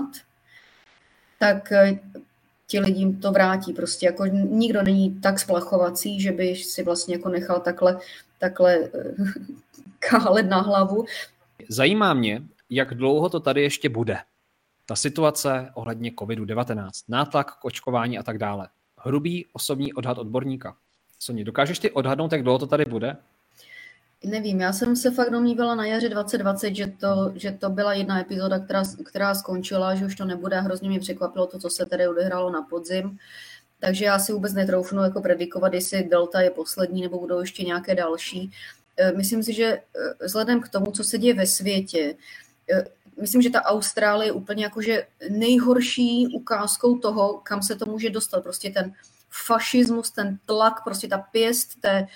tak ti lidi jim to vrátí. Prostě jako nikdo není tak splachovací, že by si vlastně jako nechal takhle kálet na hlavu. Zajímá mě, jak dlouho to tady ještě bude. Ta situace ohledně COVID-19, nátlak k očkování a tak dále. Hrubý osobní odhad odborníka. Soně, dokážeš ty odhadnout, jak dlouho to tady bude? Nevím, já jsem se fakt domnívala na jaře 2020, že to byla jedna epizoda, která skončila, že už to nebude. Hrozně mě překvapilo to, co se tady odehrálo na podzim. Takže já si vůbec netroufnu jako predikovat, jestli Delta je poslední nebo budou ještě nějaké další. Myslím si, že vzhledem k tomu, co se děje ve světě, myslím, že ta Austrálie je úplně jakože nejhorší ukázkou toho, kam se to může dostat. Prostě ten fašismus, ten tlak, prostě ta pěst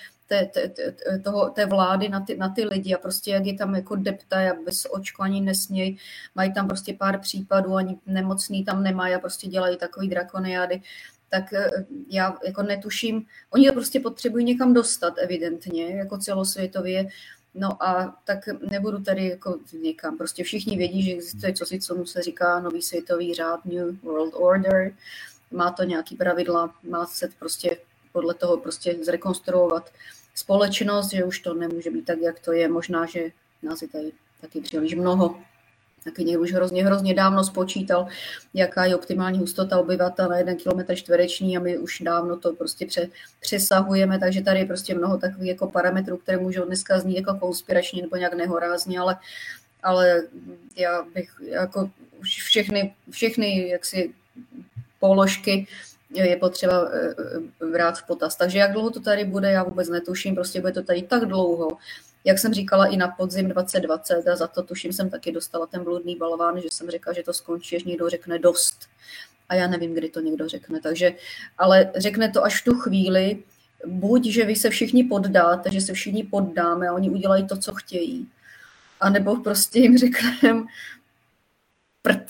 té vlády na ty lidi a prostě jak je tam jako deptají a bez očkování nesmějí, mají tam prostě pár případů, ani nemocný tam nemají a prostě dělají takový drakoniády, tak já jako netuším, oni to prostě potřebují někam dostat evidentně, jako celosvětově, no a tak nebudu tady jako někam, prostě všichni vědí, že existuje co mu se říká nový světový řád, New World Order, má to nějaký pravidla, má se prostě podle toho prostě zrekonstruovat společnost, že už to nemůže být tak, jak to je. Možná, že nás je tady taky příliš mnoho. Taky někdo už hrozně dávno spočítal, jaká je optimální hustota obyvatel na 1 kilometr čtvereční a my už dávno to prostě přesahujeme, takže tady je prostě mnoho takových jako parametrů, které můžou dneska znít jako konspiračně nebo nějak nehorázně, ale já bych jako už všechny jaksi položky je potřeba brát v potaz. Takže jak dlouho to tady bude, já vůbec netuším, prostě bude to tady tak dlouho, jak jsem říkala i na podzim 2020 a za to tuším jsem taky dostala ten bludný balván, že jsem řekla, že to skončí, až někdo řekne dost. A já nevím, kdy to někdo řekne. Takže, ale řekne to až v tu chvíli, buď, že vy se všichni poddáte, že se všichni poddáme a oni udělají to, co chtějí. A nebo prostě jim řekneme prd.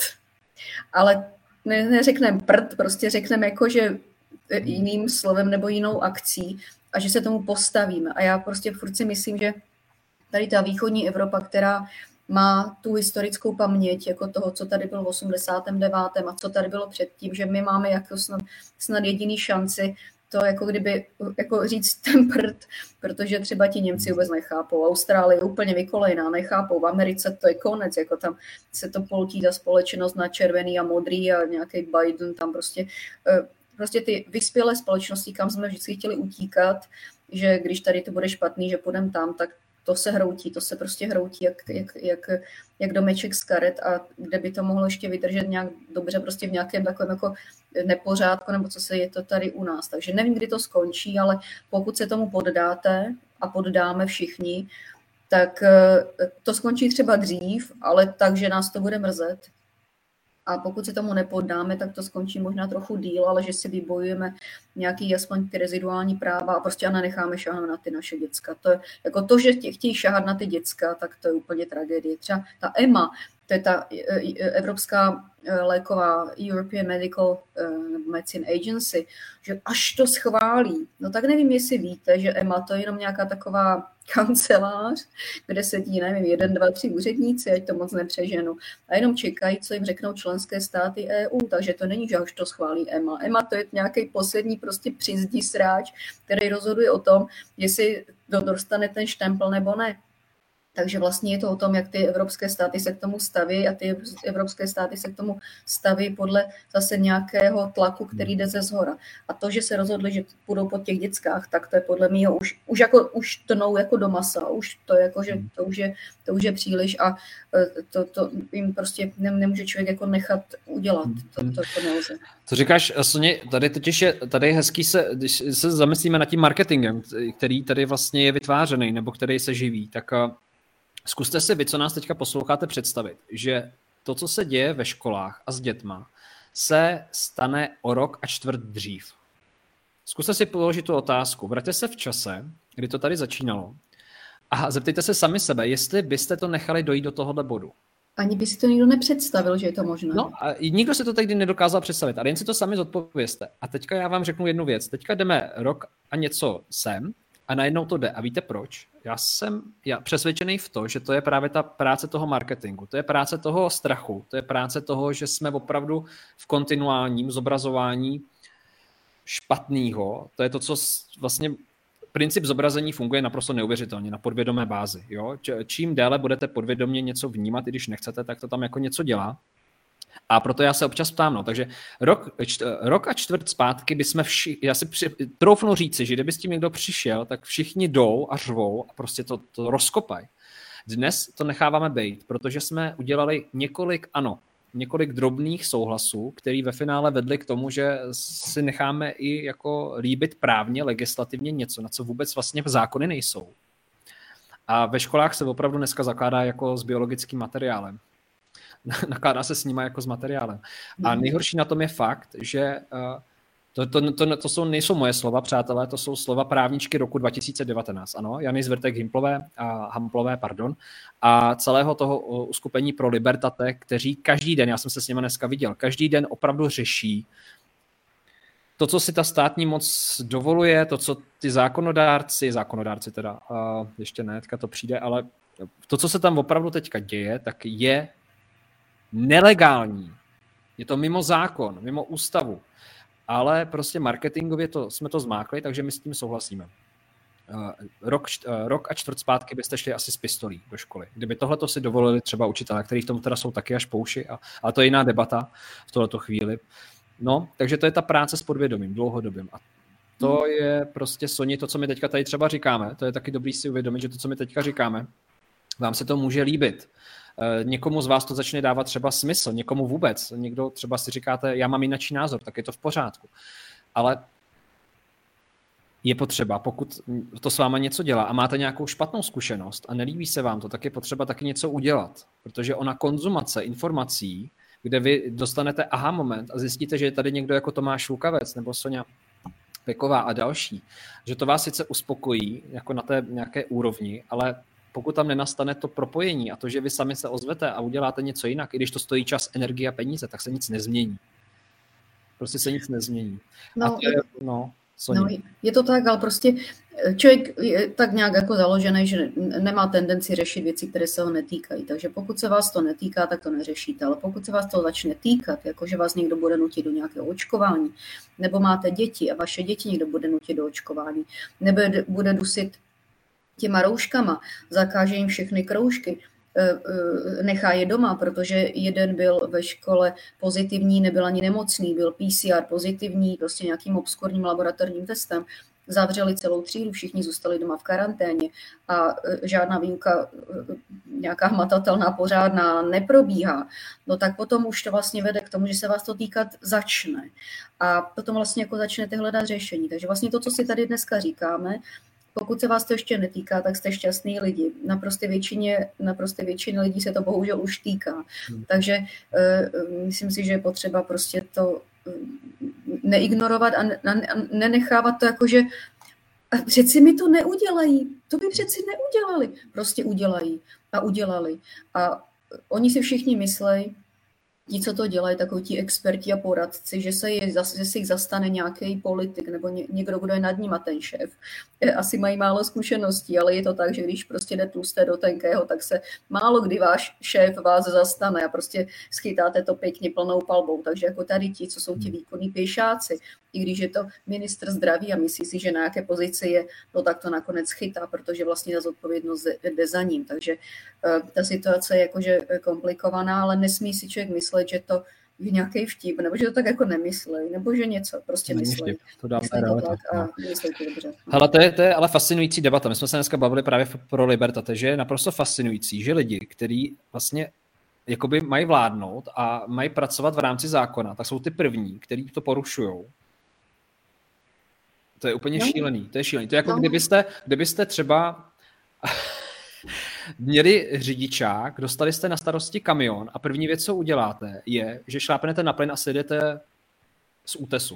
Ale neřekneme prd, prostě řekneme jako, že jiným slovem nebo jinou akcí a že se tomu postavíme. A já prostě furt si myslím, že tady ta východní Evropa, která má tu historickou paměť jako toho, co tady bylo v 89. a co tady bylo předtím, že my máme jako snad jediný šanci to jako kdyby jako říct ten prd, protože třeba ti Němci vůbec nechápou. Austrálie je úplně vykolejná, nechápou. V Americe to je konec, jako tam se to poltí ta společnost na červený a modrý a nějaký Biden tam prostě ty vyspělé společnosti, kam jsme vždycky chtěli utíkat, že když tady to bude špatný, že půjdeme tam, tak to se prostě hroutí jak domeček z karet a kde by to mohlo ještě vydržet nějak dobře prostě v nějakém takovém jako nepořádku, nebo co se je to tady u nás. Takže nevím, kdy to skončí, ale pokud se tomu poddáte a poddáme všichni, tak to skončí třeba dřív, ale tak, že nás to bude mrzet. A pokud se tomu nepoddáme, tak to skončí možná trochu díl, ale že si vybojujeme nějaký aspoň ty reziduální práva a prostě nenecháme šáhat na ty naše děcka. To je jako to, že chtějí šáhat na ty děcka, tak to je úplně tragédie. Třeba ta EMA, to je ta Evropská léková European Medical Medicine Agency, že až to schválí, no tak nevím, jestli víte, že EMA to je jenom nějaká taková kancelář, kde sedí, nevím, 1, 2, 3 úředníci, ať to moc nepřeženu, a jenom čekají, co jim řeknou členské státy EU, takže to není, že až to schválí EMA. EMA to je nějaký poslední prostě přizdí sráč, který rozhoduje o tom, jestli dostane ten štempel nebo ne. Takže vlastně je to o tom, jak ty evropské státy se k tomu staví a ty evropské státy se k tomu staví podle zase nějakého tlaku, který jde ze zhora. A to, že se rozhodli, že půjdou po těch dětskách, tak to je podle mě už tnou jako do masa, už to jako, že to už je příliš a to jim prostě nemůže člověk jako nechat udělat. To nelze. Co říkáš, Soně, tady je hezký když se zamyslíme nad tím marketingem, který tady vlastně je vytvářený nebo který se živí, tak zkuste si vy, co nás teďka posloucháte, představit, že to, co se děje ve školách a s dětma, se stane o rok a čtvrt dřív. Zkuste si položit tu otázku. Vraťte se v čase, kdy to tady začínalo a zeptejte se sami sebe, jestli byste to nechali dojít do tohohle bodu. Ani by si to nikdo nepředstavil, že je to možné. No a nikdo si to tehdy nedokázal představit, ale jen si to sami zodpovězte. A teďka já vám řeknu jednu věc. Teďka jdeme rok a něco sem a najednou to jde. A víte proč? Já jsem přesvědčený v to, že to je právě ta práce toho marketingu, to je práce toho strachu, to je práce toho, že jsme opravdu v kontinuálním zobrazování špatného. To je to, co vlastně princip zobrazení funguje naprosto neuvěřitelně na podvědomé bázi. Jo? Čím déle budete podvědomě něco vnímat, i když nechcete, tak to tam jako něco dělá. A proto já se občas ptám, no, takže rok a čtvrt zpátky bychom já si troufnu říci, že kdyby s tím někdo přišel, tak všichni jdou a řvou a prostě to rozkopají. Dnes to necháváme bejt, protože jsme udělali několik drobných souhlasů, který ve finále vedli k tomu, že si necháme i jako líbit právně, legislativně něco, na co vůbec vlastně zákony nejsou. A ve školách se opravdu dneska zakládá jako s biologickým materiálem. Nakládá se s nima jako s materiálem. A nejhorší na tom je fakt, že to nejsou moje slova, přátelé, to jsou slova právničky roku 2019. Ano, Jany Zvrtek Hamplové, a celého toho uskupení pro Libertate, kteří každý den, já jsem se s nimi dneska viděl, každý den opravdu řeší to, co si ta státní moc dovoluje, to, co ty zákonodárci teda, ještě ne, teďka to přijde, ale to, co se tam opravdu teďka děje, tak je nelegální. Je to mimo zákon, mimo ústavu. Ale prostě marketingově jsme to zmákli, takže my s tím souhlasíme. Rok a čtvrt zpátky byste šli asi s pistolí do školy. Kdyby tohleto si dovolili třeba učitelé, kteří v tom teda jsou taky až po uši, ale to je jiná debata v tohleto chvíli. No, takže to je ta práce s podvědomím, dlouhodobým. A to je prostě, Soni, to, co my teďka tady třeba říkáme, to je taky dobrý si uvědomit, že to, co my teďka říkáme, vám se to může líbit. Někomu z vás to začne dávat třeba smysl, někomu vůbec. Někdo třeba si říkáte, já mám jináčí názor, tak je to v pořádku. Ale je potřeba, pokud to s váma něco dělá a máte nějakou špatnou zkušenost a nelíbí se vám to, tak je potřeba taky něco udělat. Protože ona konzumace informací, kde vy dostanete aha moment a zjistíte, že je tady někdo jako Tomáš Lukavec nebo Sonja Peková a další, že to vás sice uspokojí jako na té nějaké úrovni, ale pokud tam nenastane to propojení a to, že vy sami se ozvete a uděláte něco jinak, i když to stojí čas, energie a peníze, tak se nic nezmění. Prostě se nic nezmění. Je to tak, ale prostě člověk je tak nějak jako založený, že nemá tendenci řešit věci, které se ho netýkají. Takže pokud se vás to netýká, tak to neřešíte. Ale pokud se vás to začne týkat, jako že vás někdo bude nutit do nějakého očkování, nebo máte děti a vaše děti někdo bude nutit do očkování, nebo bude dusit těma rouškama, zakáže jim všechny kroužky, nechá je doma, protože jeden byl ve škole pozitivní, nebyl ani nemocný, byl PCR pozitivní, prostě nějakým obskurním laboratorním testem, zavřeli celou třídu, všichni zůstali doma v karanténě a žádná výuka nějaká hmatatelná, pořádná neprobíhá, no tak potom už to vlastně vede k tomu, že se vás to týkat začne. A potom vlastně jako začnete hledat řešení. Takže vlastně to, co si tady dneska říkáme, pokud se vás to ještě netýká, tak jste šťastný lidi. Naprosté většině lidí se to bohužel už týká. Takže myslím si, že je potřeba prostě to neignorovat a nenechávat to jako, že přeci mi to neudělají. To by přeci neudělali. Prostě udělají a udělali. A oni si všichni myslejí, ti, co to dělají, takoví ti experti a poradci, že se jich zastane nějaký politik nebo někdo, kdo je nad ním a ten šéf. Asi mají málo zkušeností, ale je to tak, že když prostě jde tlusté do tenkého, tak se málo kdy váš šéf vás zastane a prostě schytáte to pěkně plnou palbou. Takže jako tady ti, co jsou ti výkonní pěšáci, i když je to ministr zdraví a myslí si, že na jaké pozici je, no tak to nakonec chytá, protože vlastně ta zodpovědnost jde za ním. Takže ta situace je jakože komplikovaná, ale nesmí si člověk myslet, že to je nějaký vtip, nebo že to tak jako nemyslej, nebo že něco prostě myslej. To dáme tak a myslej to dobře. Hele, to je ale fascinující debata. My jsme se dneska bavili právě pro Libertate, že je naprosto fascinující, že lidi, kteří vlastně jakoby mají vládnout a mají pracovat v rámci zákona, tak jsou ty první, kteří to porušujou. To je úplně šílený. To je šílený. To je jako kdybyste třeba měli řidičák, dostali jste na starosti kamion a první věc, co uděláte, je, že šlápnete na plyn a sjedete z útesu.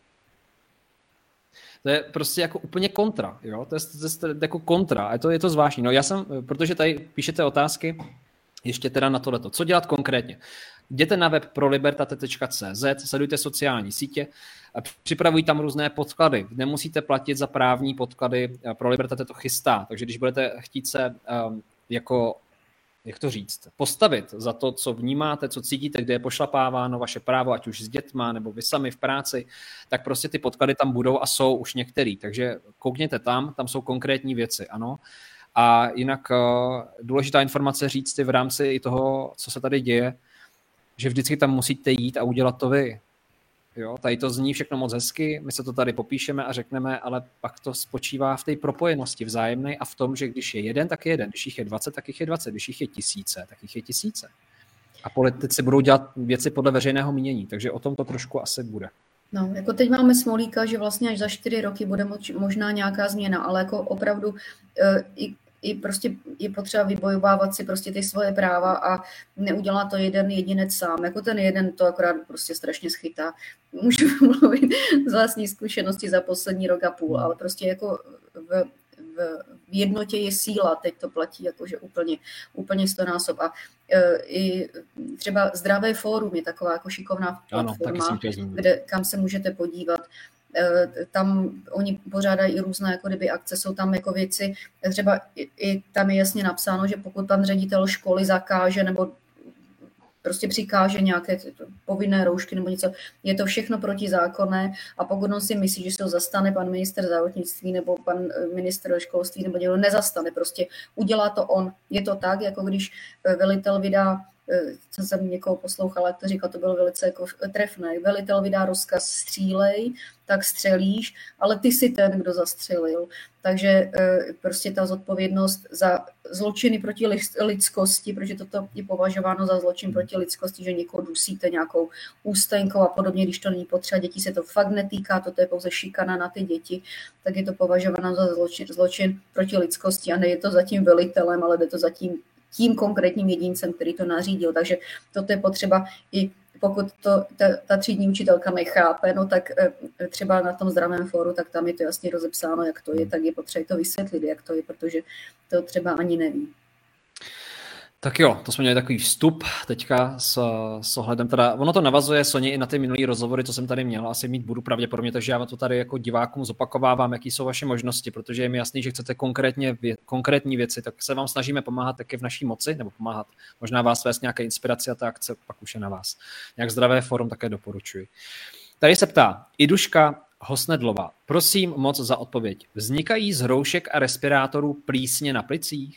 To je prostě jako úplně kontra. Jo? To je jako kontra a je to zvláštní. No já jsem, protože tady píšete otázky, ještě teda na tohleto. Co dělat konkrétně? Jděte na web prolibertate.cz, sledujte sociální sítě, připravují tam různé podklady. Nemusíte platit za právní podklady, Pro Libertate to chystá. Takže když budete chtít se jako, jak to říct, postavit za to, co vnímáte, co cítíte, kde je pošlapáváno vaše právo, ať už s dětma nebo vy sami v práci, tak prostě ty podklady tam budou a jsou už některý. Takže koukněte tam jsou konkrétní věci, ano. A jinak důležitá informace říct si v rámci i toho, co se tady děje, že vždycky tam musíte jít a udělat to vy. Jo, tady to zní všechno moc hezky, my se to tady popíšeme a řekneme, ale pak to spočívá v té propojenosti vzájemné a v tom, že když je jeden, tak je jeden, když jich je 20, tak jich je 20, když jich je tisíce, tak jich je tisíce. A politici budou dělat věci podle veřejného mínění, takže o tom to trošku asi bude. No, jako teď máme Smolíka, že vlastně až za 4 roky bude možná nějaká změna, ale jako opravdu i prostě je potřeba vybojovávat si prostě ty svoje práva a neudělá to jeden jedinec sám. Jako ten jeden to akorát prostě strašně schytá. Můžu mluvit z vlastní zkušenosti za poslední rok a půl, ale prostě jako v jednotě je síla, teď to platí jakože úplně 100násob. A i třeba Zdravé fórum je taková jako šikovná platforma, kam se můžete podívat. Tam oni pořádají i různé jako kdyby akce, jsou tam jako věci, třeba i tam je jasně napsáno, že pokud pan ředitel školy zakáže nebo prostě přikáže nějaké povinné roušky nebo něco, je to všechno protizákonné a pokud on si myslí, že se to zastane pan ministr zdravotnictví nebo pan ministr školství nebo někdo nezastane, prostě udělá to on. Je to tak, jako když velitel vydá, co jsem někoho poslouchala, jak to říkal, to bylo velice jako trefné. Velitel vydá rozkaz střílej, tak střelíš, ale ty jsi ten, kdo zastřelil. Takže prostě ta zodpovědnost za zločiny proti lidskosti, protože toto je považováno za zločin proti lidskosti, že někoho dusíte nějakou ústenkou a podobně, když to není potřeba, děti se to fakt netýká, toto je pouze šikana na ty děti, tak je to považováno za zločin proti lidskosti a ne je to za tím velitelem, ale jde to za tím konkrétním jedincem, který to nařídil. Takže toto je potřeba i pokud to ta třídní učitelka nechápe, no tak třeba na tom Zdravém fóru, tak tam je to jasně rozepsáno, jak to je, tak je potřeba to vysvětlit, jak to je, protože to třeba ani neví. Tak jo, to jsme měli takový vstup teďka s ohledem, teda ono to navazuje Soně i na ty minulý rozhovory, co jsem tady měl, asi mít budu pravděpodobně, takže já to tady jako divákům zopakovávám, jaký jsou vaše možnosti, protože je mi jasný, že chcete konkrétní věci, tak se vám snažíme pomáhat taky v naší moci, nebo pomáhat, možná vás vést nějaké inspirace a ta akce pak už je na vás. Nějak Zdravé fórum také doporučuji. Tady se ptá Iduška Hosnedlová, prosím moc za odpověď. Vznikají z roušek a respirátorů plísně na plicích?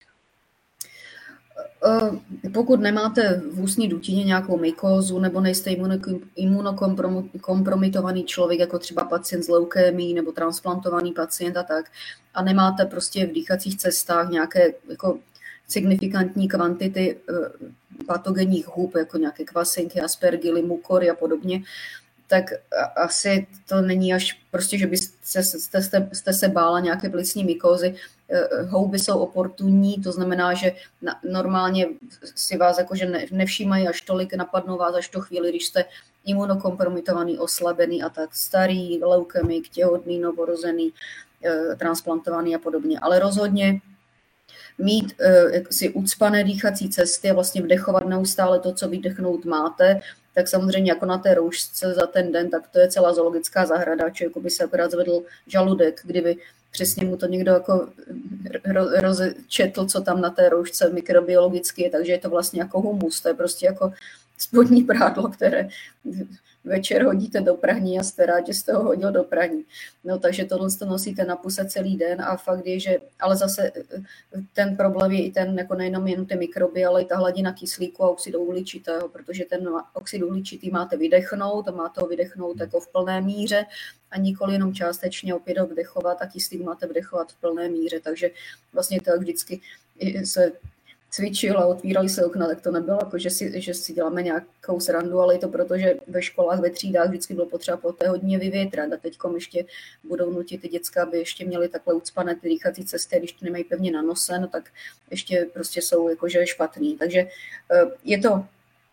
Pokud nemáte v ústní dutině nějakou mykózu nebo nejste imunokompromitovaný člověk, jako třeba pacient s leukémií nebo transplantovaný pacient a tak, a nemáte prostě v dýchacích cestách nějaké jako signifikantní kvantity patogenních hub, jako nějaké kvasinky, aspergily, mukory a podobně, tak asi to není až prostě, že byste se bála nějaké plicní mykózy. Houby jsou oportunní, to znamená, že normálně si vás jakože nevšímají až tolik, napadnou vás až to chvíli, když jste imunokompromitovaný, oslabený a tak starý, leukemik, těhotný, novorozený, transplantovaný a podobně. Ale rozhodně mít si ucpané dýchací cesty a vlastně vdechovat neustále to, co vydechnout máte, tak samozřejmě jako na té roušce za ten den, tak to je celá zoologická zahrada, člověku by se akorát zvedl žaludek, kdyby přesně mu to někdo jako rozčetl, co tam na té roušce mikrobiologicky je, takže je to vlastně jako humus, to je prostě jako spodní prádlo, které večer hodíte do praní a jste rád, že jste ho hodil do praní. No takže tohle to nosíte na puse celý den a fakt je, že, ale zase ten problém je i ten, jako nejenom jen ty mikroby, ale i ta hladina kyslíku a oxidu uhličitého, protože ten oxid uhličitý máte vydechnout a máte ho vydechnout jako v plné míře a nikoli jenom částečně opět ho vdechovat a kyslík máte vdechovat v plné míře, takže vlastně to jak vždycky se cvičil a otvírali se okna, tak to nebylo jako, že si děláme nějakou srandu, ale je to proto, že ve školách, ve třídách vždycky bylo potřeba poté hodně vyvětrat a teďkom ještě budou nutit ty děcka, aby ještě měli takhle ucpané ty dýchací cesty, když to nemají pevně na nose, no tak ještě prostě jsou jakože špatný. Takže je to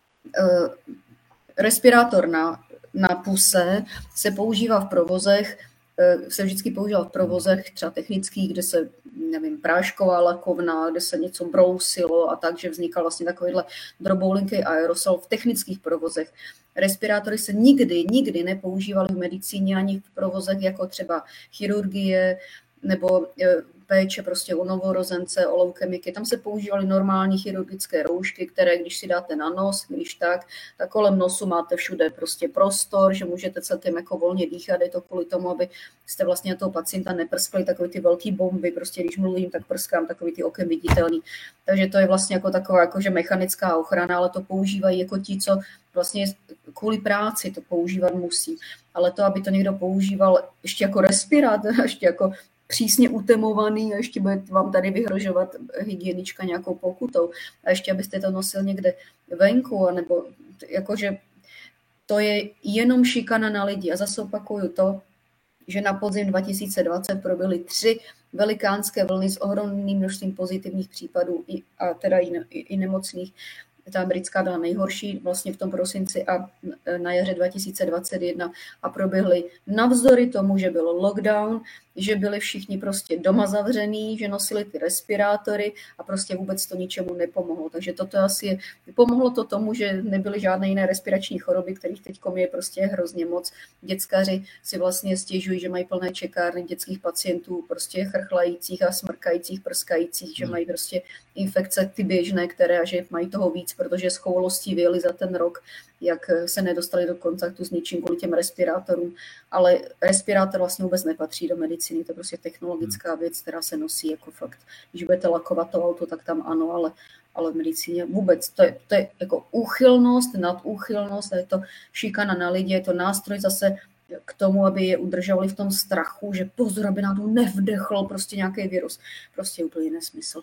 respirátor na puse, se používá v provozech, se vždycky používal v provozech třeba technických, kde se, nevím, prášková lakovna, kde se něco brousilo a tak, že vznikal vlastně takovýhle droboulinký aerosol v technických provozech. Respirátory se nikdy nepoužívaly v medicíně ani v provozech jako třeba chirurgie nebo péče prostě o novorozence, o leukemiky. Tam se používaly normální chirurgické roušky, které když si dáte na nos, když tak kolem nosu máte všude prostě prostor, že můžete celkem jako volně dýchat. Je to kvůli tomu, aby jste vlastně na toho pacienta neprskli takový ty velký bomby, prostě když mluvím, tak prskám takový ty okem viditelný. Takže to je vlastně jako taková jakože mechanická ochrana, ale to používají jako ti, co vlastně kvůli práci to používat musí. Ale to, aby to někdo používal ještě jako respirátor, ještě jako přísně utemovaný a ještě bude vám tady vyhrožovat hygienička nějakou pokutou a ještě abyste to nosil někde venku, anebo jakože to je jenom šikana na lidi. A zase opakuju to, že na podzim 2020 proběhly 3 velikánské vlny s ohromným množstvím pozitivních případů a teda i nemocných. Ta americká byla nejhorší vlastně v tom prosinci a na jaře 2021 a proběhly navzdory tomu, že byl lockdown, že byli všichni prostě doma zavřený, že nosili ty respirátory a prostě vůbec to ničemu nepomohlo. Takže toto asi je, pomohlo to tomu, že nebyly žádné jiné respirační choroby, kterých teď je prostě hrozně moc. Děckaři si vlastně stěžují, že mají plné čekárny dětských pacientů, prostě chrchlajících a smrkajících, prskajících, že mají prostě infekce ty běžné, které a že mají toho víc, protože s choulostí vyjeli za ten rok, jak se nedostali do kontaktu s ničím kvůli těm respirátorům, ale respirátor vlastně vůbec nepatří do medicíny, to je prostě technologická věc, která se nosí jako fakt. Když budete lakovat to auto, tak tam ano, ale v medicíně vůbec. To je jako úchylnost, nadúchylnost, je to šikana na lidi, je to nástroj zase k tomu, aby je udržovali v tom strachu, že pozor, aby náhodou nevdechl prostě nějaký virus. Prostě úplně nesmysl.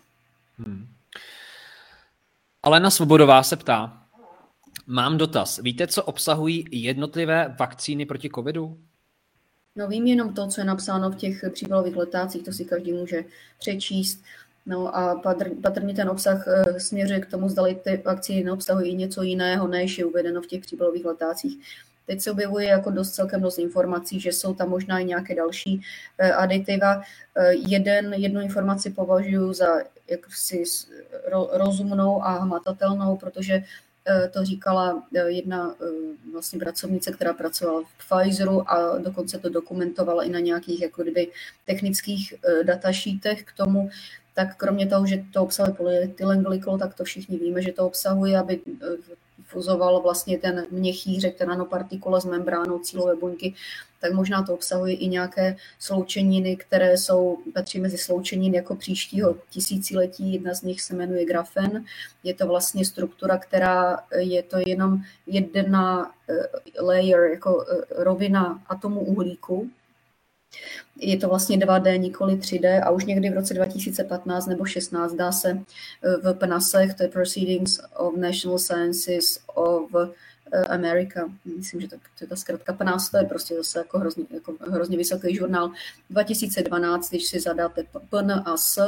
Alena Svobodová se ptá, mám dotaz. Víte, co obsahují jednotlivé vakcíny proti covidu? No vím jenom to, co je napsáno v těch příbalových letácích, to si každý může přečíst. No a patrně ten obsah směřuje k tomu, zdali ty vakcíny neobsahují něco jiného, než je uvedeno v těch příbalových letácích. Teď se objevuje jako celkem dost informací, že jsou tam možná i nějaké další aditiva. Jednu informaci považuji za jaksi rozumnou a hmatatelnou, protože to říkala jedna vlastně pracovnice, která pracovala v Pfizeru a dokonce to dokumentovala i na nějakých jako kdyby technických datasheetech k tomu. Tak kromě toho, že to obsahuje polyetylenglykol, tak to všichni víme, že to obsahuje, aby fuzoval vlastně ten měchýřek, ten nanopartikula s membránou cílové buňky, tak možná to obsahuje i nějaké sloučeniny, které patří mezi sloučeniny jako příštího tisíciletí. Jedna z nich se jmenuje grafen. Je to vlastně struktura, která je to jenom jedna layer, jako rovina atomu uhlíku. Je to vlastně 2D, nikoli 3D a už někdy v roce 2015 nebo 16 dá se v PNASech, to je Proceedings of National Sciences of America, myslím, že to je ta zkratka PNAS, to je prostě zase jako hrozně vysoký žurnál. 2012, když si zadáte PNAS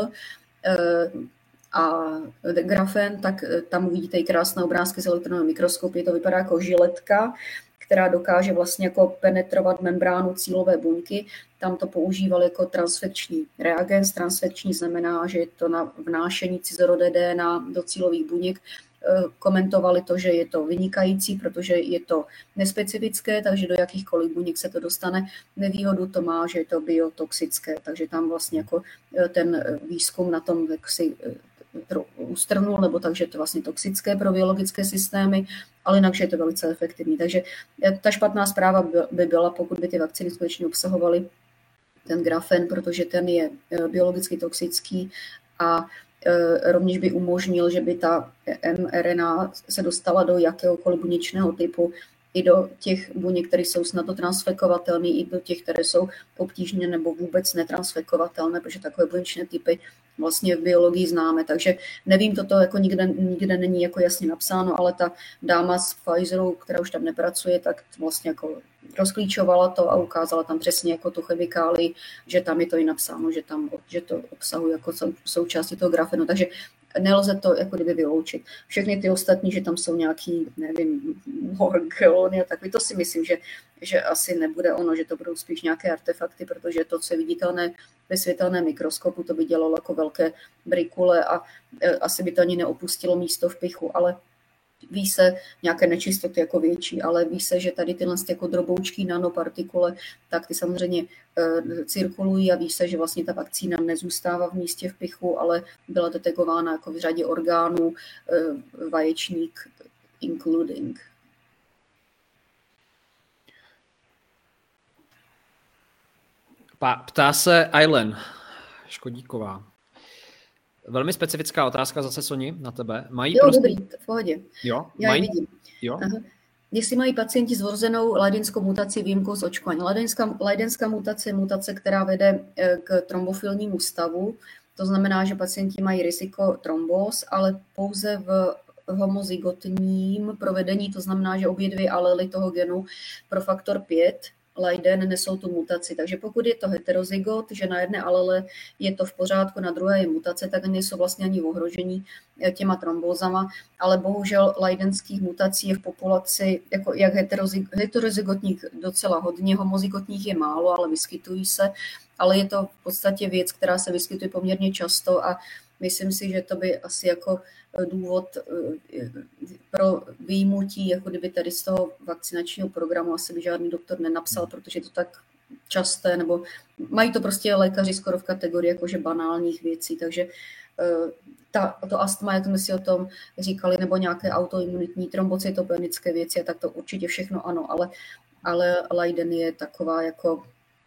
a grafen, tak tam uvidíte i krásné obrázky z elektronové mikroskopy, to vypadá jako žiletka, která dokáže vlastně jako penetrovat membránu cílové buňky. Tam to používali jako transfekční reagens. Transfekční znamená, že je to na vnášení cizorodé DNA do cílových buněk. Komentovali to, že je to vynikající, protože je to nespecifické, takže do jakýchkoliv buněk se to dostane. Nevýhodu to má, že je to biotoxické, takže tam vlastně jako ten výzkum na tom si ustrnul, nebo takže je to vlastně toxické pro biologické systémy, ale jinak, že je to velice efektivní. Takže ta špatná zpráva by byla, pokud by ty vakcíny skutečně obsahovaly ten grafen, protože ten je biologicky toxický a rovněž by umožnil, že by ta mRNA se dostala do jakéhokoliv buněčného typu, i do těch buněk, které jsou snadno transfekovatelné, i do těch, které jsou obtížně nebo vůbec netransfekovatelné, protože takové buněčné typy vlastně v biologii známe. Takže nevím, toto jako nikde není jako jasně napsáno, ale ta dáma z Pfizeru, která už tam nepracuje, tak vlastně jako rozklíčovala to a ukázala tam přesně jako tu chemikálii, že tam je to i napsáno, že to obsahuje jako součástí toho grafenu. Takže nelze to jako kdyby vyloučit. Všechny ty ostatní, že tam jsou nějaký, nevím, morgelony a takový, to si myslím, že asi nebude ono, že to budou spíš nějaké artefakty, protože to, co je viditelné ve světelném mikroskopu, to by dělalo jako velké brikule a asi by to ani neopustilo místo v pichu, ale ví se nějaké nečistoty jako větší, ale ví se, že tady tyhle jako droboučky nanopartikule, tak ty samozřejmě cirkulují a ví se, že vlastně ta vakcína nezůstává v místě v pichu, ale byla detekována jako v řadě orgánů, vaječník including. Ptá se Ailen Škodíková. Velmi specifická otázka zase, Soni, na tebe. Mají dobrý, v pohodě. Jo? Já ji vidím. Jo? Aha. Jestli mají pacienti s vrozenou leidenskou mutací výjimkou z očkování. Leidenská mutace je mutace, která vede k trombofilnímu stavu. To znamená, že pacienti mají riziko trombóz, ale pouze v homozygotním provedení, to znamená, že obě dvě alely toho genu pro faktor 5 Leiden nesou tu mutaci. Takže pokud je to heterozygot, že na jedné alele je to v pořádku, na druhé je mutace, tak nejsou vlastně ani v ohrožení těma trombózama, ale bohužel leidenských mutací je v populaci jako jak heterozygotních docela hodně, homozygotních je málo, ale vyskytují se, ale je to v podstatě věc, která se vyskytuje poměrně často a myslím si, že to by asi jako důvod pro vyjmutí, jako kdyby tady z toho vakcinačního programu asi by žádný doktor nenapsal, protože je to tak časté, nebo mají to prostě lékaři skoro v kategorii jakože banálních věcí, takže to astma, jak jsme si o tom říkali, nebo nějaké autoimunitní trombocytopenické věci, tak to určitě všechno ano, ale Leiden je taková jako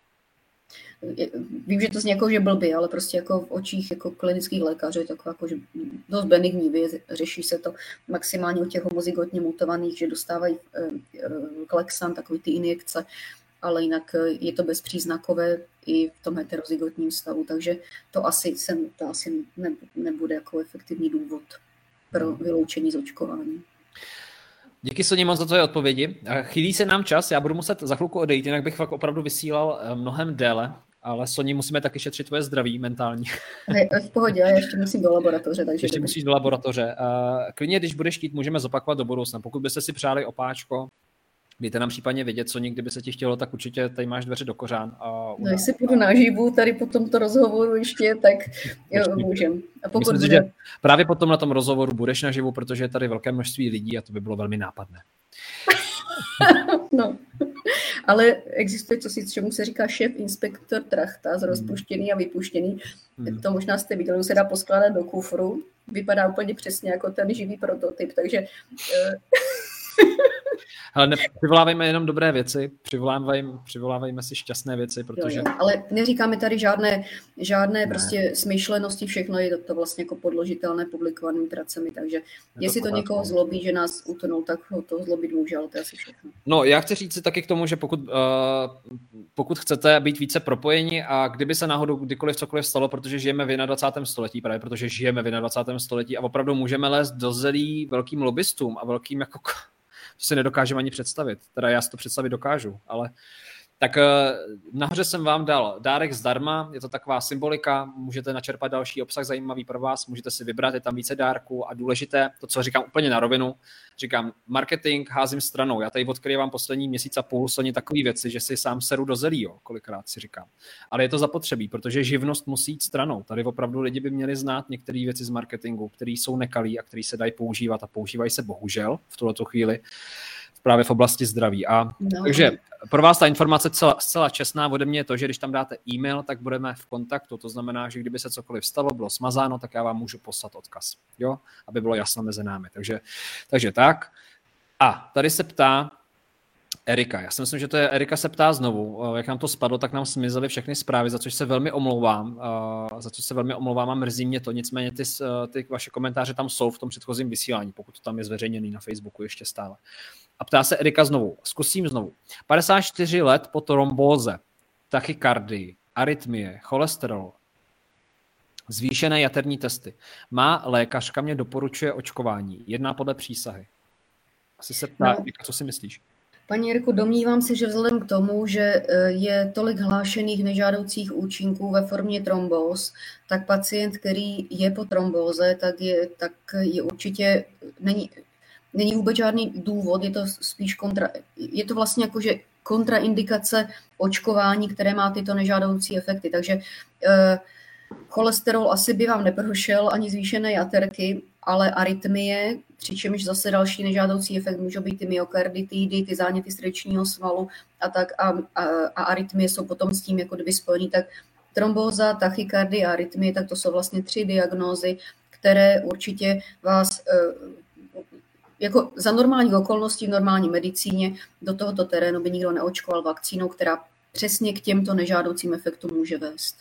vím, že to zní jako, že blbý, ale prostě jako v očích jako klinických lékařů je taková jako, že dost benigní věc, řeší se to maximálně u těch homozygotně mutovaných, že dostávají klexan, takový ty injekce, ale jinak je to bezpříznakové i v tom heterozygotním stavu, takže to asi nebude jako efektivní důvod pro vyloučení z očkování. Díky, Soni, moc za tvoje odpovědi. Chýlí se nám čas, já budu muset za chvilku odejít, jinak bych fakt opravdu vysílal mnohem déle, ale Soni, musíme taky šetřit tvoje zdraví mentální. V pohodě, já ještě musím do laboratoře. Takže ještě musíš do laboratoře. Klidně, když budeš chtít, můžeme zopakovat do budoucna. Pokud byste si přáli opáčko, dejte nám případně vědět, co kdyby se ti chtělo, tak určitě tady máš dveře do kořán. No, jestli půjdu naživu tady po tomto rozhovoru ještě, tak jo, můžem. A pokud myslím, že právě potom na tom rozhovoru budeš naživu, protože je tady velké množství lidí a to by bylo velmi nápadné. No, ale existuje čemu se říká šéf inspektor Trachta, rozpuštěný a vypuštěný. To možná jste viděli, se dá poskládat do kufru. Vypadá úplně přesně jako ten živý prototyp, takže... Ale nepřivolávejme jenom dobré věci, přivolávejme si šťastné věci, protože... Jo. Ale neříkáme tady žádné prostě smyšlenosti, všechno je to vlastně jako podložitelné publikovanými pracemi, takže jestli to někoho zlobí, že nás utnul, tak ho to zlobit může, ale to je asi všechno. No, já chci říct si taky k tomu, že pokud chcete být více propojeni a kdyby se náhodou kdykoliv cokoliv stalo, protože žijeme v 21. století, právě protože žijeme v 21. století a opravdu můžeme lézt do zelí velkým lobbystům a velkým jako... To si nedokážeme ani představit. Teda já si to představit dokážu, ale Tak nahoře jsem vám dal dárek zdarma, je to taková symbolika, můžete načerpat další obsah zajímavý pro vás, můžete si vybrat, je tam více dárků a důležité, to, co říkám úplně na rovinu, říkám, marketing házím stranou, já tady odkrývám poslední měsíc a půl Soni takový věci, že si sám seru do zelí, kolikrát si říkám. Ale je to zapotřebí, protože živnost musí jít stranou. Tady opravdu lidi by měli znát některé věci z marketingu, které jsou nekalý a které se dají používat a používají se bohužel v tuhletu chvíli právě v oblasti zdraví. Takže pro vás ta informace zcela čestná ode mě je to, že když tam dáte e-mail, tak budeme v kontaktu. To znamená, že kdyby se cokoliv stalo, bylo smazáno, tak já vám můžu poslat odkaz, jo? Aby bylo jasno mezi námi. Takže tak. A tady se ptá Erika. Já si myslím, že to je Erika se ptá znovu. Jak nám to spadlo, tak nám zmizely všechny zprávy, za což se velmi omlouvám. A mrzí mě to. Nicméně ty vaše komentáře tam jsou v tom předchozím vysílání, pokud to tam je zveřejněný na Facebooku ještě stále. A ptá se Erika znovu. Zkusím znovu. 54 let po trombóze, tachykardii, arytmie, cholesterol, zvýšené jaterní testy. Má lékařka, mě doporučuje očkování. Jedná podle přísahy. Asi se ptá, Erika, co si myslíš? Paní Jirko, domnívám se, že vzhledem k tomu, že je tolik hlášených nežádoucích účinků ve formě trombóz, tak pacient, který je po trombóze, tak je určitě, není vůbec žádný důvod, je to spíš je to vlastně jakože kontraindikace očkování, které má tyto nežádoucí efekty. Takže cholesterol asi by vám neprošel, ani zvýšené jaterky, ale arytmie, přičemž zase další nežádoucí efekt můžou být ty myokarditidy, ty záněty srdečního svalu a arytmie jsou potom s tím jako kdyby spojený, tak trombóza, tachykardie a arytmie, tak to jsou vlastně 3 diagnózy, které určitě vás jako za normálních okolností v normální medicíně do tohoto terénu by nikdo neočkoval vakcínou, která přesně k těmto nežádoucím efektům může vést.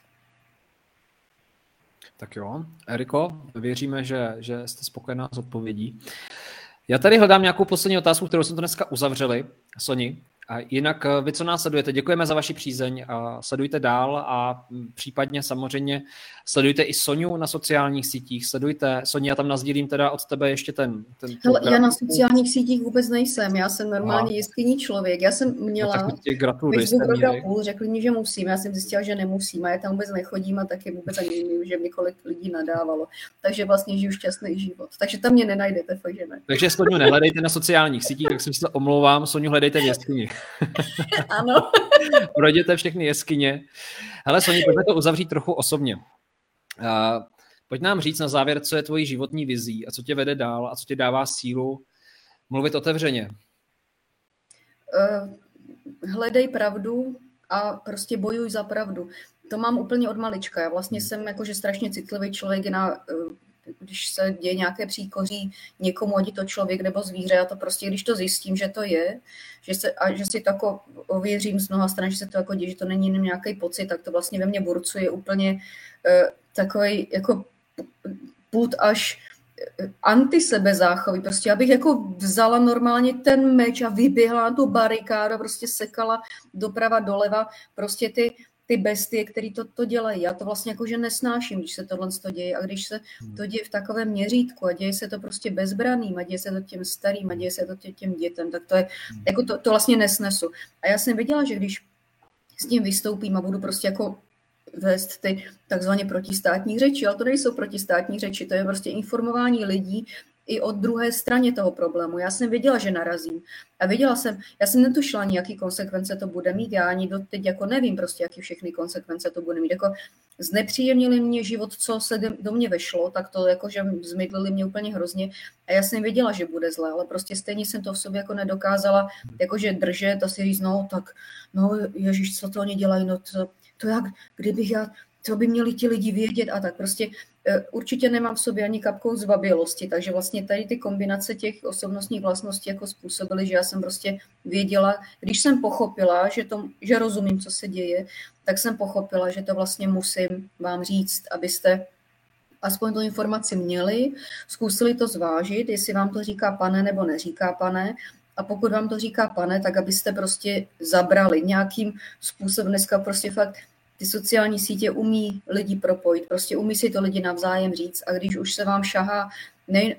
Tak jo, Eriko, věříme, že jste spokojená s odpovědí. Já tady hledám nějakou poslední otázku, kterou jsme to dneska uzavřeli, Soni. A jinak vy, co nás sledujete, děkujeme za vaši přízeň a sledujte dál a případně samozřejmě sledujte i Soniu na sociálních sítích. Sledujte, Soni, já tam nasdílím teda od tebe ještě ten Hele, já na sociálních sítích vůbec nejsem, já jsem normálně jeskyní člověk. Já jsem měla Facebook rok a půl, řekli mi, že musím, já jsem zjistila, že nemusím a já tam vůbec nechodím a taky vůbec ani nevím, že několik lidí nadávalo. Takže vlastně žiju šťastný život. Takže tam mě nenajdete, fakt, že ne. Takže Soniu nehledejte na sociálních sítích, tak jsem si to omlouvám, Soniu hledejte v jeskyni. Ano. Projděte všechny jeskyně. Hele, Soni, pojďme to uzavřít trochu osobně. Pojď nám říct na závěr, co je tvojí životní vizí a co tě vede dál a co ti dává sílu mluvit otevřeně. Hledej pravdu a prostě bojuj za pravdu. To mám úplně od malička. Já vlastně jsem jakože strašně citlivý člověk když se děje nějaké příkoří někomu, ať je to člověk nebo zvíře, a to prostě, když to zjistím, že to je, že si to jako ověřím z mnoha stran, že se to jako děje, že to není jenom nějaký pocit, tak to vlastně ve mně burcuje úplně takový jako pud až antisebezáchovy. Prostě abych jako vzala normálně ten meč a vyběhla na tu barikádu, prostě sekala doprava, doleva, prostě ty bestie, které to dělají. Já to vlastně jakože nesnáším, když se tohle děje a když se to děje v takovém měřítku a děje se to prostě bezbranným a děje se to těm starým a děje se to těm dětem, tak to je, jako to vlastně nesnesu. A já jsem viděla, že když s tím vystoupím a budu prostě jako vést ty takzvaně protistátní řeči, ale to nejsou protistátní řeči, to je prostě informování lidí i o druhé straně toho problému. Já jsem věděla, že narazím. A já jsem netušila ani, jaký konsekvence to bude mít. Já ani doteď jako nevím prostě, jaký všechny konsekvence to bude mít. Jako znepříjemnili mě život, co se do mě vešlo, tak to jakože zmydlili mě úplně hrozně. A já jsem věděla, že bude zlé, ale prostě stejně jsem to v sobě jako nedokázala jakože držet a si říct, no ježiš, co to oni dělají, no to jak, kdybych já, co by měli ti lidi vědět a tak prostě určitě nemám v sobě ani kapkou zbabělosti, takže vlastně tady ty kombinace těch osobnostních vlastností jako způsobily, že já jsem prostě věděla, když jsem pochopila, že rozumím, co se děje, tak jsem pochopila, že to vlastně musím vám říct, abyste aspoň tu informaci měli, zkusili to zvážit, jestli vám to říká pane nebo neříká pane, a pokud vám to říká pane, tak abyste prostě zabrali nějakým způsobem. Dneska prostě fakt ty sociální sítě umí lidi propojit, prostě umí si to lidi navzájem říct a když už se vám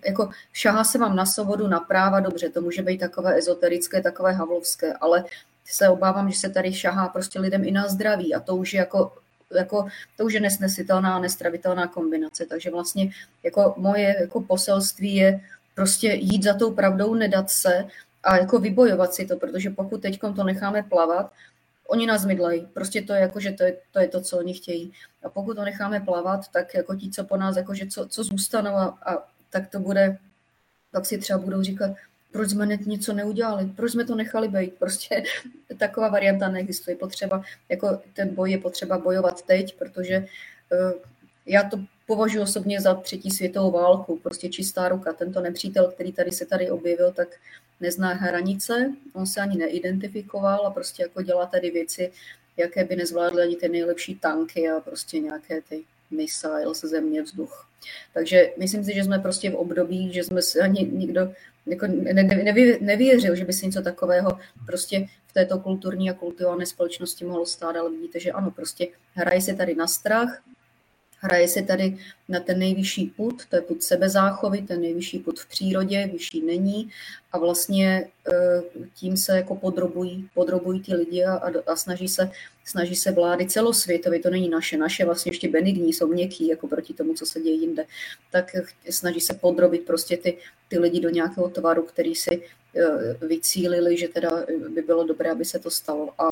šahá se vám na svobodu, na práva, dobře, to může být takové ezoterické, takové havlovské, ale se obávám, že se tady šahá prostě lidem i na zdraví a to už je to už je nesnesitelná a nestravitelná kombinace. Takže vlastně jako moje jako poselství je prostě jít za tou pravdou, nedat se a jako vybojovat si to, protože pokud teď to necháme plavat, oni nás mydlejí. Prostě to je jako, že to je to, co oni chtějí. A pokud to necháme plavat, tak jako ti, co po nás, jakože co zůstanou a tak to bude, tak si třeba budou říkat, proč jsme něco neudělali, proč jsme to nechali být. Prostě taková varianta neexistuje. Potřeba, jako ten boj je potřeba bojovat teď, protože já to považuji osobně za 3. světovou válku, prostě čistá ruka. Tento nepřítel, který se tady objevil, tak nezná hranice, on se ani neidentifikoval a prostě jako dělá tady věci, jaké by nezvládly ani ty nejlepší tanky a prostě nějaké ty missiles, země, vzduch. Takže myslím si, že jsme prostě v období, že jsme si ani nikdo jako nevěřil, že by se něco takového prostě v této kulturní a kultivované společnosti mohlo stát, ale vidíte, že ano, prostě hraje se tady na strach, hraje se tady na ten nejvyšší pud, to je pud sebezáchovy, ten nejvyšší pud v přírodě, vyšší není a vlastně tím se jako podrobují ty lidi a snaží se vlády celosvětově, to není naše vlastně ještě benigní, jsou měkký jako proti tomu, co se děje jinde, tak snaží se podrobit prostě ty lidi do nějakého tvaru, který si vycílili, že teda by bylo dobré, aby se to stalo a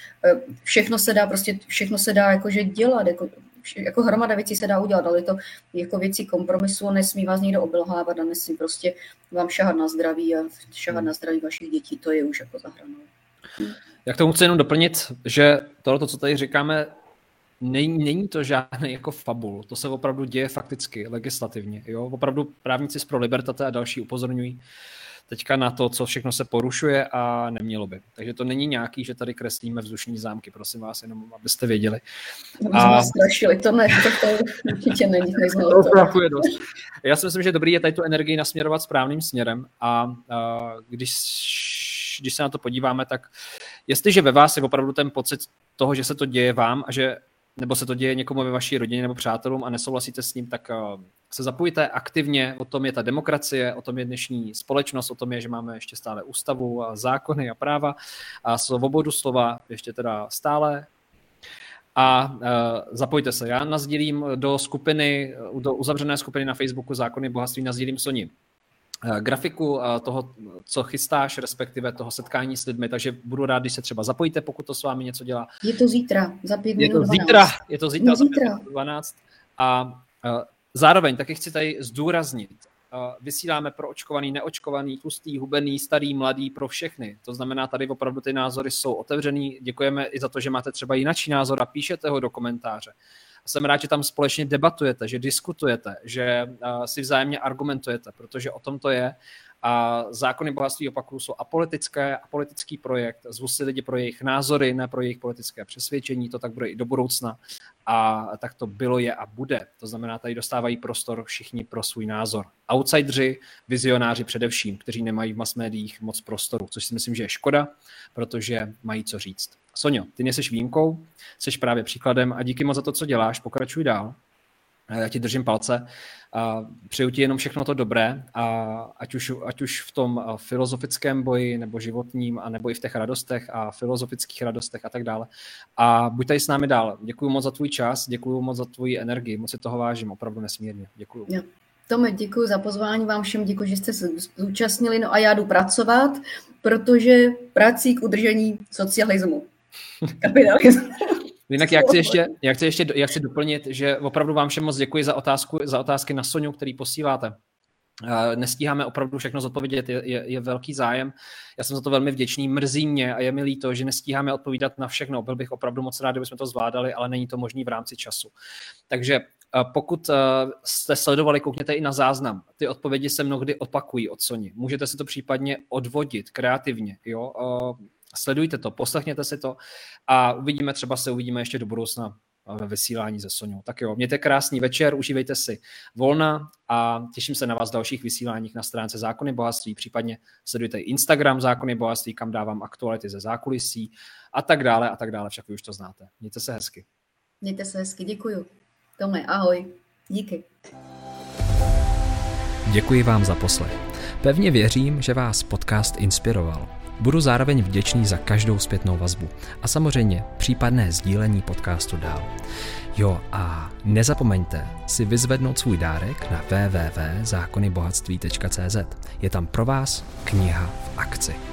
všechno se dá jakože dělat, jako hromada věcí se dá udělat, ale je to jako věcí kompromisu a nesmí vás někdo obelhávat a nesmí prostě vám šahat na zdraví a šahat na zdraví vašich dětí, to je už jako za hranou. Jak tomu chci jenom doplnit, že tohle, co tady říkáme, není to žádný jako fabul, to se opravdu děje fakticky, legislativně. Jo? Opravdu právníci z Pro Libertate a další upozorňují teďka na to, co všechno se porušuje a nemělo by. Takže to není nějaký, že tady kreslíme vzdušní zámky, prosím vás, jenom abyste věděli. A strašili, to určitě není. Já si myslím, že dobrý je tady tu energii nasměrovat správným směrem a když se na to podíváme, tak jestliže ve vás je opravdu ten pocit toho, že se to děje vám a že nebo se to děje někomu ve vaší rodině nebo přátelům a nesouhlasíte s ním, tak se zapojte aktivně, o tom je ta demokracie, o tom je dnešní společnost, o tom je, že máme ještě stále ústavu a zákony a práva a svobodu slova ještě teda stále. A zapojte se. Já nasdílím do uzavřené skupiny na Facebooku Zákony bohatství, nasdílím Soni grafiku toho, co chystáš, respektive toho setkání s lidmi, takže budu rád, když se třeba zapojíte, pokud to s vámi něco dělá. Je to zítra, za 5 minut 12. Je to zítra za 5 minut 12. A zároveň taky chci tady zdůraznit, vysíláme pro očkovaný, neočkovaný, tlustý, hubený, starý, mladý, pro všechny. To znamená, tady opravdu ty názory jsou otevřený. Děkujeme i za to, že máte třeba jinačí názor a píšete ho do komentáře. Jsem rád, že tam společně debatujete, že diskutujete, že si vzájemně argumentujete, protože o tom to je. A zákony bohatství, opakuju, jsou apolitický projekt. Zvu si lidi pro jejich názory, ne pro jejich politické přesvědčení. To tak bude i do budoucna. A tak to bylo, je a bude. To znamená, tady dostávají prostor všichni pro svůj názor. Outsidři, vizionáři především, kteří nemají v mass médiích moc prostoru, což si myslím, že je škoda, protože mají co říct. Sonjo, ty nejseš výjimkou, jsi právě příkladem a díky moc za to, co děláš, pokračuj dál. Já ti držím palce a přeju ti jenom všechno to dobré, a ať už v tom filozofickém boji nebo životním, a nebo i v těch radostech a filozofických radostech a tak dále. A buď tady s námi dál. Děkuju moc za tvůj čas, děkuju moc za tvoji energii, moc si toho vážím, opravdu nesmírně. Děkuju. Jo. Tome, děkuji za pozvání, vám všem děkuji, že jste se zúčastnili, no a já jdu pracovat, protože prací k udržení socialismu. Kapitalismu. Jinak já chci doplnit, že opravdu vám všem moc děkuji za otázky na Soňu, který posíláte. Nestíháme opravdu všechno zodpovědět, je velký zájem. Já jsem za to velmi vděčný, mrzí mě a je mi líto, že nestíháme odpovídat na všechno. Byl bych opravdu moc rád, kdybychom to zvládali, ale není to možné v rámci času. Takže pokud jste sledovali, koukněte i na záznam. Ty odpovědi se mnohdy opakují od Soni. Můžete si to případně odvodit kreativně. Jo? Sledujte to, poslechněte si to a uvidíme ještě do budoucna ve vysílání se Soňou. Tak jo, mějte krásný večer, užívejte si volna a těším se na vás v dalších vysíláních na stránce Zákony bohatství, případně sledujte Instagram Zákony bohatství, kam dávám aktuality ze zákulisí a tak dále, však vy už to znáte. Mějte se hezky. Mějte se hezky, děkuju. Tome, ahoj. Díky. Děkuji vám za poslech. Pevně věřím, že vás podcast inspiroval. Budu zároveň vděčný za každou zpětnou vazbu a samozřejmě případné sdílení podcastu dál. Jo, a nezapomeňte si vyzvednout svůj dárek na www.zákonybohatství.cz. Je tam pro vás kniha v akci.